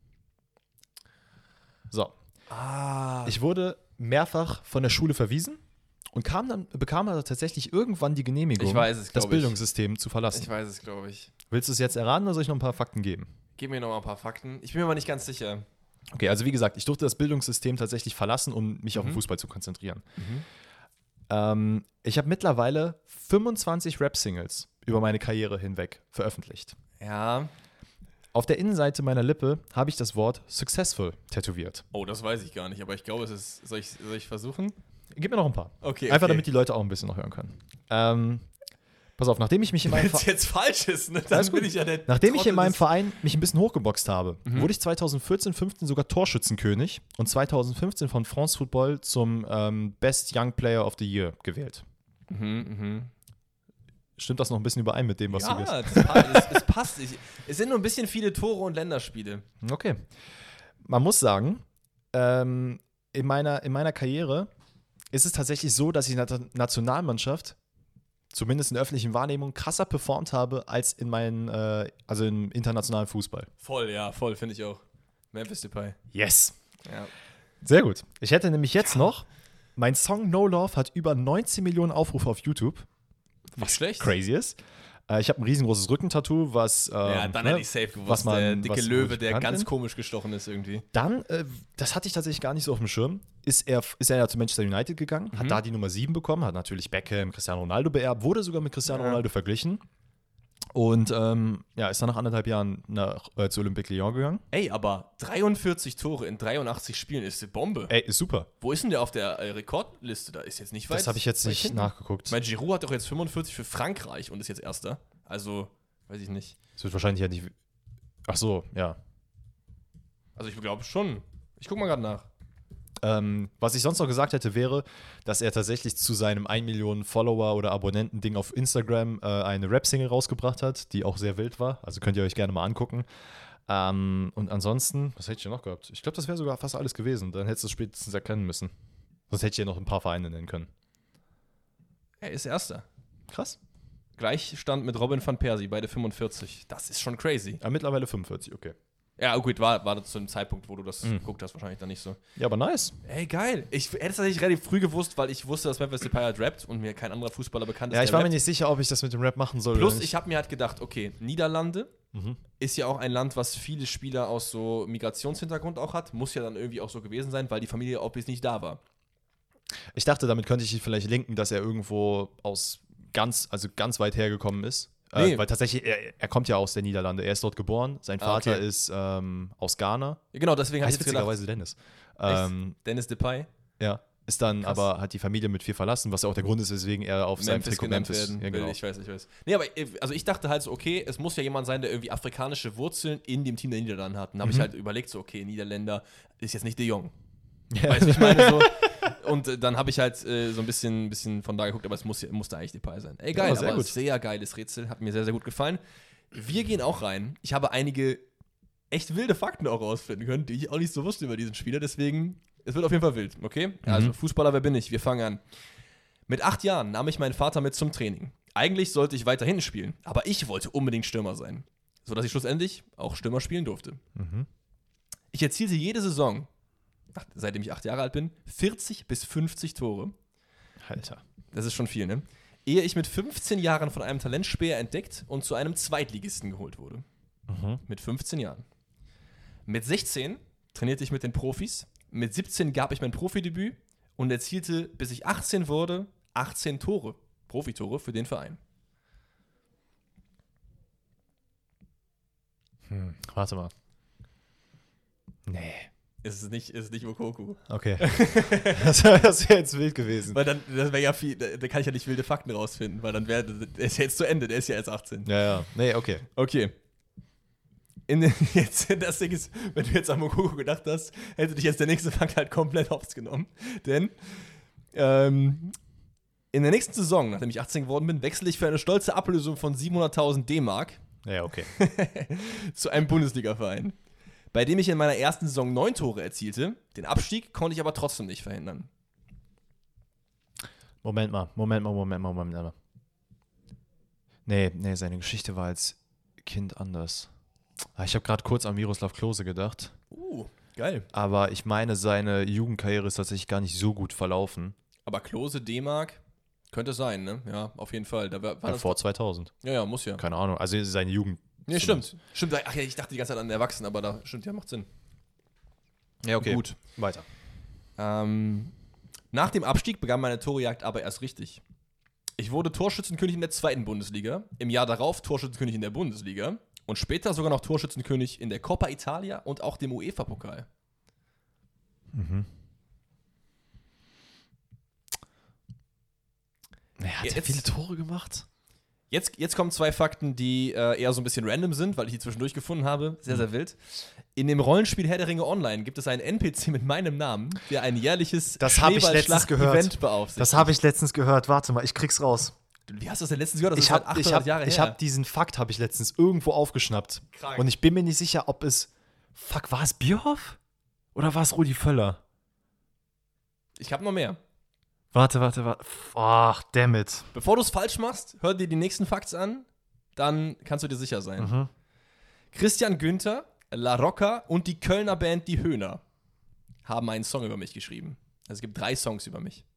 So. Ah. Ich wurde mehrfach von der Schule verwiesen und kam dann, bekam aber tatsächlich irgendwann die Genehmigung, ich weiß es, das Bildungssystem ich. zu verlassen. Ich weiß es, glaube ich. Willst du es jetzt erraten oder soll ich noch ein paar Fakten geben? Gib mir noch mal ein paar Fakten. Ich bin mir aber nicht ganz sicher. Okay, also wie gesagt, ich durfte das Bildungssystem tatsächlich verlassen, um mich mhm. auf den Fußball zu konzentrieren. Mhm. Ähm, ich habe mittlerweile fünfundzwanzig Rap-Singles über meine Karriere hinweg veröffentlicht. Ja. Auf der Innenseite meiner Lippe habe ich das Wort successful tätowiert. Oh, das weiß ich gar nicht, aber ich glaube, es ist. Soll ich, soll ich versuchen? Gib mir noch ein paar. Okay. Einfach okay. damit die Leute auch ein bisschen noch hören können. Ähm, pass auf, nachdem ich mich in meinem Wenn es jetzt falsch ist, ne, dann bin ich ja der Nachdem ich in meinem ist. Verein mich ein bisschen hochgeboxt habe, Mhm. wurde ich zweitausendvierzehn fünfzehn sogar Torschützenkönig und zweitausendfünfzehn von France Football zum ähm, Best Young Player of the Year gewählt. Mhm, mhm. Stimmt das noch ein bisschen überein mit dem, was ja, du bist? das passt. es, es passt. Ich, es sind nur ein bisschen viele Tore und Länderspiele. Okay. Man muss sagen, ähm, in, meiner, in meiner Karriere ist es tatsächlich so, dass ich in der Nationalmannschaft, zumindest in der öffentlichen Wahrnehmung, krasser performt habe als in meinen, äh, also im internationalen Fußball. Voll, ja, voll, finde ich auch. Memphis Depay. Yes. Ja. Sehr gut. Ich hätte nämlich jetzt noch, mein Song No Love hat über neunzehn Millionen Aufrufe auf YouTube. Was schlecht. Crazy ist. Äh, ich habe ein riesengroßes Rückentattoo, was. Ähm, Ja, dann ne, hätte ich safe gewusst. was man- der dicke was- wo Löwe, ich der bekannt ganz bin. komisch gestochen ist irgendwie. Dann, äh, das hatte ich tatsächlich gar nicht so auf dem Schirm, ist er, ist er ja zu Manchester United gegangen, Mhm. hat da die Nummer sieben bekommen, hat natürlich Beckham, Cristiano Ronaldo beerbt, wurde sogar mit Cristiano Ja. Ronaldo verglichen und ähm, ja, ist dann nach anderthalb Jahren nach, äh, zu Olympique Lyon gegangen. Ey, aber dreiundvierzig Tore in dreiundachtzig Spielen ist eine Bombe. Ey, ist super. Wo ist denn der auf der äh, Rekordliste? Da ist jetzt nicht weit. Das habe ich jetzt weit nicht hinten. nachgeguckt. Ich meine, Giroud hat doch jetzt fünfundvierzig für Frankreich und ist jetzt Erster. Also, weiß ich nicht. Das wird wahrscheinlich ja nicht. Ach so, ja. Also, ich glaube schon. Ich guck mal gerade nach. Ähm, was ich sonst noch gesagt hätte, wäre, dass er tatsächlich zu seinem ein Million Follower oder Abonnenten-Ding auf Instagram äh, eine Rap-Single rausgebracht hat, die auch sehr wild war. Also könnt ihr euch gerne mal angucken. Ähm, und ansonsten, was hätte ich denn noch gehabt? Ich glaube, das wäre sogar fast alles gewesen. Dann hättest du es spätestens erkennen müssen. Sonst hätte ich ja noch ein paar Vereine nennen können. Er ist Erster. Krass. Gleichstand mit Robin van Persie, beide fünfundvierzig. Das ist schon crazy. Ja, mittlerweile fünfundvierzig, okay. Ja, gut, war, war das zu dem Zeitpunkt, wo du das Mhm. geguckt hast, wahrscheinlich dann nicht so. Ja, aber nice. Ey, geil. Ich hätte es tatsächlich relativ früh gewusst, weil ich wusste, dass Memphis Depay halt rappt und mir kein anderer Fußballer bekannt ist. Ja, ich der war mir rappt. nicht sicher, ob ich das mit dem Rap machen soll. Plus, oder nicht. ich habe mir halt gedacht, okay, Niederlande Mhm. ist ja auch ein Land, was viele Spieler aus so Migrationshintergrund auch hat. Muss ja dann irgendwie auch so gewesen sein, weil die Familie obviously nicht da war. Ich dachte, damit könnte ich ihn vielleicht linken, dass er irgendwo aus ganz, also ganz weit hergekommen ist. Nee. Äh, weil tatsächlich, er, er kommt ja aus der Niederlande. Er ist dort geboren. Sein Ah, Vater okay. ist ähm, aus Ghana. Ja, genau, deswegen habe ich Heißt jetzt gedacht, witzigerweise Dennis. Echt? Ähm, Dennis Depay, ja. Ist dann Krass. aber, hat die Familie mit viel verlassen, was ja auch der Grund ist, weswegen er auf seinem Memphis Trikot genannt Memphis. werden Ja, genau. will. Ich weiß, ich weiß. Nee, aber äh, also ich dachte halt so, okay, es muss ja jemand sein, der irgendwie afrikanische Wurzeln in dem Team der Niederlande hat. Und habe Mhm. ich halt überlegt, so, okay, Niederländer ist jetzt nicht de Jong. Weißt du, wie ich meine? So. Und äh, dann habe ich halt äh, so ein bisschen, bisschen von da geguckt, aber es muss, musste eigentlich Depay sein. Ey, geil, Ja, sehr aber gut. sehr geiles Rätsel, hat mir sehr, sehr gut gefallen. Wir gehen auch rein. Ich habe einige echt wilde Fakten auch rausfinden können, die ich auch nicht so wusste über diesen Spieler, deswegen, es wird auf jeden Fall wild, okay? Mhm. Also, Fußballer, wer bin ich? Wir fangen an. Mit acht Jahren nahm ich meinen Vater mit zum Training. Eigentlich sollte ich weiter hinten spielen, aber ich wollte unbedingt Stürmer sein, sodass ich schlussendlich auch Stürmer spielen durfte. Mhm. Ich erzielte jede Saison, ach, seitdem ich acht Jahre alt bin, vierzig bis fünfzig Tore. Alter. Das ist schon viel, ne? Ehe ich mit fünfzehn Jahren von einem Talentspäher entdeckt und zu einem Zweitligisten geholt wurde. Mhm. Mit fünfzehn Jahren. Mit sechzehn trainierte ich mit den Profis. Mit siebzehn gab ich mein Profidebüt und erzielte, bis ich achtzehn wurde, achtzehn Tore. Profitore für den Verein. Hm, warte mal. Nee. Ist es nicht, ist es nicht Moukoko. Okay. das wäre wär jetzt wild gewesen. Weil dann, das wäre ja viel, da, da kann ich ja nicht wilde Fakten rausfinden, weil dann wäre, der ist ja jetzt zu Ende, der ist ja erst achtzehn. Ja, ja. Nee, okay. Okay. In, jetzt, das Ding ist, wenn du jetzt an Moukoko gedacht hast, hätte dich jetzt der nächste Fakt halt komplett hops genommen. Denn ähm, in der nächsten Saison, nachdem ich achtzehn geworden bin, wechsle ich für eine stolze Ablösung von siebenhunderttausend D-Mark Ja, okay. zu einem Bundesliga-Verein, bei dem ich in meiner ersten Saison neun Tore erzielte. Den Abstieg konnte ich aber trotzdem nicht verhindern. Moment mal, Moment mal, Moment mal, Moment mal. Nee, nee, seine Geschichte war als Kind anders. Ich habe gerade kurz an Miroslav Klose gedacht. Uh, geil. Aber ich meine, seine Jugendkarriere ist tatsächlich gar nicht so gut verlaufen. Aber Klose, D-Mark, könnte sein, ne? Ja, auf jeden Fall. Da war, war Ja, das vor zweitausend. Ja, ja, muss ja. Keine Ahnung, also seine Jugend. Nee, stimmt. Stimmt. Ach ja, ich dachte die ganze Zeit an Erwachsenen, aber da stimmt, ja, macht Sinn. Ja, okay. Gut. Weiter. Ähm, nach dem Abstieg begann meine Torejagd aber erst richtig. Ich wurde Torschützenkönig in der zweiten Bundesliga, im Jahr darauf Torschützenkönig in der Bundesliga und später sogar noch Torschützenkönig in der Coppa Italia und auch dem UEFA-Pokal. Mhm. Ja, hat er Jetzt- viele Tore gemacht? Jetzt, jetzt kommen zwei Fakten, die äh, eher so ein bisschen random sind, weil ich die zwischendurch gefunden habe. Sehr, sehr wild. In dem Rollenspiel Herr der Ringe Online gibt es einen N P C mit meinem Namen, der ein jährliches Das hab ich letztens gehört. Schneeballschlacht-Event beaufsichtigt. Das habe ich letztens gehört. Warte mal, ich krieg's raus. Wie hast du das denn letztens gehört? Das Ich ist halt habe ich achthundert hab, Jahre ich her. hab diesen Fakt habe ich letztens irgendwo aufgeschnappt. Krank. Und ich bin mir nicht sicher, ob es Fuck, war es Bierhoff? Oder war es Rudi Völler? Ich habe noch mehr. Warte, warte, warte. Ach, damn it. Bevor du es falsch machst, hör dir die nächsten Facts an, dann kannst du dir sicher sein. Mhm. Christian Günther, La Rocca und die Kölner Band Die Höhner haben einen Song über mich geschrieben. Also es gibt drei Songs über mich.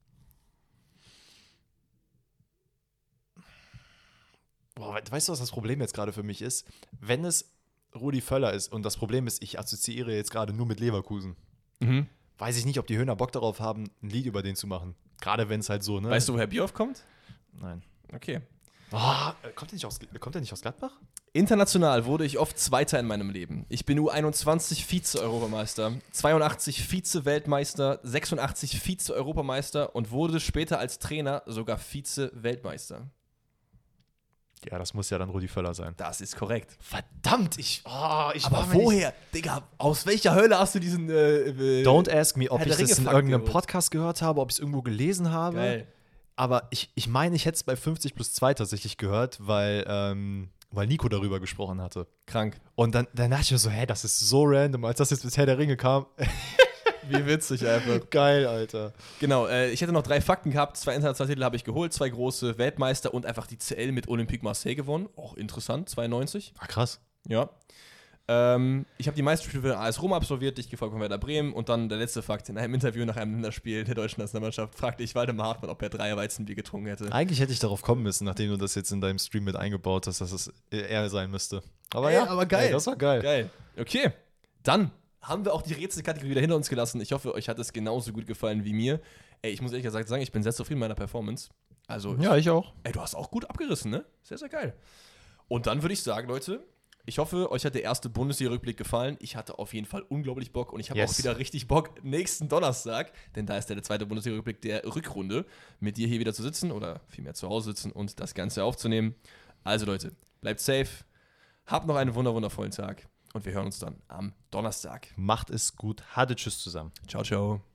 Boah, we- weißt du, was das Problem jetzt gerade für mich ist? Wenn es Rudi Völler ist und das Problem ist, ich assoziiere jetzt gerade nur mit Leverkusen, Mhm. weiß ich nicht, ob die Höhner Bock darauf haben, ein Lied über den zu machen. Gerade wenn es halt so, ne? Weißt du, woher Bierhoff kommt? Nein. Okay. Oh, kommt, der nicht aus, kommt der nicht aus Gladbach? International wurde ich oft Zweiter in meinem Leben. Ich bin U einundzwanzig Vize-Europameister, zweiundachtzig Vize-Weltmeister, sechsundachtzig Vize-Europameister und wurde später als Trainer sogar Vize-Weltmeister. Ja, das muss ja dann Rudi Völler sein. Das ist korrekt. Verdammt, ich, oh, ich Aber war mir nicht- woher? Digga, aus welcher Hölle hast du diesen äh, äh, Don't ask me, ob Herr ich der das in Ringe-Fakt irgendeinem geholt? Podcast gehört habe, ob ich es irgendwo gelesen habe. Geil. Aber ich, ich meine, ich hätte es bei fünfzig plus zwei tatsächlich gehört, weil, ähm, weil Nico darüber gesprochen hatte. Krank. Und dann, dann dachte ich mir so, hä, das ist so random, als das jetzt bisher der Ringe kam. Wie witzig einfach. Geil, Alter. Genau, äh, ich hätte noch drei Fakten gehabt. Zwei internationale Titel habe ich geholt, zwei große Weltmeister und einfach die C L mit Olympique Marseille gewonnen. Auch interessant, zweiundneunzig. Ah, krass. Ja. Ähm, ich habe die meisten Spiele für den A S Rom absolviert, dich gefolgt von Werder Bremen. Und dann der letzte Fakt: In einem Interview nach einem Länderspiel der deutschen Nationalmannschaft fragte ich Waldemar Hartmann, ob er drei Weizenbier getrunken hätte. Eigentlich hätte ich darauf kommen müssen, nachdem du das jetzt in deinem Stream mit eingebaut hast, dass es er sein müsste. Aber Ey, ja, aber geil. Ey, das war geil. Geil. Okay, dann haben wir auch die Rätselkategorie wieder hinter uns gelassen. Ich hoffe, euch hat es genauso gut gefallen wie mir. Ey, ich muss ehrlich gesagt sagen, ich bin sehr zufrieden mit meiner Performance. Also, Ja, ich auch. ey, du hast auch gut abgerissen, ne? Sehr, sehr geil. Und dann würde ich sagen, Leute, ich hoffe, euch hat der erste Bundesliga-Rückblick gefallen. Ich hatte auf jeden Fall unglaublich Bock und ich habe Yes. auch wieder richtig Bock, nächsten Donnerstag, denn da ist der zweite Bundesliga-Rückblick der Rückrunde, mit dir hier wieder zu sitzen oder vielmehr zu Hause sitzen und das Ganze aufzunehmen. Also Leute, bleibt safe, habt noch einen wunder wundervollen Tag und wir hören uns dann am Donnerstag. Macht es gut. Hatte Tschüss zusammen. Ciao, ciao.